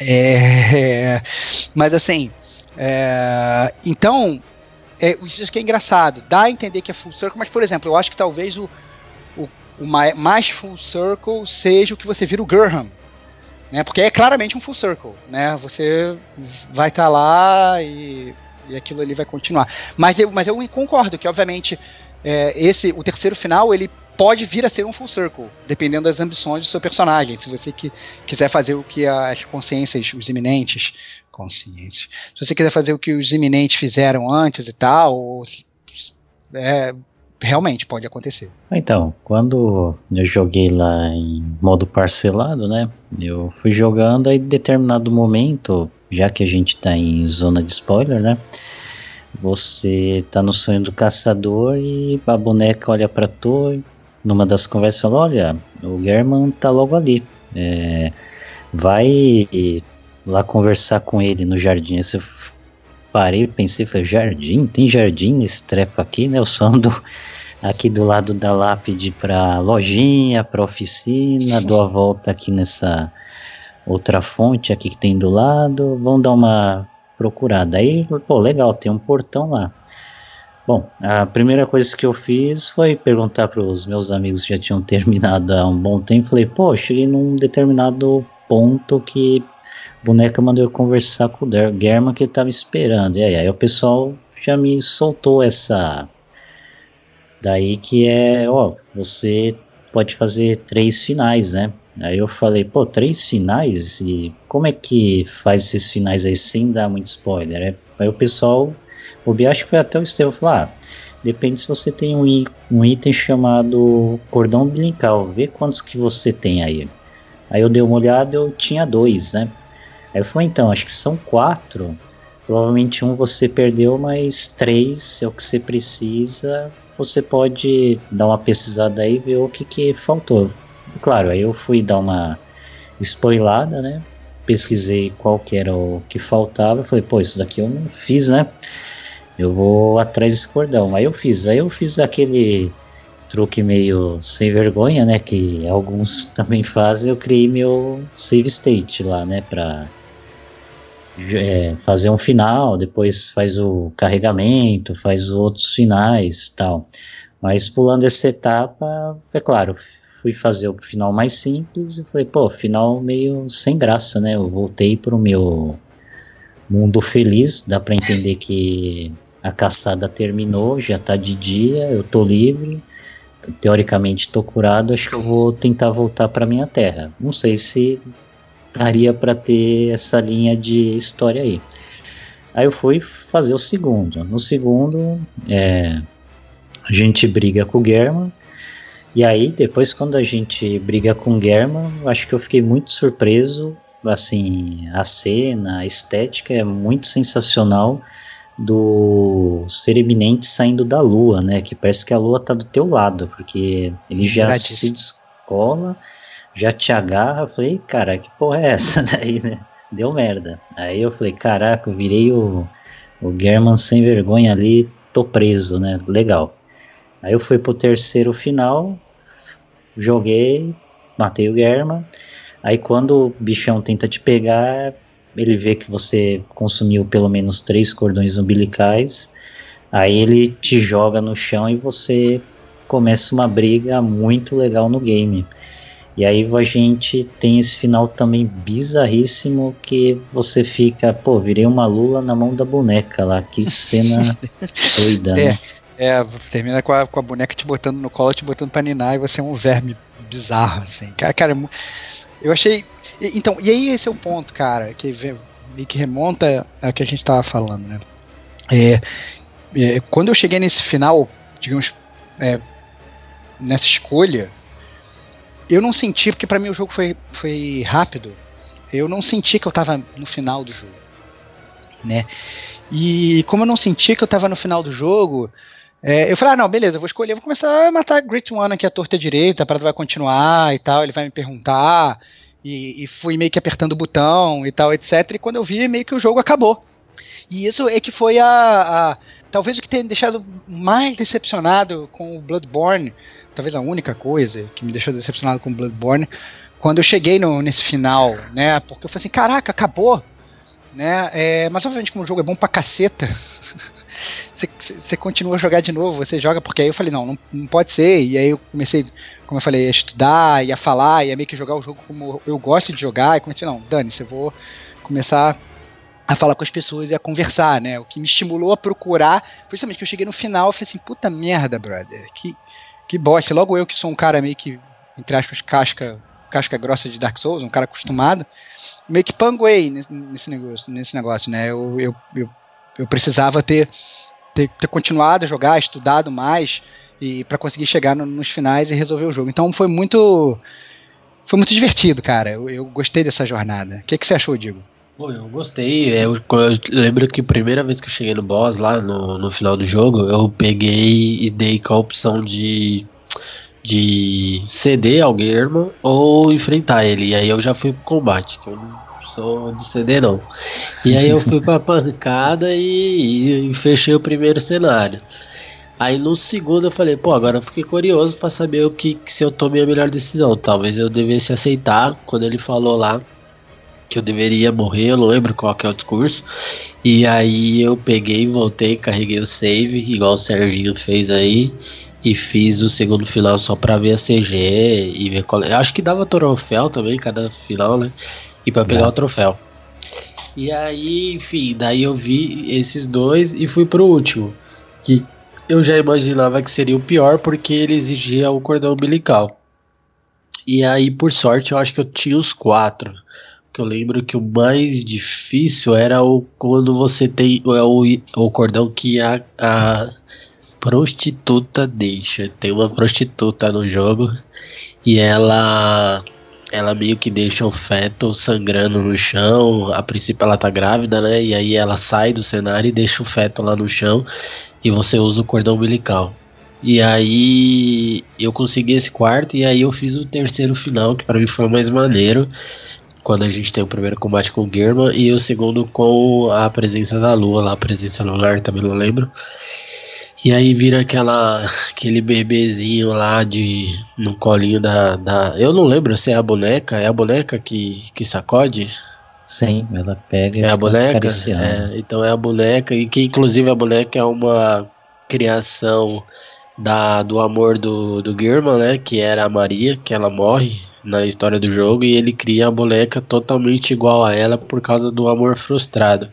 É, mas assim, é, então, é, isso que é engraçado. Dá a entender que é Full Circle, mas, por exemplo, eu acho que talvez o, o, o mais Full Circle seja o que você vira o Gurham. Né, porque é claramente um Full Circle. Né, você vai estar tá lá e, e aquilo ali vai continuar. Mas eu, mas eu concordo que, obviamente, é, esse, o terceiro final, ele pode vir a ser um Full Circle, dependendo das ambições do seu personagem. Se você que, quiser fazer o que as consciências, os iminentes, consciências, se você quiser fazer o que os iminentes fizeram antes e tal, ou, é, realmente pode acontecer. Então, quando eu joguei lá em modo parcelado, né, eu fui jogando, aí em determinado momento, já que a gente tá em zona de spoiler, né, você tá no sonho do caçador e a boneca olha pra tu, numa das conversas fala, olha, O German tá logo ali. É, vai lá conversar com ele no jardim. Eu parei, pensei, falei, jardim? Tem jardim nesse treco aqui, né? Eu só ando aqui do lado da lápide pra lojinha, pra oficina, dou a volta aqui nessa outra fonte aqui que tem do lado, vamos dar uma procurada. Aí, pô, legal, tem um portão lá. Bom, a primeira coisa que eu fiz foi perguntar para os meus amigos que já tinham terminado há um bom tempo. Falei, pô, cheguei num determinado ponto que a boneca mandou eu conversar com o German que ele estava esperando. E aí, aí o pessoal já me soltou essa... Daí que é, ó, você pode fazer três finais, né? Aí eu falei, pô, três finais? E como é que faz esses finais aí sem dar muito spoiler? Aí o pessoal... O acho que foi até o Estevão falar, ah, depende se você tem um, um item chamado cordão umbilical, vê quantos que você tem aí. Aí eu dei uma olhada, eu tinha dois, né? Aí eu falei, então, acho que são quatro, provavelmente um você perdeu, mas três é o que você precisa, você pode dar uma pesquisada aí e ver o que que faltou. Claro, aí eu fui dar uma spoilada, né? Pesquisei qual que era o que faltava, falei, pô, isso daqui eu não fiz, né? Eu vou atrás desse cordão. Aí eu fiz, aí eu fiz aquele truque meio sem vergonha, né, que alguns também fazem. Eu criei meu save state lá, né, pra é, fazer um final, depois faz o carregamento, faz outros finais e tal. Mas pulando essa etapa, é claro, fui fazer o final mais simples e falei, pô, final meio sem graça, né, eu voltei pro meu mundo feliz, dá pra entender que a caçada terminou, já tá de dia, eu tô livre, teoricamente tô curado, acho que eu vou tentar voltar pra minha terra. Não sei se daria pra ter essa linha de história aí. Aí eu fui fazer o segundo. No segundo, é, a gente briga com o German, e aí depois quando a gente briga com o German, acho que eu fiquei muito surpreso, assim, a cena, a estética é muito sensacional, do ser eminente saindo da lua, né, que parece que a lua tá do teu lado, porque ele já Gratis. se descola, já te agarra. Eu falei, cara, que porra é essa daí, né, deu merda. Aí eu falei, caraca, eu virei o, o German sem vergonha ali, tô preso, né, legal. Aí eu fui pro terceiro final, joguei, matei o German. Aí quando o bichão tenta te pegar, ele vê que você consumiu pelo menos três cordões umbilicais, aí ele te joga no chão e você começa uma briga muito legal no game. E aí a gente tem esse final também bizarríssimo que você fica, pô, virei uma lula na mão da boneca lá, que cena doida, né? É, é, termina com a, com a boneca te botando no colo, te botando pra ninar e você é um verme bizarro, assim. Cara, cara eu achei... Então, e aí esse é o ponto, cara, que meio que remonta ao que a gente tava falando, né? É, é, quando eu cheguei nesse final, digamos, é, nessa escolha, eu não senti, porque pra mim o jogo foi, foi rápido, eu não senti que eu tava no final do jogo, né? E como eu não senti que eu tava no final do jogo, é, eu falei, ah, não, beleza, eu vou escolher, eu vou começar a matar Great One aqui, a torta direita, a parada vai continuar e tal, ele vai me perguntar... E, e fui meio que apertando o botão e tal, etcétera. E quando eu vi, meio que o jogo acabou. E isso é que foi a... a talvez o que tenha deixado mais decepcionado com o Bloodborne, talvez a única coisa que me deixou decepcionado com o Bloodborne, quando eu cheguei no, nesse final, né? Porque eu falei assim, caraca, acabou! Né? É, mas obviamente como o jogo é bom pra caceta, você continua a jogar de novo, você joga, porque aí eu falei, não, não, não pode ser, e aí eu comecei, como eu falei, a estudar e a falar, e a meio que jogar o jogo como eu gosto de jogar, e comecei, não, dane-se, eu vou começar a falar com as pessoas e a conversar, né, o que me estimulou a procurar, principalmente que eu cheguei no final, eu falei assim, puta merda, brother, que, que bosta, logo eu que sou um cara meio que, entre aspas, casca, casca grossa de Dark Souls, um cara acostumado, meio que panguei nesse, nesse, negócio, nesse negócio, né, eu, eu, eu, eu precisava ter, ter, ter continuado a jogar, estudado mais, e para conseguir chegar no, nos finais e resolver o jogo, então foi muito, foi muito divertido, cara, eu, eu gostei dessa jornada. O que, que você achou, Diego? Pô, eu gostei, eu, eu lembro que a primeira vez que eu cheguei no boss lá, no, no final do jogo, eu peguei e dei com a opção de de ceder ao Germa ou enfrentar ele. E aí eu já fui pro combate, que eu não sou de ceder não. E aí eu fui pra pancada e, e fechei o primeiro cenário. Aí no segundo eu falei, pô, agora eu fiquei curioso pra saber o que, que se eu tomei a melhor decisão. Talvez eu devesse aceitar quando ele falou lá que eu deveria morrer, eu não lembro qual que é o discurso. E aí eu peguei, voltei, carreguei o save, igual o Serginho fez aí. E fiz o segundo final só pra ver a C G e ver qual... Eu acho que dava troféu também, cada final, né? E pra pegar Não. o troféu. E aí, enfim, daí eu vi esses dois e fui pro último. Que eu já imaginava que seria o pior, porque ele exigia o cordão umbilical. E aí, por sorte, eu acho que eu tinha os quatro. Que eu lembro que o mais difícil era o quando você tem é o, o cordão que a... a prostituta deixa. Tem uma prostituta no jogo e ela ela meio que deixa o feto sangrando no chão. A princípio ela tá grávida, né? E aí ela sai do cenário e deixa o feto lá no chão e você usa o cordão umbilical. E aí eu consegui esse quarto e aí eu fiz o terceiro final, que pra mim foi o mais maneiro, quando a gente tem o primeiro combate com o Germa e o segundo com a presença da lua lá, a presença lunar, também não lembro. E aí vira aquela, aquele bebezinho lá de, no colinho da, da... Eu não lembro se é a boneca. É a boneca que, que sacode? Sim, ela pega e É a boneca? É, então é a boneca. E que inclusive a boneca é uma criação da, do amor do, do Germa, né? Que era a Maria, que ela morre na história do jogo. E ele cria a boneca totalmente igual a ela por causa do amor frustrado.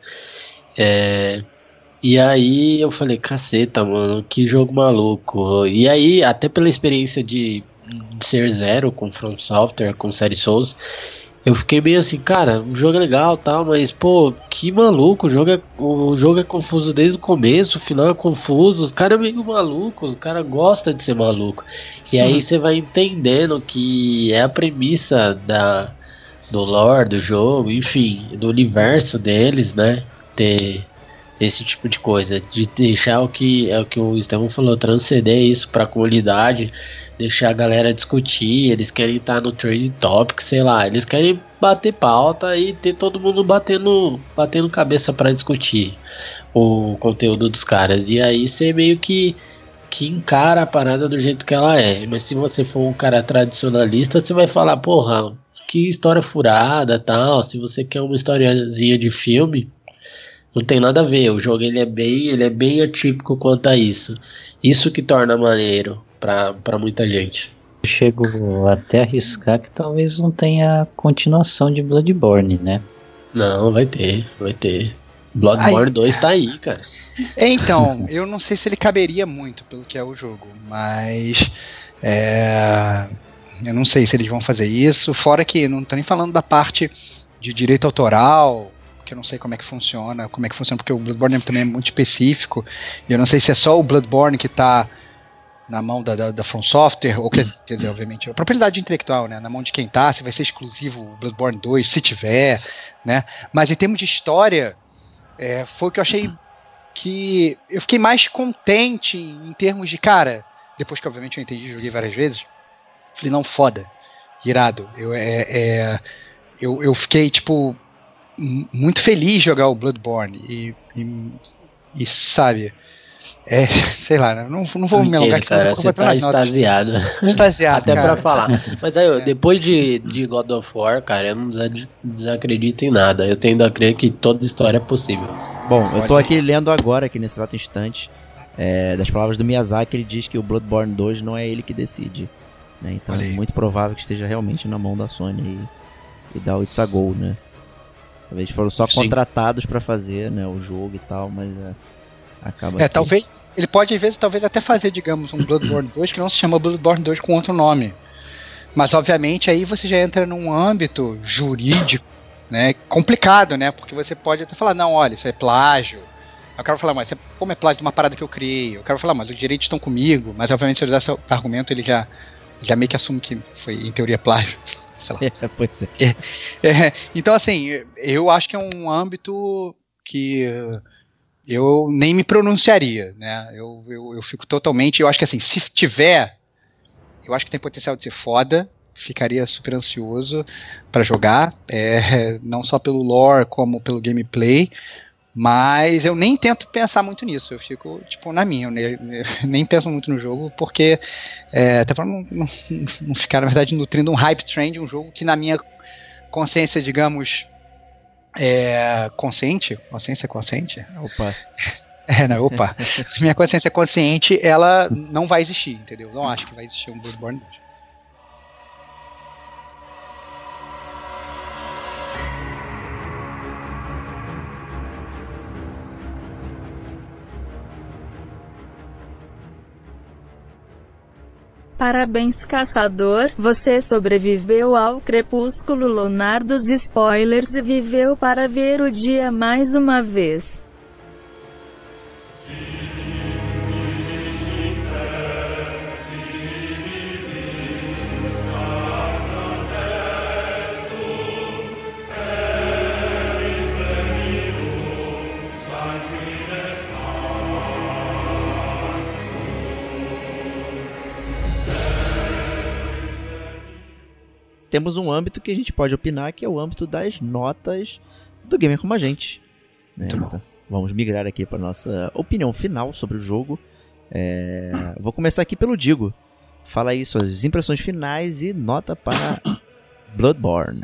É... E aí eu falei, caceta, mano, que jogo maluco. E aí, até pela experiência de, de ser zero com From Software, com série Souls, eu fiquei meio assim, cara, o jogo é legal e tal, mas, pô, que maluco, o jogo, é, o jogo é confuso desde o começo, o final é confuso, os caras é meio maluco, os caras gostam de ser maluco. E Sim. aí você vai entendendo que é a premissa da, do lore do jogo, enfim, do universo deles, né, ter... esse tipo de coisa, de deixar o que é o que o Estevão falou, transcender isso pra comunidade, deixar a galera discutir. Eles querem estar no trade topic, sei lá, eles querem bater pauta e ter todo mundo batendo, batendo cabeça pra discutir o conteúdo dos caras. E aí você meio que, que encara a parada do jeito que ela é. Mas se você for um cara tradicionalista, você vai falar, porra, que história furada, tal. Se você quer uma historiazinha de filme, não tem nada a ver. O jogo ele é bem, ele é bem atípico quanto a isso. Isso que torna maneiro pra, pra muita gente. Eu chego até a arriscar que talvez não tenha continuação de Bloodborne, né? Não, vai ter, vai ter. Bloodborne aí, dois tá aí, cara. É, então, eu não sei se ele caberia muito pelo que é o jogo, mas é, eu não sei se eles vão fazer isso. Fora que não tô nem falando da parte de direito autoral, que eu não sei como é que funciona, como é que funciona, porque o Bloodborne também é muito específico, e eu não sei se é só o Bloodborne que tá na mão da, da, da From Software, ou quer, quer dizer, obviamente, a propriedade intelectual, né, na mão de quem tá, se vai ser exclusivo o Bloodborne dois, se tiver, né, mas em termos de história, é, foi o que eu achei que eu fiquei mais contente em termos de, cara, depois que obviamente eu entendi, joguei várias vezes, falei, não, foda, irado, eu, é, é, eu, eu fiquei, tipo, muito feliz de jogar o Bloodborne e, e, e sabe, é, sei lá, não, não vou me alongar aqui, cara, você tá extasiado. extasiado até cara. Pra falar, mas aí, é. depois de, de God of War, cara, eu não desacredito em nada, eu tendo a crer que toda história é possível. Bom, eu tô aqui lendo agora, aqui nesse exato instante, é, das palavras do Miyazaki, ele diz que o Bloodborne dois não é ele que decide, né? Então é muito provável que esteja realmente na mão da Sony e, e da It's a Go, né? Talvez foram só Sim. contratados pra fazer, né, o jogo e tal, mas é, acaba É, que... talvez, ele pode às vezes talvez até fazer, digamos, um Bloodborne dois que não se chama Bloodborne dois com outro nome. Mas obviamente aí você já entra num âmbito jurídico, né, complicado, né, porque você pode até falar, não, olha, isso é plágio. Eu quero falar, mas como é plágio de uma parada que eu criei? Eu quero falar, mas os direitos estão comigo. Mas obviamente se eu usar esse argumento, ele já, já meio que assume que foi, em teoria, plágio. Sei lá. É, pois é. É, é, então, assim, eu acho que é um âmbito que eu nem me pronunciaria, né? Eu, eu, eu fico totalmente. Eu acho que, assim, se tiver, eu eu acho que tem potencial de ser foda, ficaria super ansioso pra jogar, é, não só pelo lore como pelo gameplay, mas eu nem tento pensar muito nisso, eu fico tipo na minha, eu nem, eu nem penso muito no jogo, porque é, até pra não, não, não ficar na verdade nutrindo um hype train de um jogo que na minha consciência, digamos, é, consciente, consciência consciente? Opa. É, não, opa. Minha consciência consciente, ela não vai existir, entendeu? Não acho que vai existir um Bloodborne dois. Parabéns, caçador, você sobreviveu ao crepúsculo lunar dos spoilers e viveu para ver o dia mais uma vez. Temos um âmbito que a gente pode opinar, que é o âmbito das notas do Gamer Como a Gente. Né? Então, vamos migrar aqui para nossa opinião final sobre o jogo. É... Vou começar aqui pelo Digo. Fala aí suas impressões finais e nota para Bloodborne.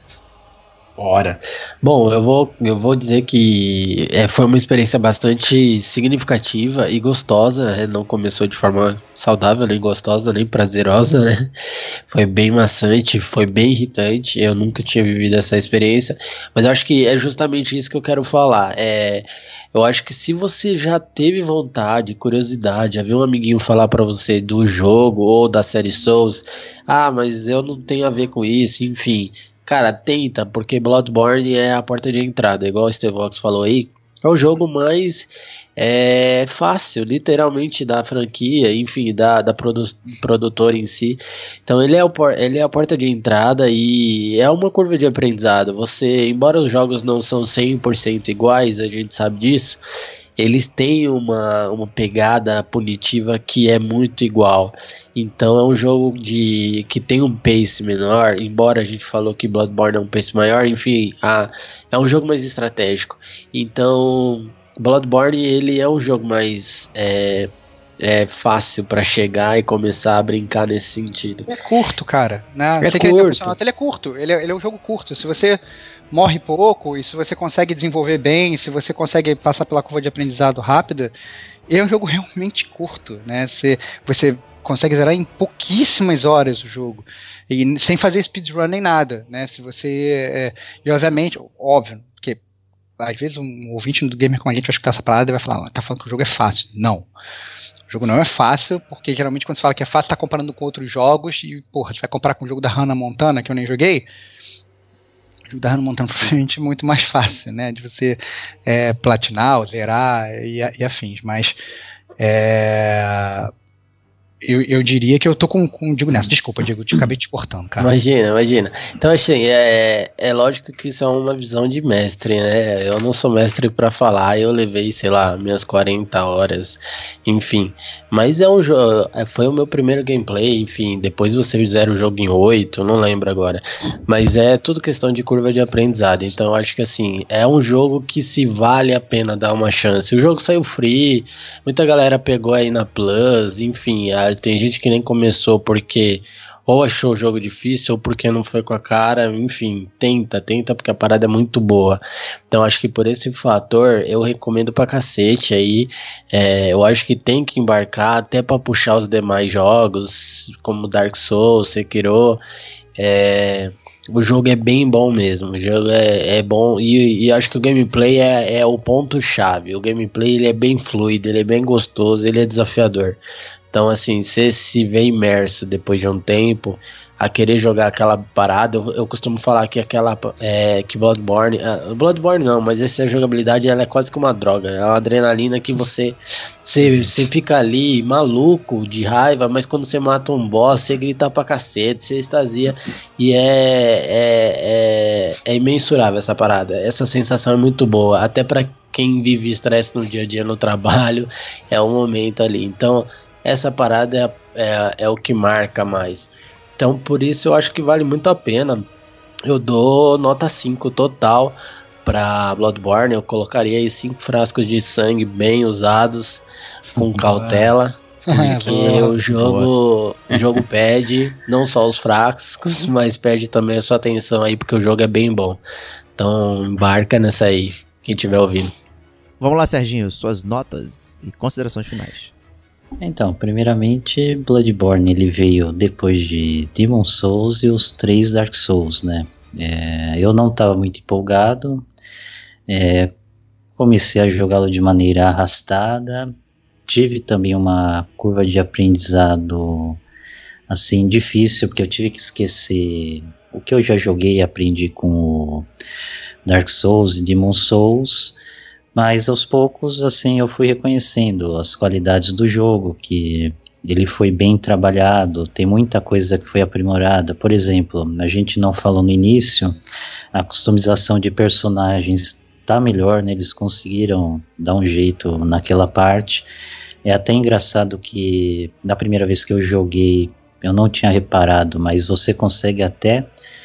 Bora. Bom, eu vou, eu vou dizer que é, foi uma experiência bastante significativa e gostosa, né? Não começou de forma saudável, nem gostosa, nem prazerosa, né? Foi bem maçante, foi bem irritante, eu nunca tinha vivido essa experiência, mas eu acho que é justamente isso que eu quero falar. É, eu acho que se você já teve vontade, curiosidade, a ver um amiguinho falar pra você do jogo ou da série Souls, ah, mas eu não tenho a ver com isso, enfim... Cara, tenta, porque Bloodborne é a porta de entrada, igual o Stevox falou aí. É o jogo mais é, fácil, literalmente, da franquia, enfim, da, da produ produtora em si. Então ele é, o, ele é a porta de entrada e é uma curva de aprendizado. Você, embora os jogos não são cem por cento iguais, a gente sabe disso, eles têm uma, uma pegada punitiva que é muito igual. Então é um jogo de, que tem um pace menor, embora a gente falou que Bloodborne é um pace maior, enfim, a, é um jogo mais estratégico. Então Bloodborne ele é um jogo mais é, é fácil para chegar e começar a brincar nesse sentido. É curto, cara. Né? É Você curto. Ele é curto, ele é, ele é um jogo curto. Se você morre pouco e se você consegue desenvolver bem, se você consegue passar pela curva de aprendizado rápida, ele é um jogo realmente curto, né? Você, você consegue zerar em pouquíssimas horas o jogo, e sem fazer speedrun nem nada, né? Se você, é, e obviamente, óbvio, porque às vezes um ouvinte do Gamer Como a Gente vai escutar essa parada e vai falar, ah, tá falando que o jogo é fácil. Não. O jogo não é fácil, porque geralmente quando você fala que é fácil, tá comparando com outros jogos, e porra, você vai comparar com o jogo da Hannah Montana, que eu nem joguei, o jogo da Hannah Montana foi muito mais fácil, né, de você é, platinar, zerar e, e afins, mas é, eu, eu diria que eu tô com, com Digo nessa, desculpa Diego, eu te acabei te cortando, cara. Imagina, imagina. Então assim, é, é lógico que isso é uma visão de mestre, né, eu não sou mestre pra falar, eu levei, sei lá, minhas quarenta horas, enfim, mas é um jogo, foi o meu primeiro gameplay, enfim, depois vocês fizeram o jogo em oito, não lembro agora, mas é tudo questão de curva de aprendizado, então acho que assim, é um jogo que se vale a pena dar uma chance. O jogo saiu free, muita galera pegou aí na Plus, enfim, a tem gente que nem começou porque ou achou o jogo difícil ou porque não foi com a cara, enfim, tenta, tenta porque a parada é muito boa. Então acho que por esse fator eu recomendo pra cacete aí, é, eu acho que tem que embarcar até pra puxar os demais jogos, como Dark Souls, Sekiro, é... o jogo é bem bom mesmo, o jogo é, é bom e, e acho que o gameplay é, é o ponto chave, o gameplay ele é bem fluido, ele é bem gostoso, ele é desafiador. Então assim, você se vê imerso depois de um tempo a querer jogar aquela parada. Eu, eu costumo falar que aquela é, que Bloodborne, uh, Bloodborne não, mas essa jogabilidade ela é quase que uma droga, é uma adrenalina que você você, você fica ali maluco de raiva, mas quando você mata um boss você grita pra cacete, você extasia e é, é, é, é imensurável essa parada, essa sensação é muito boa, até pra quem vive estresse no dia a dia no trabalho, é um momento ali, então essa parada é, é, é o que marca mais. Então por isso eu acho que vale muito a pena. Eu dou nota cinco total pra Bloodborne. Eu colocaria aí cinco frascos de sangue bem usados, com cautela. Porque Boa, o jogo, o jogo pede não só os frascos, mas pede também a sua atenção aí, porque o jogo é bem bom. Então embarca nessa aí, quem estiver ouvindo. Vamos lá, Serginho, suas notas e considerações finais. Então, primeiramente, Bloodborne ele veio depois de Demon Souls e os três Dark Souls, né? É, eu não estava muito empolgado, é, comecei a jogá-lo de maneira arrastada. Tive também uma curva de aprendizado assim difícil, porque eu tive que esquecer o que eu já joguei e aprendi com o Dark Souls e Demon Souls, mas aos poucos assim eu fui reconhecendo as qualidades do jogo, que ele foi bem trabalhado, tem muita coisa que foi aprimorada. Por exemplo, a gente não falou no início, a customização de personagens tá melhor, né? Eles conseguiram dar um jeito naquela parte. É até engraçado que na primeira vez que eu joguei eu não tinha reparado, mas você consegue até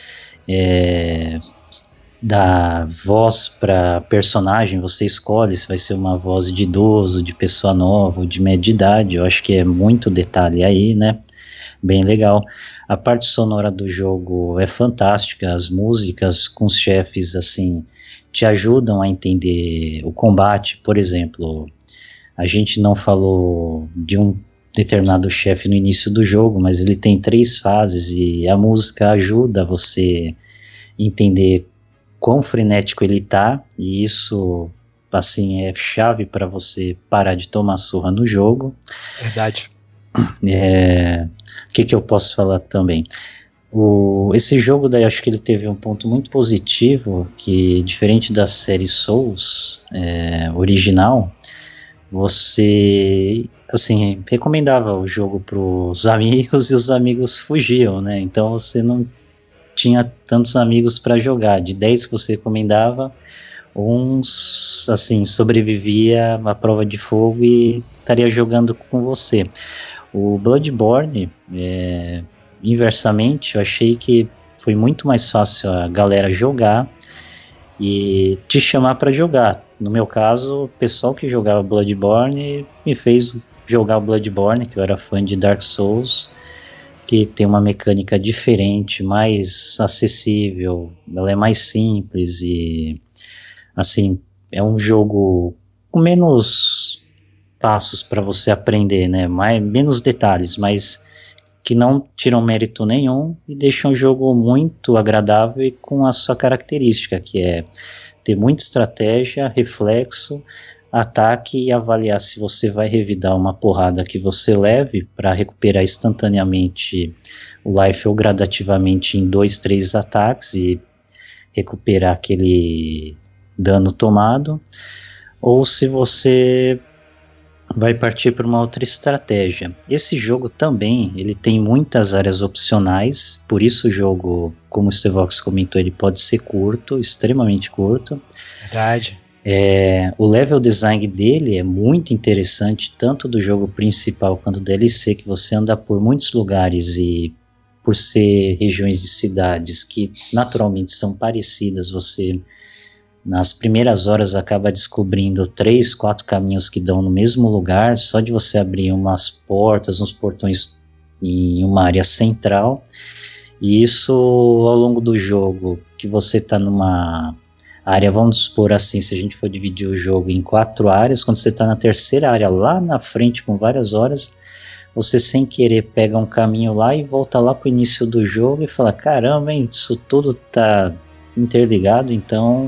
é, dar voz para personagem. Você escolhe se vai ser uma voz de idoso, de pessoa nova, de média idade. Eu acho que é muito detalhe aí, né? Bem legal. A parte sonora do jogo é fantástica, as músicas com os chefes assim te ajudam a entender o combate. Por exemplo, a gente não falou de um determinado chefe no início do jogo, mas ele tem três fases e a música ajuda você entender quão frenético ele tá, e isso assim é chave para você parar de tomar surra no jogo. Verdade. É, o que que eu posso falar também? O, esse jogo daí, acho que ele teve um ponto muito positivo, que diferente da série Souls é, original, você assim recomendava o jogo para os amigos e os amigos fugiam, né? Então você não tinha tantos amigos para jogar. De dez que você recomendava, uns assim sobrevivia à prova de fogo e estaria jogando com você. O Bloodborne, é, inversamente, eu achei que foi muito mais fácil a galera jogar e te chamar para jogar. No meu caso, o pessoal que jogava Bloodborne me fez jogar o Bloodborne, que eu era fã de Dark Souls, que tem uma mecânica diferente, mais acessível, ela é mais simples e assim, é um jogo com menos passos para você aprender, né? Mais, menos detalhes, mas que não tiram mérito nenhum e deixam o jogo muito agradável e com a sua característica, que é ter muita estratégia, reflexo, ataque e avaliar se você vai revidar uma porrada que você leve para recuperar instantaneamente o life ou gradativamente em dois, três ataques e recuperar aquele dano tomado, ou se você vai partir para uma outra estratégia. Esse jogo também, ele tem muitas áreas opcionais, por isso o jogo, como o Stevox comentou, ele pode ser curto, extremamente curto. Verdade. É, o level design dele é muito interessante, tanto do jogo principal quanto do D L C, que você anda por muitos lugares e por ser regiões de cidades que naturalmente são parecidas, você nas primeiras horas acaba descobrindo três, quatro caminhos que dão no mesmo lugar, só de você abrir umas portas, uns portões em uma área central. E isso ao longo do jogo, que você está numa área, vamos supor assim, se a gente for dividir o jogo em quatro áreas, quando você está na terceira área lá na frente com várias horas, você sem querer pega um caminho lá e volta lá para o início do jogo e fala, caramba, hein, isso tudo está interligado. Então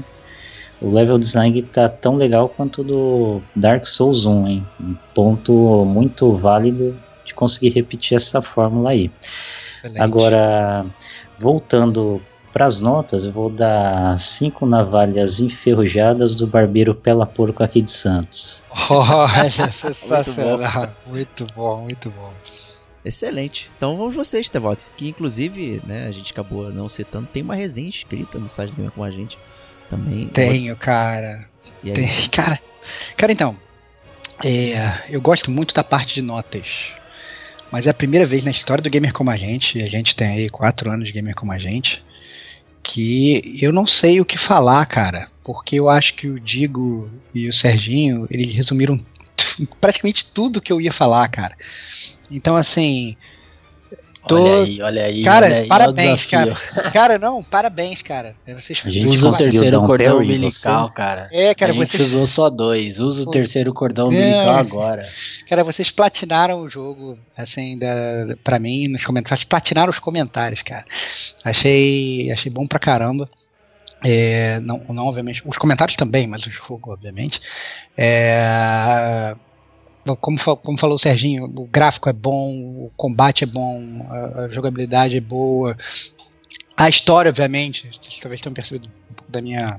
o level design tá tão legal quanto do Dark Souls um, hein? Um ponto muito válido de conseguir repetir essa fórmula aí. Excelente. Agora, voltando para as notas, eu vou dar cinco navalhas enferrujadas do barbeiro Pela Porco aqui de Santos. Olha, sensacional. Muito bom, muito bom. Excelente. Então vamos vocês, Tevox, que inclusive, né, a gente acabou não citando, tem uma resenha escrita no site do Gamer com a gente. Também. Tenho, cara. Tem, cara. Cara, então, é, eu gosto muito da parte de notas. mas é a primeira vez na história do Gamer Como a Gente, e a gente tem aí quatro anos de Gamer Como a Gente, que eu não sei o que falar, cara, porque eu acho que o Digo e o Serginho, eles resumiram praticamente tudo que eu ia falar, cara. Então, assim... Tô... Olha aí, olha aí, cara, olha aí, parabéns, cara. Cara, não, parabéns, cara. Vocês A gente usa o conseguiu terceiro dar um cordão parry em umbilical, você? cara. É, cara, a gente vocês... usou só dois. Usa o Pô. terceiro cordão É. umbilical agora. Cara, vocês platinaram o jogo, assim, da, pra mim, nos comentários. Platinaram os comentários, cara. Achei, achei bom pra caramba. É, não, não, obviamente, os comentários também, mas o jogo, obviamente. É, como, como falou o Serginho, o gráfico é bom, o combate é bom, a, a jogabilidade é boa. A história, obviamente, vocês talvez tenham percebido um pouco da minha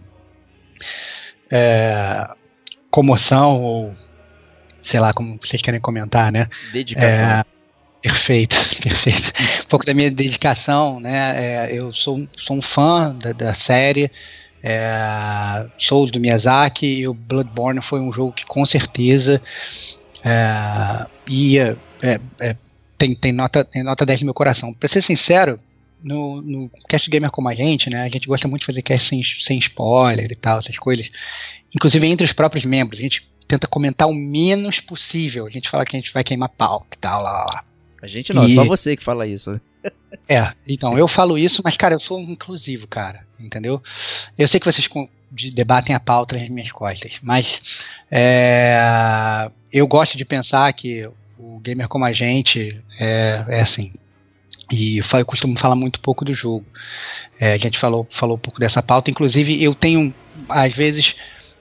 é, comoção, ou sei lá, como vocês querem comentar, né? Dedicação. É, perfeito, perfeito. Um pouco da minha dedicação, né? É, eu sou, sou um fã da, da série, é, sou do Miyazaki, e o Bloodborne foi um jogo que com certeza é, ia, é, é, tem, tem, nota, tem nota dez no meu coração. Pra ser sincero, no, no Cast Gamer Como a Gente, né? A gente gosta muito de fazer cast sem, sem spoiler e tal, essas coisas. Inclusive entre os próprios membros, a gente tenta comentar o menos possível. A gente fala que a gente vai queimar pau e tal, lá, lá, lá. A gente não, E- é só você que fala isso. É, então, eu falo isso, mas, cara, eu sou inclusivo, cara, entendeu? Eu sei que vocês com- de- debatem a pauta nas minhas costas, mas é, eu gosto de pensar que o Gamer Como a Gente é, é assim, e fa- eu costumo falar muito pouco do jogo. É, a gente falou, falou um pouco dessa pauta, inclusive eu tenho, às vezes,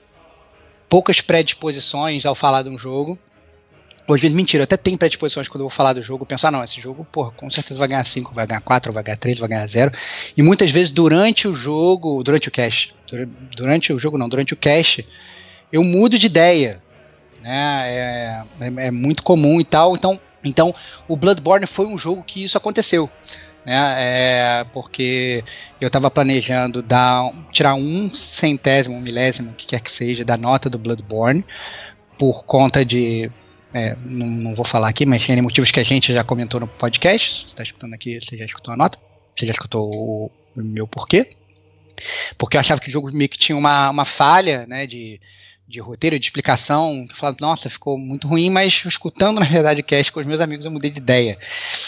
poucas predisposições ao falar de um jogo. Ou às vezes, mentira, eu até tenho predisposições quando eu vou falar do jogo, eu penso, ah não, esse jogo, porra, com certeza vai ganhar cinco, vai ganhar quatro, vai ganhar três, vai ganhar zero. E muitas vezes durante o jogo, durante o cast, dura- durante o jogo não, durante o cast, eu mudo de ideia, né, é, é, é muito comum e tal, então, então o Bloodborne foi um jogo que isso aconteceu, né, é, porque eu estava planejando dar, tirar um centésimo, um milésimo, o que quer que seja, da nota do Bloodborne, por conta de... É, não, não vou falar aqui, mas tem motivos que a gente já comentou no podcast. Você está escutando aqui, você já escutou a nota, você já escutou o, o meu porquê. Porque eu achava que o jogo meio que tinha uma, uma falha, né, de, de roteiro, de explicação, que eu falava, nossa, ficou muito ruim, mas escutando, na verdade, o cast com os meus amigos, eu mudei de ideia.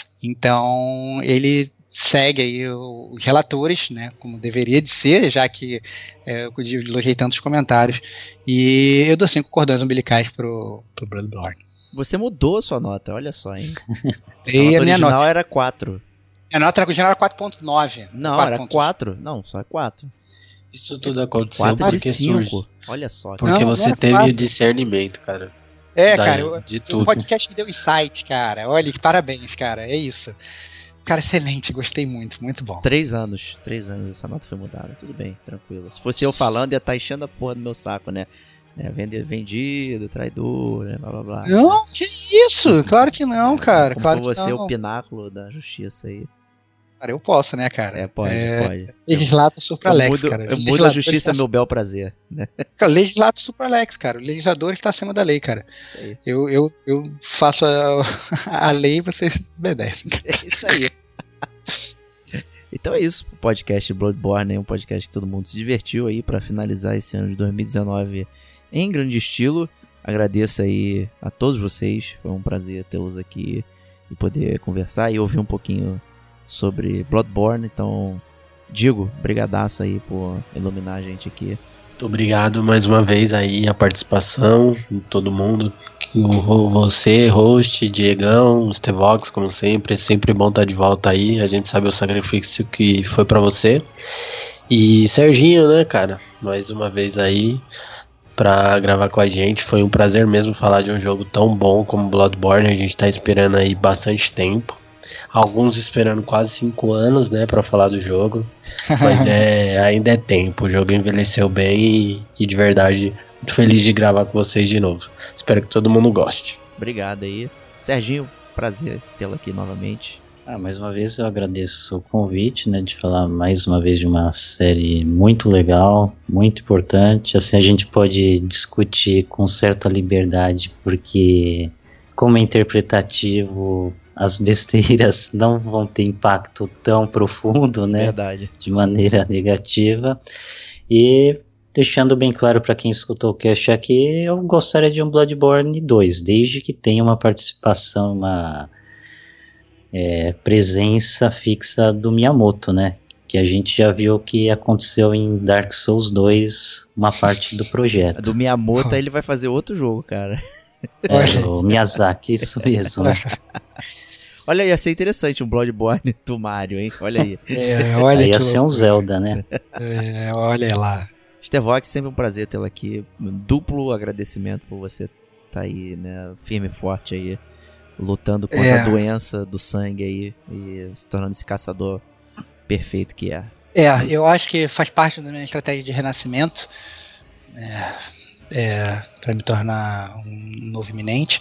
Então, ele segue aí o- os relatores, né, como deveria de ser, já que é, eu elogiei tantos comentários. E eu dou cinco cordões umbilicais pro, pro Bloodborne. Você mudou a sua nota, olha só, hein? A E nota a minha original nota, era quatro. a nota original era quatro ponto nove. Não, era quatro. Não, só é quatro. Isso tudo aconteceu quatro de porque surge. cinco. Olha só. Porque Não, não você era teve quatro. o discernimento, cara. É, Da- cara, eu- de o tudo. podcast me deu insight, cara. Olha, que parabéns, cara. É isso. Cara, excelente, gostei muito, muito bom. Três anos. Três anos essa nota foi mudada. Tudo bem, tranquilo. Se fosse eu falando, ia estar enchendo a porra do meu saco, né? né? Vende- Vendido, traidor, né? Blá blá blá. Não, que isso? Claro que não, cara. Como Claro foi que você não. o pináculo da justiça aí. Cara, eu posso, né, cara? É, pode, É, pode. Legislato Super Eu Alex, mudo, cara. eu mudo a Legislador justiça está- meu bel prazer, né? Cara, legislato Super Alex, cara. O legislador está acima da lei, cara. Isso aí. Eu, eu, eu faço a, a lei e vocês obedecem. cara. É isso aí. Então é isso, o podcast Bloodborne é um podcast que todo mundo se divertiu aí pra finalizar esse ano de dois mil e dezenove em grande estilo. Agradeço aí a todos vocês, foi um prazer tê-los aqui e poder conversar e ouvir um pouquinho sobre Bloodborne. Então, Digo, brigadaço aí por iluminar a gente aqui. Muito obrigado mais uma vez aí a participação de todo mundo. O, você, host, Diegão, Stevox, como sempre. É sempre bom estar de volta aí. A gente sabe o sacrifício que foi pra você. E Serginho, né, cara? Mais uma vez aí pra gravar com a gente. Foi um prazer mesmo falar de um jogo tão bom como Bloodborne. A gente tá esperando aí bastante tempo. Alguns esperando quase cinco anos, né, pra falar do jogo. Mas é, ainda é tempo. O jogo envelheceu bem e, e de verdade, muito feliz de gravar com vocês de novo. Espero que todo mundo goste. Obrigado aí. Serginho, prazer tê-lo aqui novamente. Ah, mais uma vez eu agradeço o convite, né, de falar mais uma vez de uma série muito legal, muito importante. Assim a gente pode discutir com certa liberdade, porque como é interpretativo, as besteiras não vão ter impacto tão profundo, né? Verdade. De maneira negativa. E deixando bem claro para quem escutou o cast aqui, eu gostaria de um Bloodborne dois, desde que tenha uma participação, uma é, presença fixa do Miyamoto, né? Que a gente já viu o que aconteceu em Dark Souls dois, uma parte do projeto. Do Miyamoto, ele vai fazer outro jogo, cara. É, o Miyazaki, isso mesmo, né? Olha aí, ia ser interessante um Bloodborne do Mario, hein? Olha aí. É, olha Aí ia que ser um loucura. Zelda, né? É, olha lá. Stevox, sempre um prazer tê-lo aqui. Duplo agradecimento por você estar aí, né? Firme e forte aí, lutando contra É. a doença do sangue aí e se tornando esse caçador perfeito que é. É, eu acho que faz parte da minha estratégia de renascimento. É, é, para me tornar um novo iminente,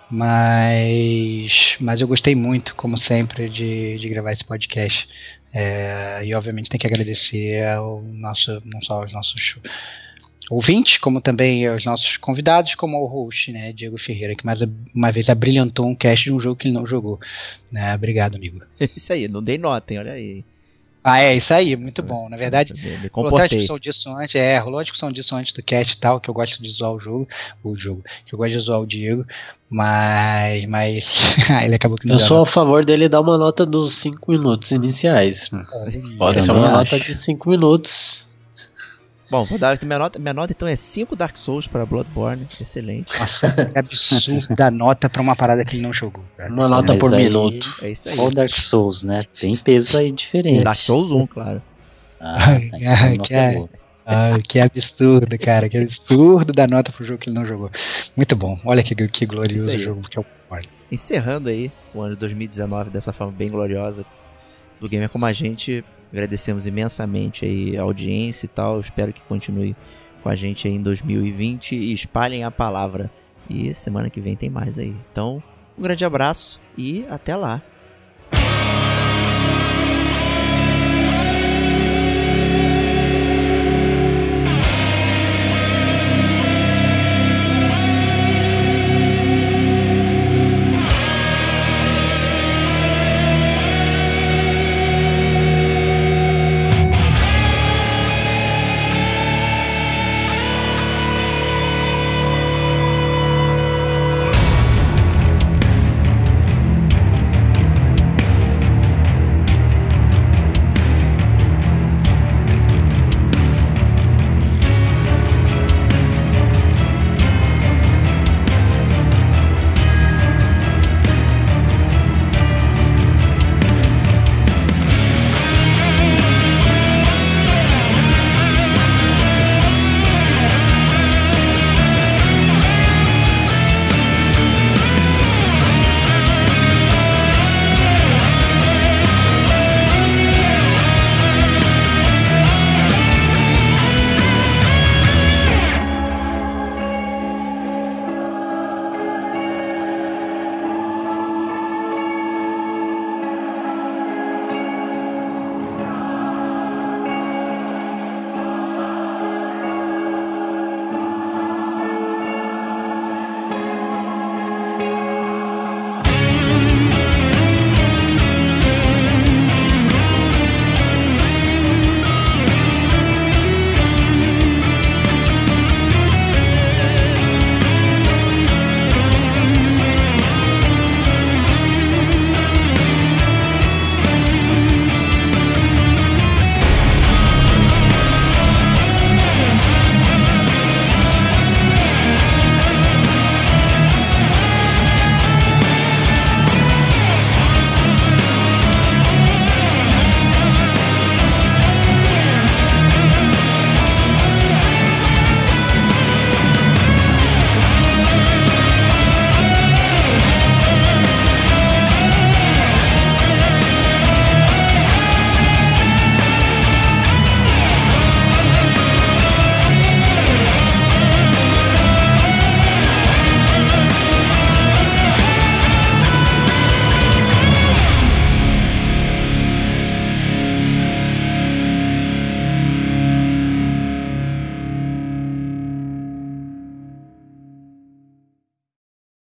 mas, mas eu gostei muito, como sempre, de, de gravar esse podcast. É, e obviamente tem que agradecer ao nosso, não só aos nossos ouvintes, como também aos nossos convidados, como ao host, né, Diego Ferreira, que mais uma vez abrilhantou um cast de um jogo que ele não jogou. Né, obrigado, amigo. Isso aí, não dei nota, hein? Olha aí. Ah, é, isso aí, muito bom. Na verdade, Me, me rolou até uma comportei. discussão disso antes, é, rolou a discussão disso antes do cast e tal, que eu gosto de zoar o jogo, o jogo, que eu gosto de zoar o Diego, mas, mas, ah, ele acabou que não Eu deu sou a favor dele dar uma nota dos cinco minutos iniciais. Pode ser também uma acho. nota de cinco minutos. Bom, vou dar minha nota. Minha nota então é cinco Dark Souls para Bloodborne. Excelente. Nossa, que absurdo da nota pra uma parada que ele não jogou, cara. Uma nota Mas por aí- minuto. É isso aí. Ou Dark Souls, né? Tem peso aí diferente. Dark Souls um, claro. Ah, Ai, tá, ai, então que não ai. pegou. Ah, que absurdo, cara, que absurdo da nota pro jogo que ele não jogou. Muito bom, olha que, que glorioso Isso o aí. jogo que é o Bloodborne. Encerrando aí o ano de dois mil e dezenove dessa forma bem gloriosa do Gamer Como a Gente. Agradecemos imensamente aí a audiência e tal. Espero que continue com a gente aí em dois mil e vinte e espalhem a palavra. E semana que vem tem mais aí. Então, um grande abraço e até lá.